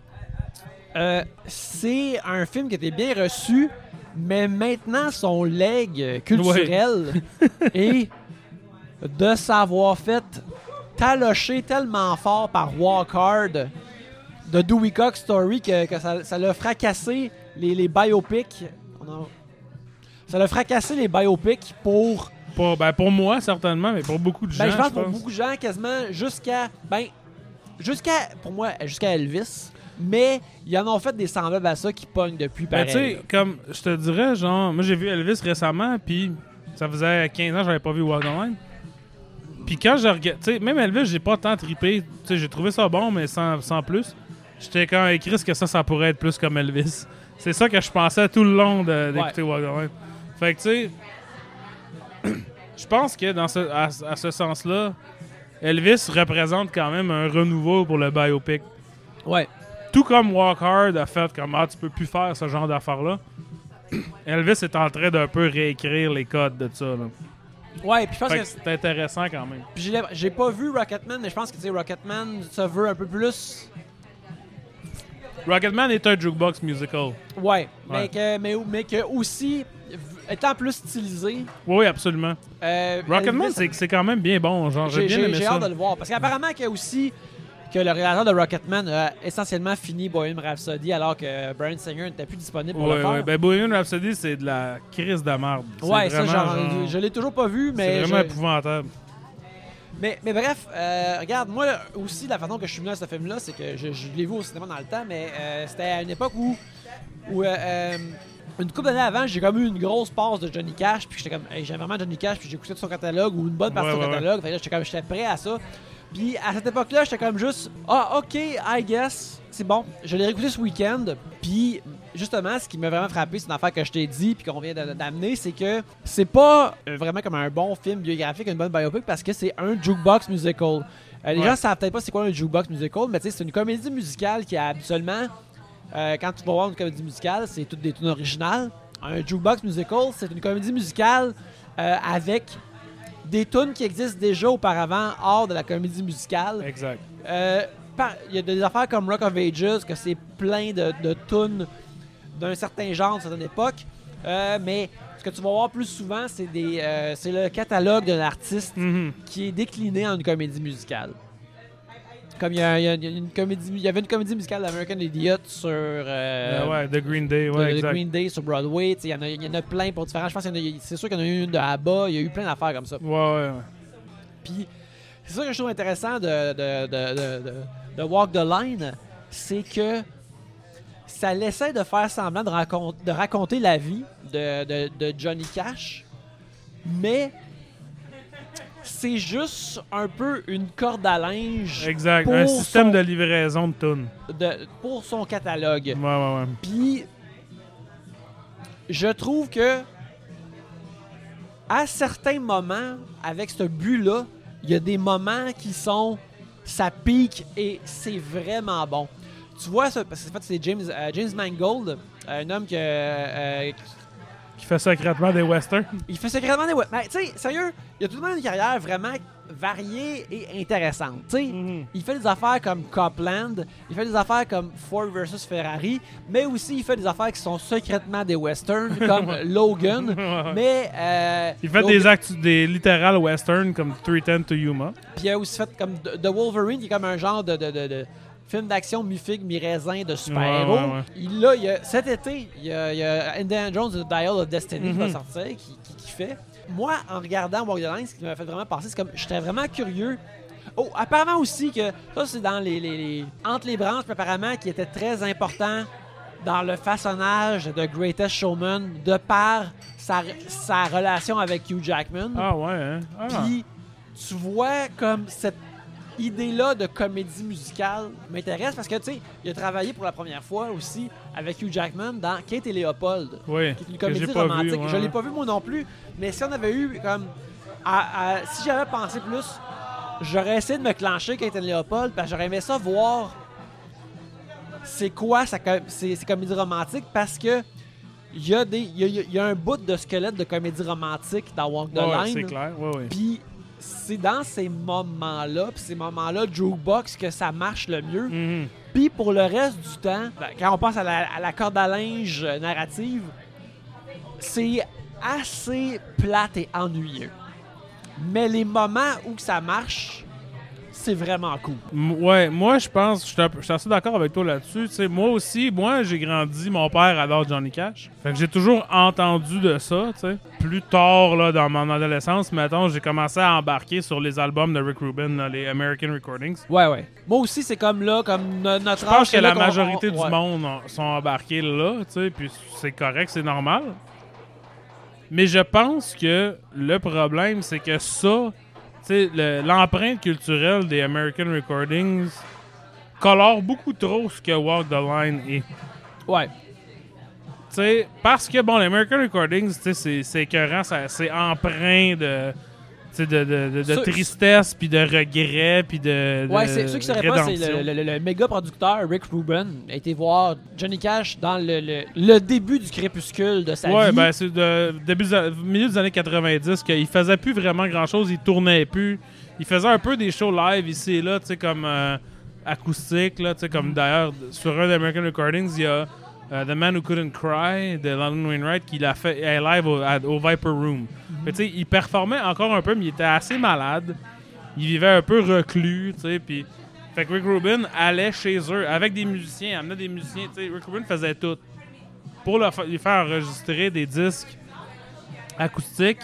euh, c'est un film qui était bien reçu, mais maintenant, son leg culturel est de s'avoir fait talocher tellement fort par Walk Hard de Dewey Cox Story que, que ça, ça l'a fracassé les, les biopics. On a- Ça l'a fracassé les biopics pour... Pour, ben, pour moi, certainement, mais pour beaucoup de gens, Ben, je pense pour beaucoup de gens, quasiment jusqu'à... Ben, jusqu'à... Pour moi, jusqu'à Elvis. Mais ils en ont fait des semblables à ça qui pognent depuis Ben, pareil. tu sais, comme je te dirais, genre, moi j'ai vu Elvis récemment, puis ça faisait quinze ans que j'avais pas vu Walk the Line. Puis quand je regarde, tu sais, même Elvis, j'ai pas tant trippé. Tu sais, j'ai trouvé ça bon, mais sans, sans plus. J'étais quand même écrit que ça, ça pourrait être plus comme Elvis. C'est ça que je pensais tout le long de- d'écouter Walk the Line. Fait que, tu sais, je pense que dans ce, à, à ce sens-là, Elvis représente quand même un renouveau pour le biopic. Ouais. tout comme Walk Hard a fait comme ah, tu peux plus faire ce genre d'affaires-là. Elvis est en train d'un peu réécrire les codes de ça. Là. Ouais, puis je pense Fait que, que c'est intéressant quand même. puis j'ai, j'ai pas vu Rocketman, mais je pense que tu sais, Rocketman se veut un peu plus. Rocketman est un jukebox musical. Ouais, mais Ouais. que, mais, mais que aussi, v- étant plus stylisé. Oui, absolument. Euh, Rocketman, Elvis- c'est, c'est quand même bien bon. Genre, j'ai J'ai, bien j'ai, aimé j'ai ça. hâte de le voir. Parce qu'apparemment que aussi que le réalisateur de Rocketman a essentiellement fini Bohemian Rhapsody alors que Bryan Singer n'était plus disponible pour Ouais, le faire. ouais. Ben, Bohemian Rhapsody, c'est de la crise de merde. C'est ouais, ça, vraiment, genre, genre, je l'ai toujours pas vu, c'est mais. vraiment je- épouvantable. Mais, mais bref, euh, regarde, moi là, aussi, la façon que je suis venu à ce film-là, c'est que je, je l'ai vu au cinéma dans le temps, mais euh, c'était à une époque où, où euh, euh, une couple d'années avant, j'ai comme eu une grosse passe de Johnny Cash, puis j'étais comme, hey, j'aime vraiment Johnny Cash, puis j'écoutais tout son catalogue, ou une bonne partie Ouais, de son ouais, catalogue, fait que là, j'étais comme, j'étais prêt à ça. Puis à cette époque-là, j'étais comme juste, ah, ok, I guess, c'est bon. Je l'ai réécouté ce week-end, puis justement, ce qui m'a vraiment frappé, c'est une affaire que je t'ai dit, puis qu'on vient de- d'amener, c'est que c'est pas euh, vraiment comme un bon film biographique, une bonne biopic, parce que c'est un jukebox musical. Euh, les Ouais. gens savent peut-être pas c'est quoi un jukebox musical, mais tu sais, c'est une comédie musicale qui a habituellement, euh, quand tu vas voir une comédie musicale, c'est toutes des tunes originales. Un jukebox musical, c'est une comédie musicale euh, avec des tunes qui existent déjà auparavant hors de la comédie musicale. Exact. Euh, par- Il y a des affaires comme Rock of Ages, que c'est plein de, de tunes d'un certain genre, de certaine époque. Euh, mais ce que tu vas voir plus souvent, c'est des, euh, c'est le catalogue d'un artiste Mhm. qui est décliné en une comédie musicale. Comme il y, a, il y a une comédie, il y avait une comédie musicale d'American Idiot sur euh, Euh, ouais, The Green Day, ouais, de- de exact. Green Day sur Broadway. Tu sais, Il y, en a- il y en a plein pour différents. Je pense qu'il y en a- c'est sûr qu'il y en a eu une de ABBA. Il y a eu plein d'affaires comme ça. Ouais, ouais, ouais. Puis c'est ça que je trouve intéressant de, de, de, de, de- de Walk the Line, c'est que ça l'essaie de faire semblant de, racon- de raconter la vie de, de, de Johnny Cash, mais c'est juste un peu une corde à linge Exact. pour Un système son- de livraison de tunes. de- pour son catalogue. Ouais, ouais, ouais. Puis, je trouve que à certains moments, avec ce but-là, il y a des moments qui sont ça pique et c'est vraiment bon. Tu vois ça, parce que en fait, c'est James, euh, James Mangold, un homme que, euh, Qui fait secrètement des westerns. il fait secrètement des... Mais tu sais, sérieux, il a tout de même une carrière vraiment variée et intéressante. Tu sais, Mhm. il fait des affaires comme Copland, il fait des affaires comme Ford versus Ferrari, mais aussi il fait des affaires qui sont secrètement des westerns, comme Logan. Ouais. Mais euh, Il fait Logan- des actes, des littéral westerns comme three ten to Yuma. Puis il a aussi fait comme The The Wolverine, qui est comme un genre de, de, de, de film d'action mi-figue, mi-raisin de super-héros. Ouais, ouais, ouais. Il, là, il y a, cet été, il y a, il y a Indiana Jones The Dial of Destiny qui va Mhm. sortir, qui, qui, qui fait. Moi, en regardant Walk the Line, ce qui m'a fait vraiment passer, c'est comme j'étais vraiment curieux. Oh, apparemment aussi que ça, c'est dans les, les, les- entre les branches, puis apparemment qui était très important dans le façonnage de Greatest Showman de par sa, sa relation avec Hugh Jackman. Ah ouais, hein? Ah. Puis tu vois comme cette idée-là de comédie musicale m'intéresse parce que tu sais, il a travaillé pour la première fois aussi avec Hugh Jackman dans Kate et Léopold, Oui, qui est une que comédie j'ai pas romantique. vu, ouais. Je l'ai pas vu moi non plus, mais si on avait eu comme à- à- si j'avais pensé plus, j'aurais essayé de me clencher Kate et Léopold parce que j'aurais aimé ça voir c'est quoi sa co- ces, ces comédies romantiques parce que il y a des il y a, il y a un bout de squelette de comédie romantique dans Walk the Ouais, Line. c'est clair, ouais, ouais. Puis c'est dans ces moments-là, puis ces moments-là jukebox que ça marche le mieux. Mhm. Puis pour le reste du temps, ben, quand on pense à la, à la corde à linge euh, narrative, c'est assez plate et ennuyeux. Mais les moments où que ça marche, c'est vraiment cool. M- Ouais, moi je pense, je suis un peu- je suis assez d'accord avec toi là-dessus. Tu sais, moi aussi, moi j'ai grandi, mon père adore Johnny Cash. Fait que j'ai toujours entendu de ça, tu sais. Plus tard, là, dans mon adolescence, mettons, j'ai commencé à embarquer sur les albums de Rick Rubin, là, les American Recordings. Ouais, ouais. Moi aussi, c'est comme là, comme no- notre Je pense âge, que c'est là la qu'on- majorité on- du ouais. monde ont- sont embarqués là, tu sais, puis c'est correct, c'est normal. Mais je pense que le problème, c'est que ça, tu sais, le- l'empreinte culturelle des American Recordings colore beaucoup trop ce que Walk the Line est. Ouais. Tu sais, parce que, bon, les American Recordings, tu sais, c'est- c'est écœurant, ça- c'est empreint de, de, de, de, de Ceux- tristesse, puis de regret, puis de, de Ouais, c'est, ceux qui ne sauraient pas, c'est rédemption. le, le, le- le méga producteur Rick Rubin a été voir Johnny Cash dans le, le, le début du crépuscule de sa Ouais, vie. ben c'est de début des- milieu des années quatre-vingt-dix qu'il faisait plus vraiment grand-chose, il tournait plus. Il faisait un peu des shows live ici et là, tu sais, comme euh, acoustique, là, tu sais, comme d'ailleurs, sur un d'American Recordings, il y a euh, The Man Who Couldn't Cry de London Wainwright qui l'a fait euh, live au, à- au Viper Room. Fait, tu sais, il performait encore un peu, mais il était assez malade. Il vivait un peu reclus, tu sais, puis... Fait que Rick Rubin allait chez eux avec des musiciens, amenait des musiciens, tu sais, Rick Rubin faisait tout. Pour le fa- lui faire enregistrer des disques acoustiques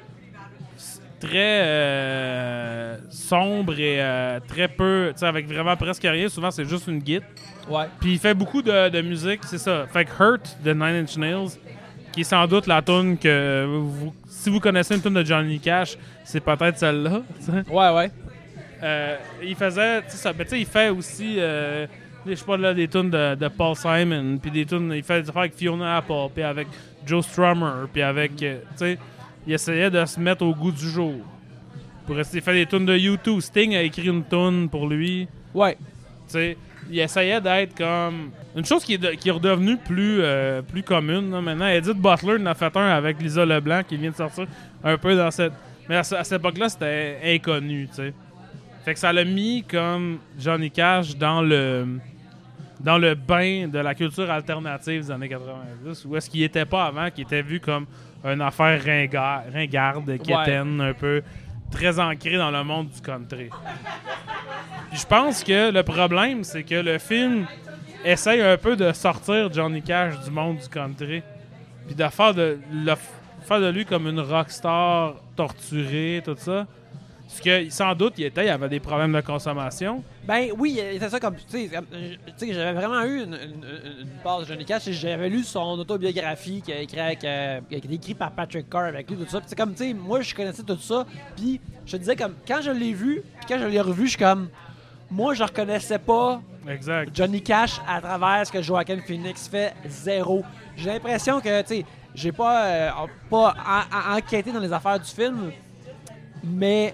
s- très euh, sombres et euh, très peu, tu sais, avec vraiment presque rien. Souvent, c'est juste une guitare. Ouais. Puis il fait beaucoup de, de musique, c'est ça. Fait que Hurt de Nine Inch Nails, qui est sans doute la tune que vous, si vous connaissez une tune de Johnny Cash, c'est peut-être celle-là. tu sais. Ouais, ouais. Euh, il faisait, tu sais, ça, ben, tu sais, il fait aussi, euh, je sais pas là, des tunes de, de Paul Simon, puis des tunes, il fait des affaires avec Fiona Apple, puis avec Joe Strummer, puis avec, euh, tu sais, il essayait de se mettre au goût du jour. Pour essayer, il fait des tunes de U deux. Sting a écrit une tune pour lui. Ouais. Tu sais, il essayait d'être comme... Une chose qui est, de- qui est redevenue plus, euh, plus commune, là, maintenant. Edith Butler en a fait un avec Lisa Leblanc qui vient de sortir un peu dans cette... Mais à, ce- à cette époque-là, c'était inconnu, tu sais. Fait que ça l'a mis comme Johnny Cash dans le... dans le bain de la culture alternative des années quatre-vingt-dix, où est-ce qu'il était pas avant, qui était vu comme une affaire ringard, ringarde, quétaine, un peu très ancrée dans le monde du country. Puis je pense que le problème, c'est que le film essaye un peu de sortir Johnny Cash du monde du country, puis de faire de, le, faire de lui comme une rockstar torturée, tout ça. Parce que sans doute, il était, il avait des problèmes de consommation. Ben oui, c'était ça comme. Tu sais, comme, euh, tu sais, j'avais vraiment eu une, une, une part de Johnny Cash. J'avais lu son autobiographie qui a, écrit avec, euh, qui a été écrit par Patrick Carr avec lui, tout ça. Puis c'est comme, tu sais, moi, je connaissais tout ça. Puis je te disais, comme, quand je l'ai vu, puis quand je l'ai revu, je suis comme. Moi, je reconnaissais pas exact. Johnny Cash à travers ce que Joaquin Phoenix fait, zéro. J'ai l'impression que, tu sais, j'ai pas, euh, pas en, en, enquêté dans les affaires du film, mais.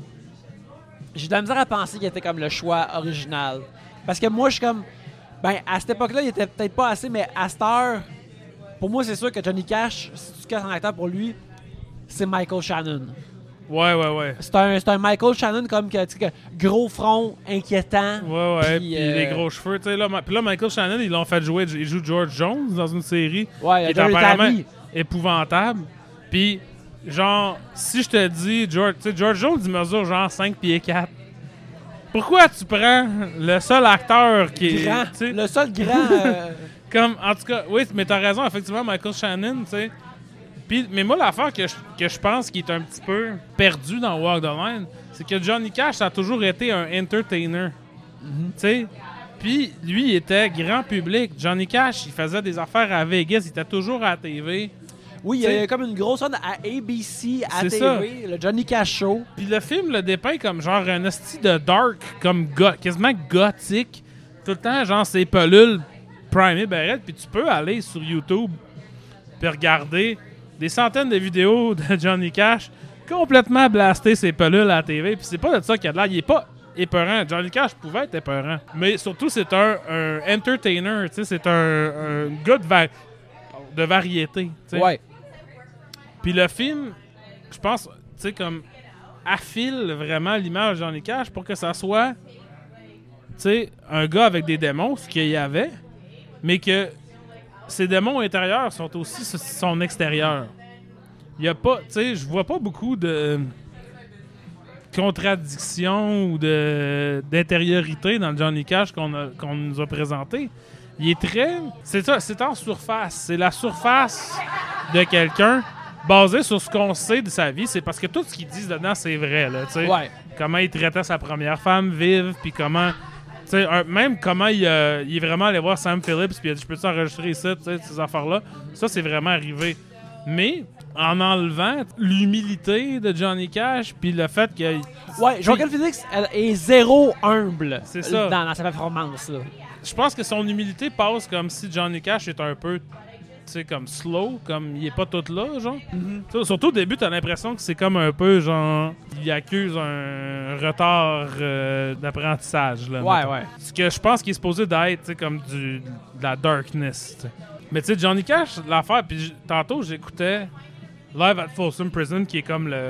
J'ai de la misère à penser qu'il était comme le choix original. Parce que moi, je suis comme... Ben, à cette époque-là, il était peut-être pas assez, mais à cette heure, pour moi, c'est sûr que Johnny Cash, si tu casses un acteur pour lui, c'est Michael Shannon. Ouais, ouais, ouais. C'est un, c'est un Michael Shannon comme que, tu sais, que gros front, inquiétant. Ouais, ouais, puis euh, les gros cheveux. Tu sais, là, ma- puis là, Michael Shannon, ils l'ont fait jouer. Il joue George Jones dans une série Ouais, qui est Jerry apparemment Tammy. épouvantable. Puis, genre, si je te dis, George, tu sais, George Jones, il mesure genre cinq pieds quatre. Pourquoi tu prends le seul acteur qui est... Grand. tu sais, Le seul grand... euh, comme, en tout cas, oui, mais t'as raison, effectivement, Michael Shannon, tu sais. Puis, mais moi, l'affaire que je, que je pense qui est un petit peu perdu dans Walk the Line, c'est que Johnny Cash, ça a toujours été un entertainer. Tu sais? Puis, lui, il était grand public. Johnny Cash, il faisait des affaires à Vegas, il était toujours à la T V. oui, il y a T'sais, comme une grosse onde à A B C, à C'est T V, ça. le Johnny Cash Show. Puis le film le dépeint comme genre un esti de dark, comme go- quasiment gothique. Tout le temps, genre, c'est pelules primées, ben, puis tu peux aller sur YouTube puis regarder des centaines de vidéos de Johnny Cash complètement blaster ses pelules à la T V. Puis c'est pas de ça qu'il y a de l'air. Il est pas épeurant. Johnny Cash pouvait être épeurant. Mais surtout, c'est un, un entertainer. Tu sais, c'est un, un gars de, va- de variété. tu sais. Ouais. Puis le film, je pense, tu sais, comme affile vraiment l'image de Johnny Cash pour que ça soit, tu sais, un gars avec des démons, ce qu'il y avait, mais que ses démons intérieurs sont aussi son extérieur. Il y a pas, tu sais, je vois pas beaucoup de contradictions ou de d'intériorité dans le Johnny Cash qu'on a- qu'on nous a présenté. Il est très, c'est ça, c'est en surface, c'est la surface de quelqu'un basé sur ce qu'on sait de sa vie. C'est parce que tout ce qu'ils disent dedans, c'est vrai, là, tu sais. Ouais. Comment il traitait sa première femme, Viv, puis comment... tu sais, un- même comment il, euh, il est vraiment allé voir Sam Phillips, puis il a dit « Je peux-tu enregistrer ça? » Tu sais, ces affaires-là. Ça, c'est vraiment arrivé. Mais, en enlevant l'humilité de Johnny Cash, puis le fait que... Ouais, Joaquin Phoenix elle est zéro humble C'est ça. Dans, dans sa performance. Là. Je pense que son humilité passe comme si Johnny Cash est un peu sais, comme slow, comme il est pas tout là, genre. Mm-hmm. Surtout au début, t'as l'impression que c'est comme un peu, genre, il accuse un retard euh, d'apprentissage, là. Ouais, mettons. ouais. Ce que je pense qu'il est supposé d'être, tu sais, comme du, de la darkness, t'sais. Mais tu sais, Johnny Cash, l'affaire, puis tantôt, j'écoutais Live at Folsom Prison, qui est comme le...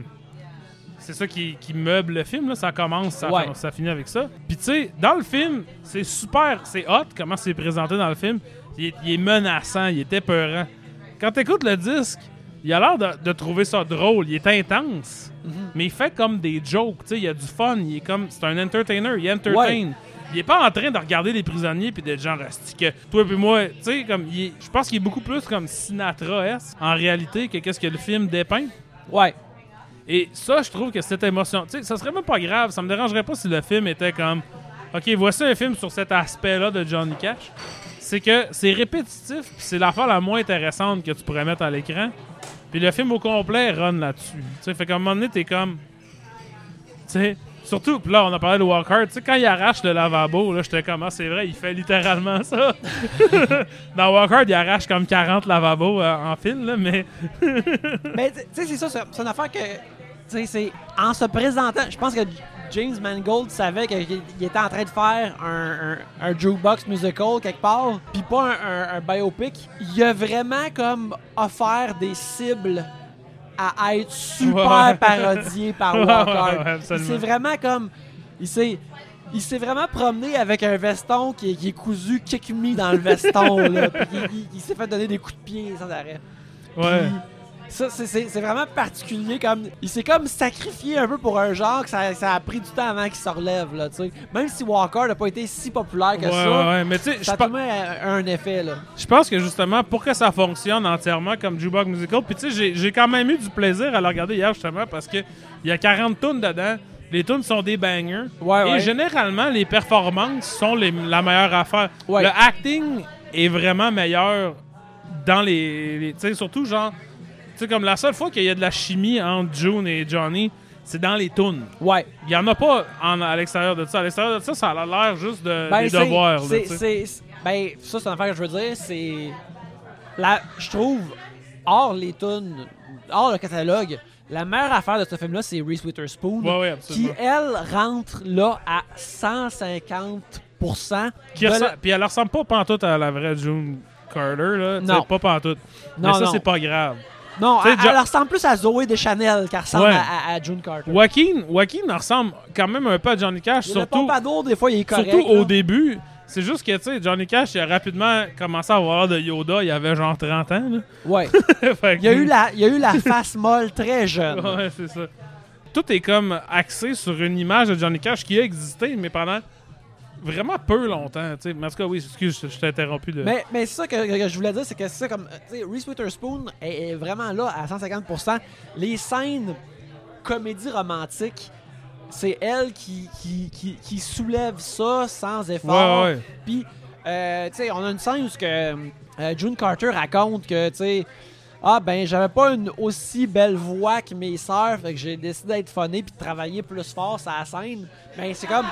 C'est ça qui, qui meuble le film, là. Ça commence, ça, Ouais. ça finit avec ça. Puis tu sais, dans le film, c'est super, c'est hot comment c'est présenté dans le film. Il est, il est menaçant, il est épeurant. Quand t'écoutes le disque, il a l'air de, de trouver ça drôle, il est intense. Mm-hmm. Mais il fait comme des jokes, tu sais, il y a du fun, il est comme... C'est un entertainer, il entertain. Ouais. Il est pas en train de regarder les prisonniers puis d'être genre asti que toi puis moi, tu sais, comme il est- je pense qu'il est beaucoup plus comme Sinatra-esque en réalité que qu'est-ce que le film dépeint. Ouais. Et ça, je trouve que cette émotion, tu sais, ça serait même pas grave, ça me dérangerait pas si le film était comme OK, voici un film sur cet aspect-là de Johnny Cash. C'est que c'est répétitif, puis c'est l'affaire la moins intéressante que tu pourrais mettre à l'écran. Puis le film au complet run là-dessus. Tu sais, fait qu'à un moment donné, t'es comme tu sais, surtout, puis là, on a parlé de Walk Hard. Tu sais, quand il arrache le lavabo, là, j'étais comme, ah, c'est vrai, il fait littéralement ça. Dans Walk Hard, il arrache comme quarante lavabos euh, en fil, là, mais... Mais tu sais, c'est ça, c'est c'est une affaire que, tu sais, c'est en se présentant, je pense que James Mangold savait qu'il il était en train de faire un, un, un jukebox musical quelque part, puis pas un, un, un biopic. Il a vraiment comme offert des cibles à être super Ouais. parodié par Ouais, Walk ouais, Hard. ouais, absolument. C'est vraiment comme, il s'est il s'est vraiment promené avec un veston qui est, qui est cousu kick me dans le veston là, puis il, il- il s'est fait donner des coups de pied sans arrêt. Ouais. Puis, ça, c'est- c'est c'est vraiment particulier. Comme, il s'est comme sacrifié un peu pour un genre que ça, ça a pris du temps avant qu'il se relève. Là, tu sais. Même si Walker n'a pas été si populaire que Ouais, ça, ouais, ouais, mais tu sais, ça je a pa- tout de même un, un effet. Là. je pense que justement, pour que ça fonctionne entièrement comme Jukebox Musical, puis tu sais, j'ai- j'ai quand même eu du plaisir à le regarder hier, justement, parce que il y a quarante tunes dedans. Les tunes sont des bangers. Ouais, Et ouais. généralement, les performances sont les- la meilleure affaire. Ouais. Le acting est vraiment meilleur dans les... les- tu sais, surtout, genre... Tu sais, comme la seule fois qu'il y a de la chimie entre June et Johnny, c'est dans les tunes. Ouais. Il y en a pas en- à l'extérieur de ça. À l'extérieur de ça, ça a l'air juste de, Ben, des c'est- devoirs. là, c'est- tu sais. c'est- c'est- Ben, ça, c'est une affaire que je veux dire. C'est. La, je trouve, hors les tunes, hors le catalogue, la meilleure affaire de ce film-là, c'est Reese Witherspoon. Ouais, ouais, qui, absolument. elle, rentre là à cent cinquante pour cent. Qui de ressemble- la- Puis elle ressemble pas pantoute à la vraie June Carter, là. Tu sais, Non. pas pantoute. Non, Mais ça, non. c'est pas grave. Non, Tu sais, elle, Jo- elle ressemble plus à Zoé Deschanel qu'elle ressemble Ouais. à, à- à June Carter. Joaquin, Joaquin ressemble quand même un peu à Johnny Cash, Il y a le surtout, pompadour, des fois, il est correct. surtout au là. début. C'est juste que, tu sais, Johnny Cash, il a rapidement commencé à avoir de Yoda. Il avait genre trente ans, là. Ouais. Fait que- Il y a eu la, il y a eu la face molle très jeune. Ouais, c'est ça. Tout est comme axé sur une image de Johnny Cash qui a existé, mais pendant vraiment peu longtemps. tu sais. Mais en tout cas, oui, excuse, je, je t'ai interrompu. De... Mais, mais c'est ça que, que je voulais dire, c'est que c'est ça comme. Tu sais, Reese Witherspoon est, est vraiment là à cent cinquante pour cent. Les scènes comédie romantique, c'est elle qui, qui, qui, qui soulève ça sans effort. Ouais, ouais. Puis, euh, tu sais, on a une scène où ce que, euh, June Carter raconte que, tu sais, ah ben, j'avais pas une aussi belle voix que mes sœurs, fait que j'ai décidé d'être funné puis de travailler plus fort sur la scène. Ben, c'est comme.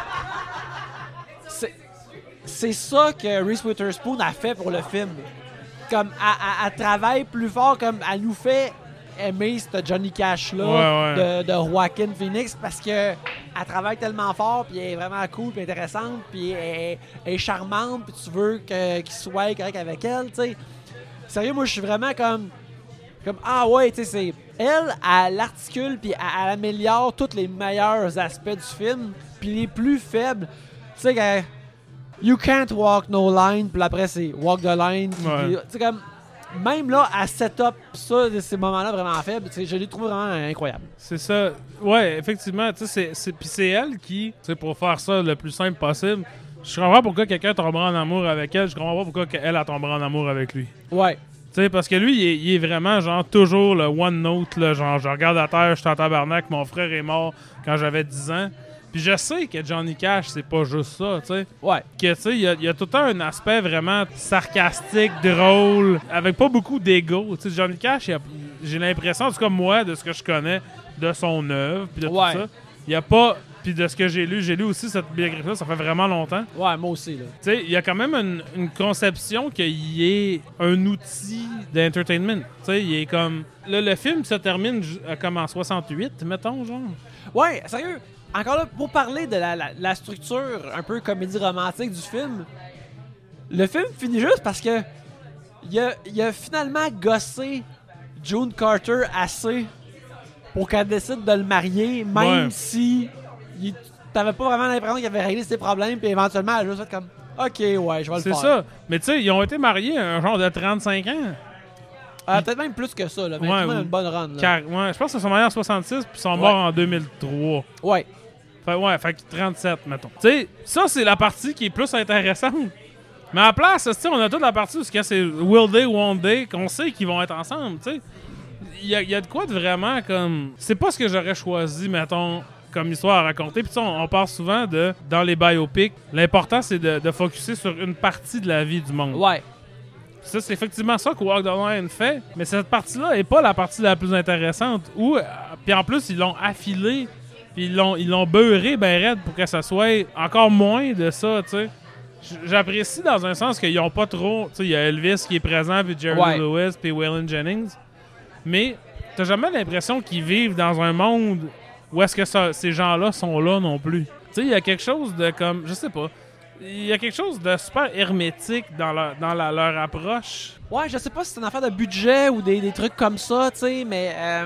C'est, c'est ça que Reese Witherspoon a fait pour le film. Comme, elle, elle- elle travaille plus fort, comme, elle nous fait aimer ce Johnny Cash-là Ouais, ouais. de, de Joaquin Phoenix parce que elle travaille tellement fort, puis elle est vraiment cool, puis intéressante, puis elle, est- elle est charmante, puis tu veux que, qu'il soit correct avec elle, tu sais. Sérieux, moi, je suis vraiment comme... Comme, ah ouais, tu sais, c'est... Elle, elle articule, puis elle, elle améliore tous les meilleurs aspects du film, puis les plus faibles, tu sais, que... You can't walk no line, puis après, c'est walk the line. puis- Ouais. puis, tu sais, comme... Même là, à set-up ça, de ces moments-là vraiment faibles, tu sais, je l'ai trouvé vraiment incroyable. C'est ça. Ouais, effectivement. Tu sais, c'est, c'est, puis c'est elle qui, tu sais, pour faire ça le plus simple possible, je comprends pourquoi quelqu'un tombera en amour avec elle, je comprends pas pourquoi elle, elle tombera en amour avec lui. Ouais. Tu sais, parce que lui, il est, il est vraiment, genre, toujours le one note, là, genre, je regarde à terre, je suis en tabarnak, mon frère est mort quand j'avais dix ans. Puis je sais que Johnny Cash, c'est pas juste ça, tu sais. Ouais. Que, tu sais, il y, a- il y a tout le temps un aspect vraiment sarcastique, drôle, avec pas beaucoup d'ego. Tu sais, Johnny Cash, il a- j'ai l'impression, en tout cas moi, de ce que je connais de son œuvre, puis de Ouais. tout ça, il y a pas... puis de ce que j'ai lu, j'ai lu aussi cette biographie-là, ça fait vraiment longtemps. Ouais, moi aussi, là. Tu sais, il y a quand même une, une conception qu'il est un outil d'entertainment. Tu sais, il est comme... Là, le film se termine euh, comme en soixante-huit, mettons, genre. Ouais, sérieux. Encore là, pour parler de la, la, la structure un peu comédie romantique du film, le film finit juste parce que il a, il a finalement gossé June Carter assez pour qu'elle décide de le marier, même Ouais. si il, t'avais pas vraiment l'impression qu'il avait réglé ses problèmes, puis éventuellement, elle a juste fait comme « Ok, ouais, je vais le C'est faire. » ça. Mais tu sais, ils ont été mariés un genre de trente-cinq ans. Euh, Peut-être même plus que ça, là, mais Ouais, tout le monde a ou- une bonne run. Là. Car, ouais, je pense qu'ils sont mariés en soixante-six, puis ils sont Ouais. morts en deux mille trois. Ouais. Fait, ouais, fait que trente-sept, mettons. Tu sais, ça, c'est la partie qui est plus intéressante. Mais à la place, tu sais, on a toute la partie où c'est Will They, Won't They, qu'on sait qu'ils vont être ensemble, tu sais. Il y, a- il y a de quoi de vraiment comme... C'est pas ce que j'aurais choisi, mettons, comme histoire à raconter. Puis tu sais, on, on parle souvent de, dans les biopics, l'important, c'est de, de focusser sur une partie de la vie du monde. Ouais. Ça, c'est effectivement ça que Walk the Line fait, mais cette partie-là est pas la partie la plus intéressante. Ou, euh, puis en plus, ils l'ont affilé, puis ils l'ont, ils l'ont beurré ben raide pour que ça soit encore moins de ça, tu sais. J- J'apprécie dans un sens qu'ils ont pas trop... Tu sais, il y a Elvis qui est présent, puis Jerry Ouais. Lewis, puis Waylon Jennings, mais t'as jamais l'impression qu'ils vivent dans un monde où est-ce que ça, ces gens-là sont là non plus. Tu sais, il y a quelque chose de comme... Je sais pas. Il y a quelque chose de super hermétique dans, leur, dans la- leur approche. Ouais, je sais pas si c'est une affaire de budget ou des, des trucs comme ça, tu sais, mais... Euh...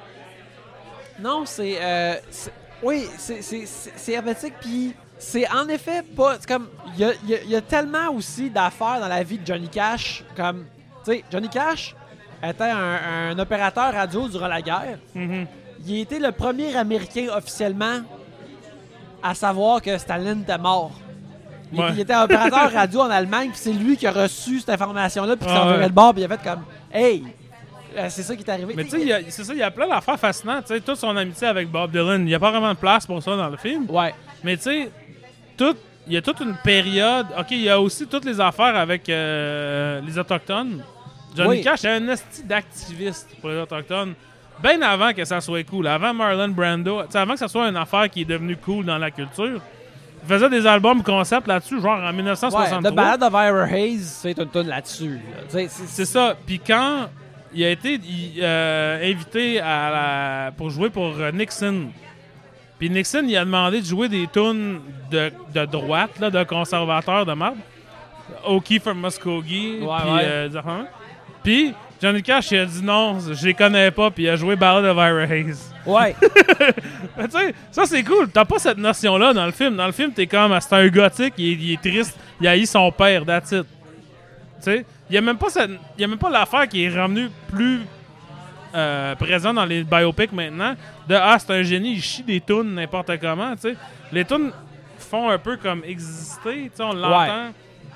Non, c'est... Euh... c'est- Oui, c'est, c'est, c'est, c'est hermétique, puis c'est en effet pas... C'est comme... Il y a, il y a- il y a tellement aussi d'affaires dans la vie de Johnny Cash, comme... Tu sais, Johnny Cash était un, un opérateur radio durant la guerre. Mhm. Il a été le premier Américain officiellement à savoir que Staline était mort. Il, Ouais. il était opérateur radio en Allemagne, puis c'est lui qui a reçu cette information-là, puis qui Ah s'en ouais. le bord, puis il a fait comme « Hey, euh, c'est ça qui est arrivé. » Mais tu sais, il y a- c'est ça, il y a plein d'affaires fascinantes. Tu sais, toute son amitié avec Bob Dylan, il n'y a pas vraiment de place pour ça dans le film. Ouais, Mais tu sais, tout- il y a toute une période. OK, il y a aussi toutes les affaires avec euh, les Autochtones. Johnny Oui. Cash est un esti d'activiste pour les Autochtones. Bien avant que ça soit cool. Avant Marlon Brando. Tu sais, avant que ça soit une affaire qui est devenue cool dans la culture. Il faisait des albums concept là-dessus, genre en dix-neuf cent ouais. soixante-trois. The Ballad of Ira Hayes, c'est une tonne là-dessus. là. Tu sais, c'est- C'est ça. Puis quand il a été il, euh, invité à la- pour jouer pour euh, Nixon, puis Nixon, il a demandé de jouer des tunes de, de droite, là, de conservateurs de marde. Okie from Muskogee, Ouais, puis ouais. euh, des affaires. Puis Johnny Cash, il a dit non, je les connais pas, puis il a joué Ballad of Ira Hayes. Ouais. Mais tu sais, ça c'est cool. T'as pas cette notion-là dans le film. Dans le film, t'es comme, c'est un gothique, il est, il est triste, il haït son père, that's it. Tu sais, il y a même pas cette, il y a même pas l'affaire qui est revenue plus euh, présente dans les biopics maintenant. De ah, c'est un génie, il chie des tunes n'importe comment. Tu sais, les tunes font un peu comme exister. Tu sais, on l'entend.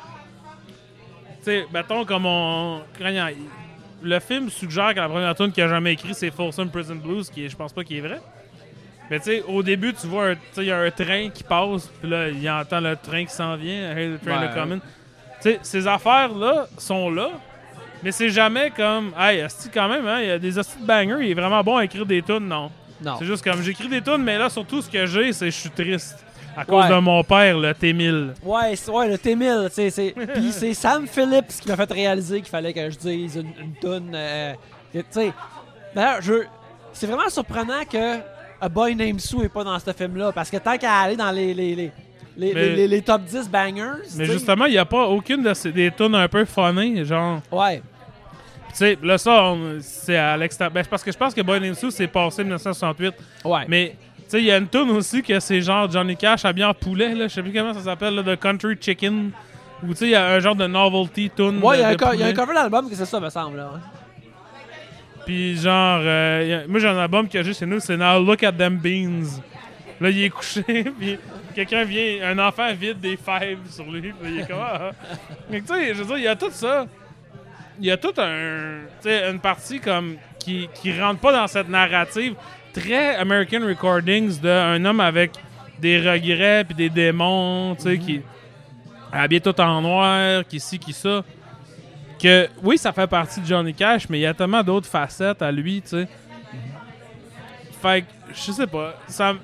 Tu sais, mettons comme on, quand il y a- le film suggère que la première tune qu'il a jamais écrit c'est Folsom Prison Blues, qui est, je pense pas qu'il est vrai. Mais tu sais, au début, tu vois, un- tu sais, il y a un train qui passe, puis là, il entend le train qui s'en vient, Hey, the train Ouais. is coming. Tu sais, ces affaires-là sont là, mais c'est jamais comme, hey, asti quand même, hein, il y a des asti de bangers, il est vraiment bon à écrire des tunes, non. Non. C'est juste comme, j'écris des tunes, mais là, surtout, ce que j'ai, c'est je suis triste. À cause Ouais. de mon père, le T mille. Ouais, c'est- ouais, le T mille, tu sais, c'est... Puis c'est Sam Phillips qui m'a fait réaliser qu'il fallait que je dise une, une toune, euh, que, tu sais... D'ailleurs, je... c'est vraiment surprenant que A Boy Named Sue est pas dans ce film-là, parce que tant qu'à aller dans les, les, les, les, Mais- les, les- les top dix bangers, Mais tu sais, justement, il n'y a pas aucune de ces des tunes un peu funnées, genre... Ouais, Tu sais, là, ça, on- c'est à l'extérieur. Ben, c'est parce que je pense que Boy Named Sue, c'est passé en dix-neuf cent soixante-huit. ouais. Mais, tu sais, il y a une tune aussi que c'est genre Johnny Cash habillé en poulet, là. Je sais plus comment ça s'appelle, là, The Country Chicken. Ou, tu sais, il y a un genre de novelty tune. Ouais, il y, de- a un de co- il y a un poulet. cover d'album que c'est ça, me semble, là. ouais. Puis, genre, euh, y a- moi, j'ai un album que j'ai chez nous, c'est Now Look at Them Beans. Là, il est couché, puis quelqu'un vient, un enfant vide des fèves sur lui, puis il est comme, ah. ah. Mais, tu sais, je veux dire, il y a tout ça. Il y a tout un, tu sais, une partie comme qui, qui rentre pas dans cette narrative très American Recordings d'un homme avec des regrets puis des démons, tu sais, qui habillé tout en noir, qui ci, qui ça. Que oui, ça fait partie de Johnny Cash, mais il y a tellement d'autres facettes à lui, tu sais. Fait que, je sais pas, ça,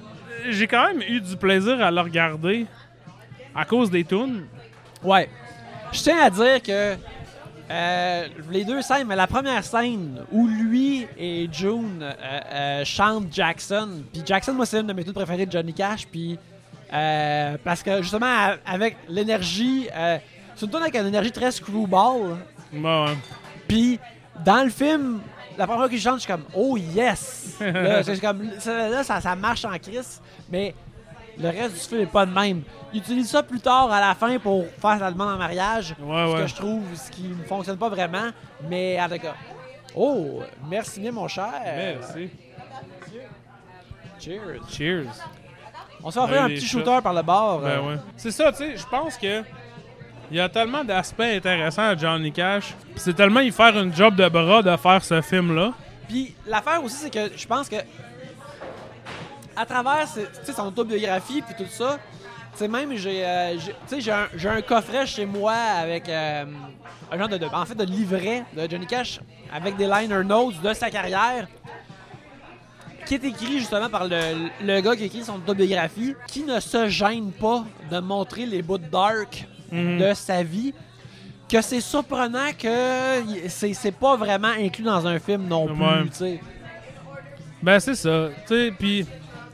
j'ai quand même eu du plaisir à le regarder à cause des tunes. Ouais. Je tiens à dire que euh, les deux scènes, mais la première scène où lui et June euh, euh, chantent Jackson, puis Jackson, moi, c'est une de mes tunes préférées de Johnny Cash, puis euh, parce que justement, avec l'énergie, euh, c'est une tune avec une énergie très screwball, Bon, ouais. puis dans le film, la première fois qu'il chante, je suis comme « Oh yes! » Là, c'est comme, ça, là ça, ça marche en crise, mais le reste du film n'est pas de même. Il utilise ça plus tard à la fin pour faire sa demande en mariage, Ouais, ce ouais. que je trouve, ce qui ne fonctionne pas vraiment, mais en tout cas. Oh, merci bien mon cher. Merci. Cheers. Cheers. On s'est offert Ouais, un les petit shots. shooter par le bord. Ben euh, ouais. C'est ça, tu sais, je pense que il y a tellement d'aspects intéressants à Johnny Cash. Pis c'est tellement y faire une job de bras de faire ce film-là. Puis l'affaire aussi, c'est que je pense que à travers c'est- tu sais, son autobiographie puis tout ça, tu sais, même j'ai euh, j'ai- tu sais, j'ai un, j'ai un coffret chez moi avec euh, un genre de, de- en fait, de livret de Johnny Cash avec des liner notes de sa carrière qui est écrit justement par le, le gars qui a écrit son autobiographie, qui ne se gêne pas de montrer les bouts dark Mhm. de sa vie, que c'est surprenant que y- c'est c'est pas vraiment inclus dans un film non plus, Ouais. tu sais. Ben c'est ça, tu sais, pis...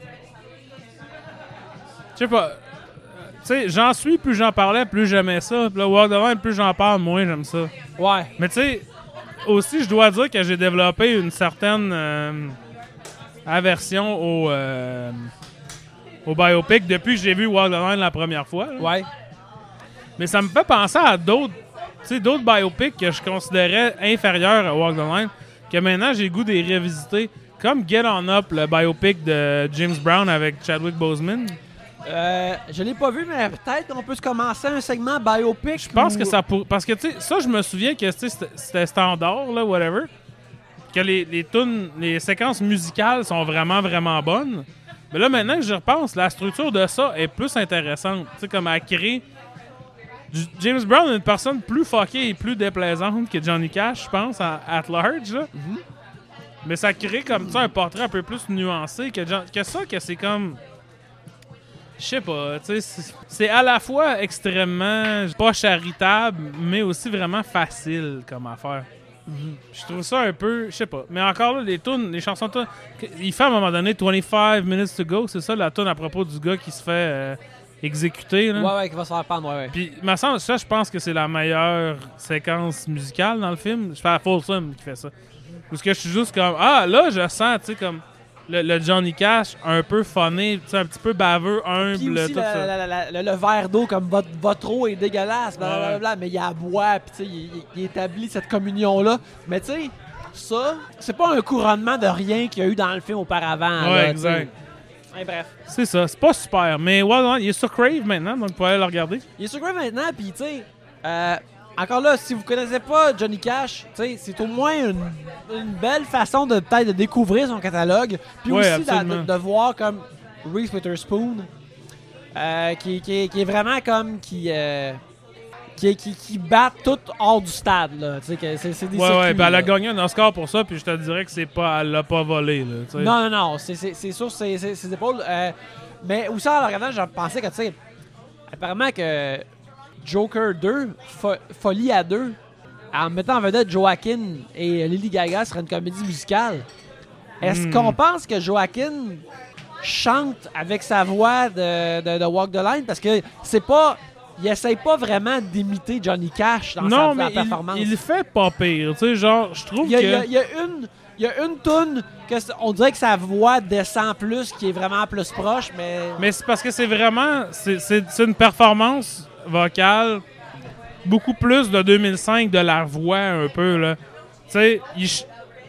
Je sais pas... euh, Tu sais, j'en suis, plus j'en parlais, plus j'aimais ça. Puis là, Walk the Line, plus j'en parle, moins j'aime ça. Ouais. Mais tu sais, aussi, je dois dire que j'ai développé une certaine euh, aversion au, euh, au biopic depuis que j'ai vu Walk the Line la première fois. là. Ouais. Mais ça me fait penser à d'autres, tu sais, d'autres biopics que je considérais inférieurs à Walk the Line, que maintenant j'ai le goût de les revisiter. Comme Get On Up, le biopic de James Brown avec Chadwick Boseman. Euh, je l'ai pas vu, mais peut-être qu'on peut se commencer un segment biopic. Je pense que ça pour... Parce que, tu sais, ça, je me souviens que tu sais, c'était c'était standard, là, whatever. Que les, les tunes, les séquences musicales sont vraiment, vraiment bonnes. Mais là, maintenant que je repense, la structure de ça est plus intéressante. Tu sais, comme à créer... J- James Brown est une personne plus fuckée et plus déplaisante que Johnny Cash, je pense, à, at large, là. Mais ça crée comme ça un portrait un peu plus nuancé que, John- que ça, que c'est comme... Je sais pas, tu sais, c'est- c'est à la fois extrêmement pas charitable, mais aussi vraiment facile comme affaire. Je trouve ça un peu, je sais pas. Mais encore là, les tunes, les chansons, tunes, il fait à un moment donné vingt-cinq minutes to go, c'est ça la tune à propos du gars qui se fait euh, exécuter. Là. Ouais, ouais, qui va se faire pendre, ouais, ouais. Puis, me semble, ça, je pense que c'est la meilleure séquence musicale dans le film. Je fais à Folsom qui fait ça. Parce que je suis juste comme, ah, là, je sens, tu sais, comme le, le Johnny Cash un peu funny, tu sais, un petit peu baveux, humble, Puis aussi, tout la- ça. la- la- le, le verre d'eau, comme votre, votre eau est dégueulasse, blablabla, mais il aboie, puis tu sais, il, il- il établit cette communion-là. Mais tu sais, ça, c'est pas un couronnement de rien qu'il y a eu dans le film auparavant. Ouais, là, exact. tu sais. Et bref. C'est ça, c'est pas super. Mais ouais, il est sur Crave maintenant, donc vous pouvez aller le regarder. Il est sur Crave maintenant, puis tu sais, euh, encore là, si vous connaissez pas Johnny Cash, tu sais, c'est au moins une, une belle façon de peut-être de découvrir son catalogue, puis Ouais, aussi de, absolument. de- de voir comme Reese Witherspoon, euh, qui, qui, qui est vraiment comme qui euh, qui, qui, qui bat tout hors du stade là, tu sais, que c'est c'est des Ouais, ouais, circuits, ben elle a là. gagné un Oscar pour ça, puis je te dirais que c'est pas, elle l'a pas volé, là, tu sais. Non, non, non, c'est c'est- c'est sur ses, ses- ses épaules. euh, mais aussi en le regardant, je pensais que, tu sais, apparemment que Joker deux, Fo- Folie à deux, en mettant en vedette Joaquin et Lily Gaga, serait une comédie musicale. Est-ce Hmm. qu'on pense que Joaquin chante avec sa voix de, de, de Walk the Line? Parce que c'est pas... Il essaye pas vraiment d'imiter Johnny Cash dans Non, sa, mais sa il, performance. il fait pas pire, tu sais, genre, je trouve Il y, a, que... il y a- il y a une, il y a une toune que c- on dirait que sa voix descend plus, qui est vraiment plus proche, mais. Mais c'est parce que c'est vraiment... C'est, c'est, c'est une performance vocale beaucoup plus de deux mille cinq de la voix, un peu, là. Tu sais, il ch-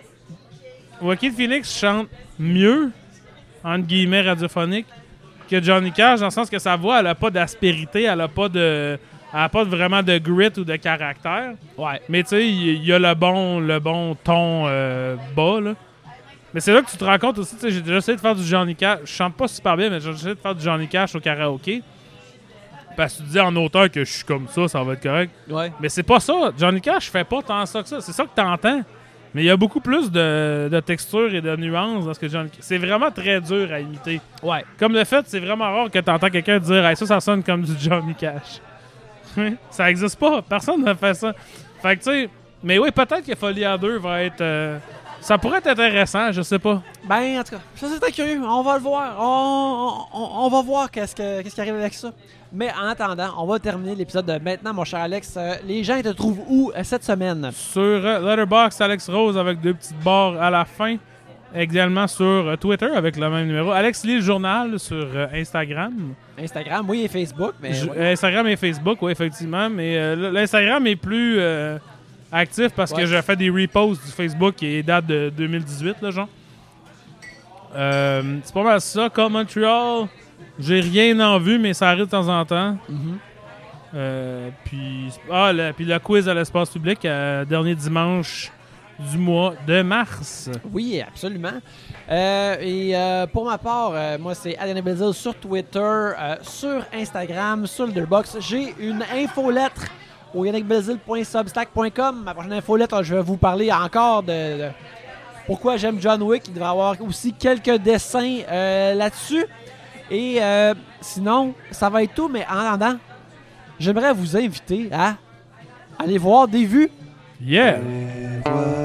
Joaquin Phoenix chante mieux, entre guillemets, radiophonique, que Johnny Cash, dans le sens que sa voix, elle a pas d'aspérité, elle a pas de... Elle a pas de- vraiment de grit ou de caractère. Ouais. Mais tu sais, il il y a le bon, le bon ton euh, bas, là. Mais c'est là que tu te rends compte aussi, tu sais, j'ai déjà essayé de faire du Johnny Cash. Je chante pas super bien, mais j'ai essayé de faire du Johnny Cash au karaoké. Parce que tu dis en auteur que je suis comme ça, ça va être correct. Ouais. Mais c'est pas ça. Johnny Cash fait pas tant ça que ça. C'est ça que t'entends. Mais il y a beaucoup plus de, de texture et de nuances dans ce que Johnny Cash. C'est vraiment très dur à imiter. Ouais. Comme le fait, c'est vraiment rare que tu entends quelqu'un dire hey, ça, ça sonne comme du Johnny Cash. Ça existe pas. Personne n'a fait ça. Fait que tu sais, mais oui, peut-être que Folie à deux va être. Euh, ça pourrait être intéressant, je sais pas. Ben, en tout cas, ça c'est très curieux. On va le voir. On, on, on va voir qu'est-ce, que, qu'est-ce qui arrive avec ça. Mais en attendant, on va terminer l'épisode de maintenant, mon cher Alex. Euh, les gens ils te trouvent où euh, cette semaine? Sur euh, Letterboxd, Alex Rose avec deux petites barres à la fin. Également sur euh, Twitter avec le même numéro. Alex lit le journal sur euh, Instagram. Instagram, oui, et Facebook. Mais Je, oui. Instagram et Facebook, oui, effectivement. Mais euh, l'Instagram est plus euh, actif parce Ouais. que j'ai fait des reposts du Facebook qui date de deux mille dix-huit, là, genre. Euh, c'est pas mal ça. Comme Montreal, j'ai rien en vue, mais ça arrive de temps en temps. Mm-hmm. Euh, puis, ah, le, puis le quiz à l'espace public, euh, dernier dimanche du mois de mars. Oui, absolument. Euh, et euh, pour ma part, euh, moi, c'est Adrien Belzil sur Twitter, euh, sur Instagram, sur Letterboxd. J'ai une infolettre au yannick belzil point substack point com. Ma prochaine infolettre, je vais vous parler encore de, de pourquoi j'aime John Wick. Il devrait y avoir aussi quelques dessins euh, là-dessus. Et euh, sinon, ça va être tout. Mais en attendant, j'aimerais vous inviter à aller voir des vues. Yeah! Voilà.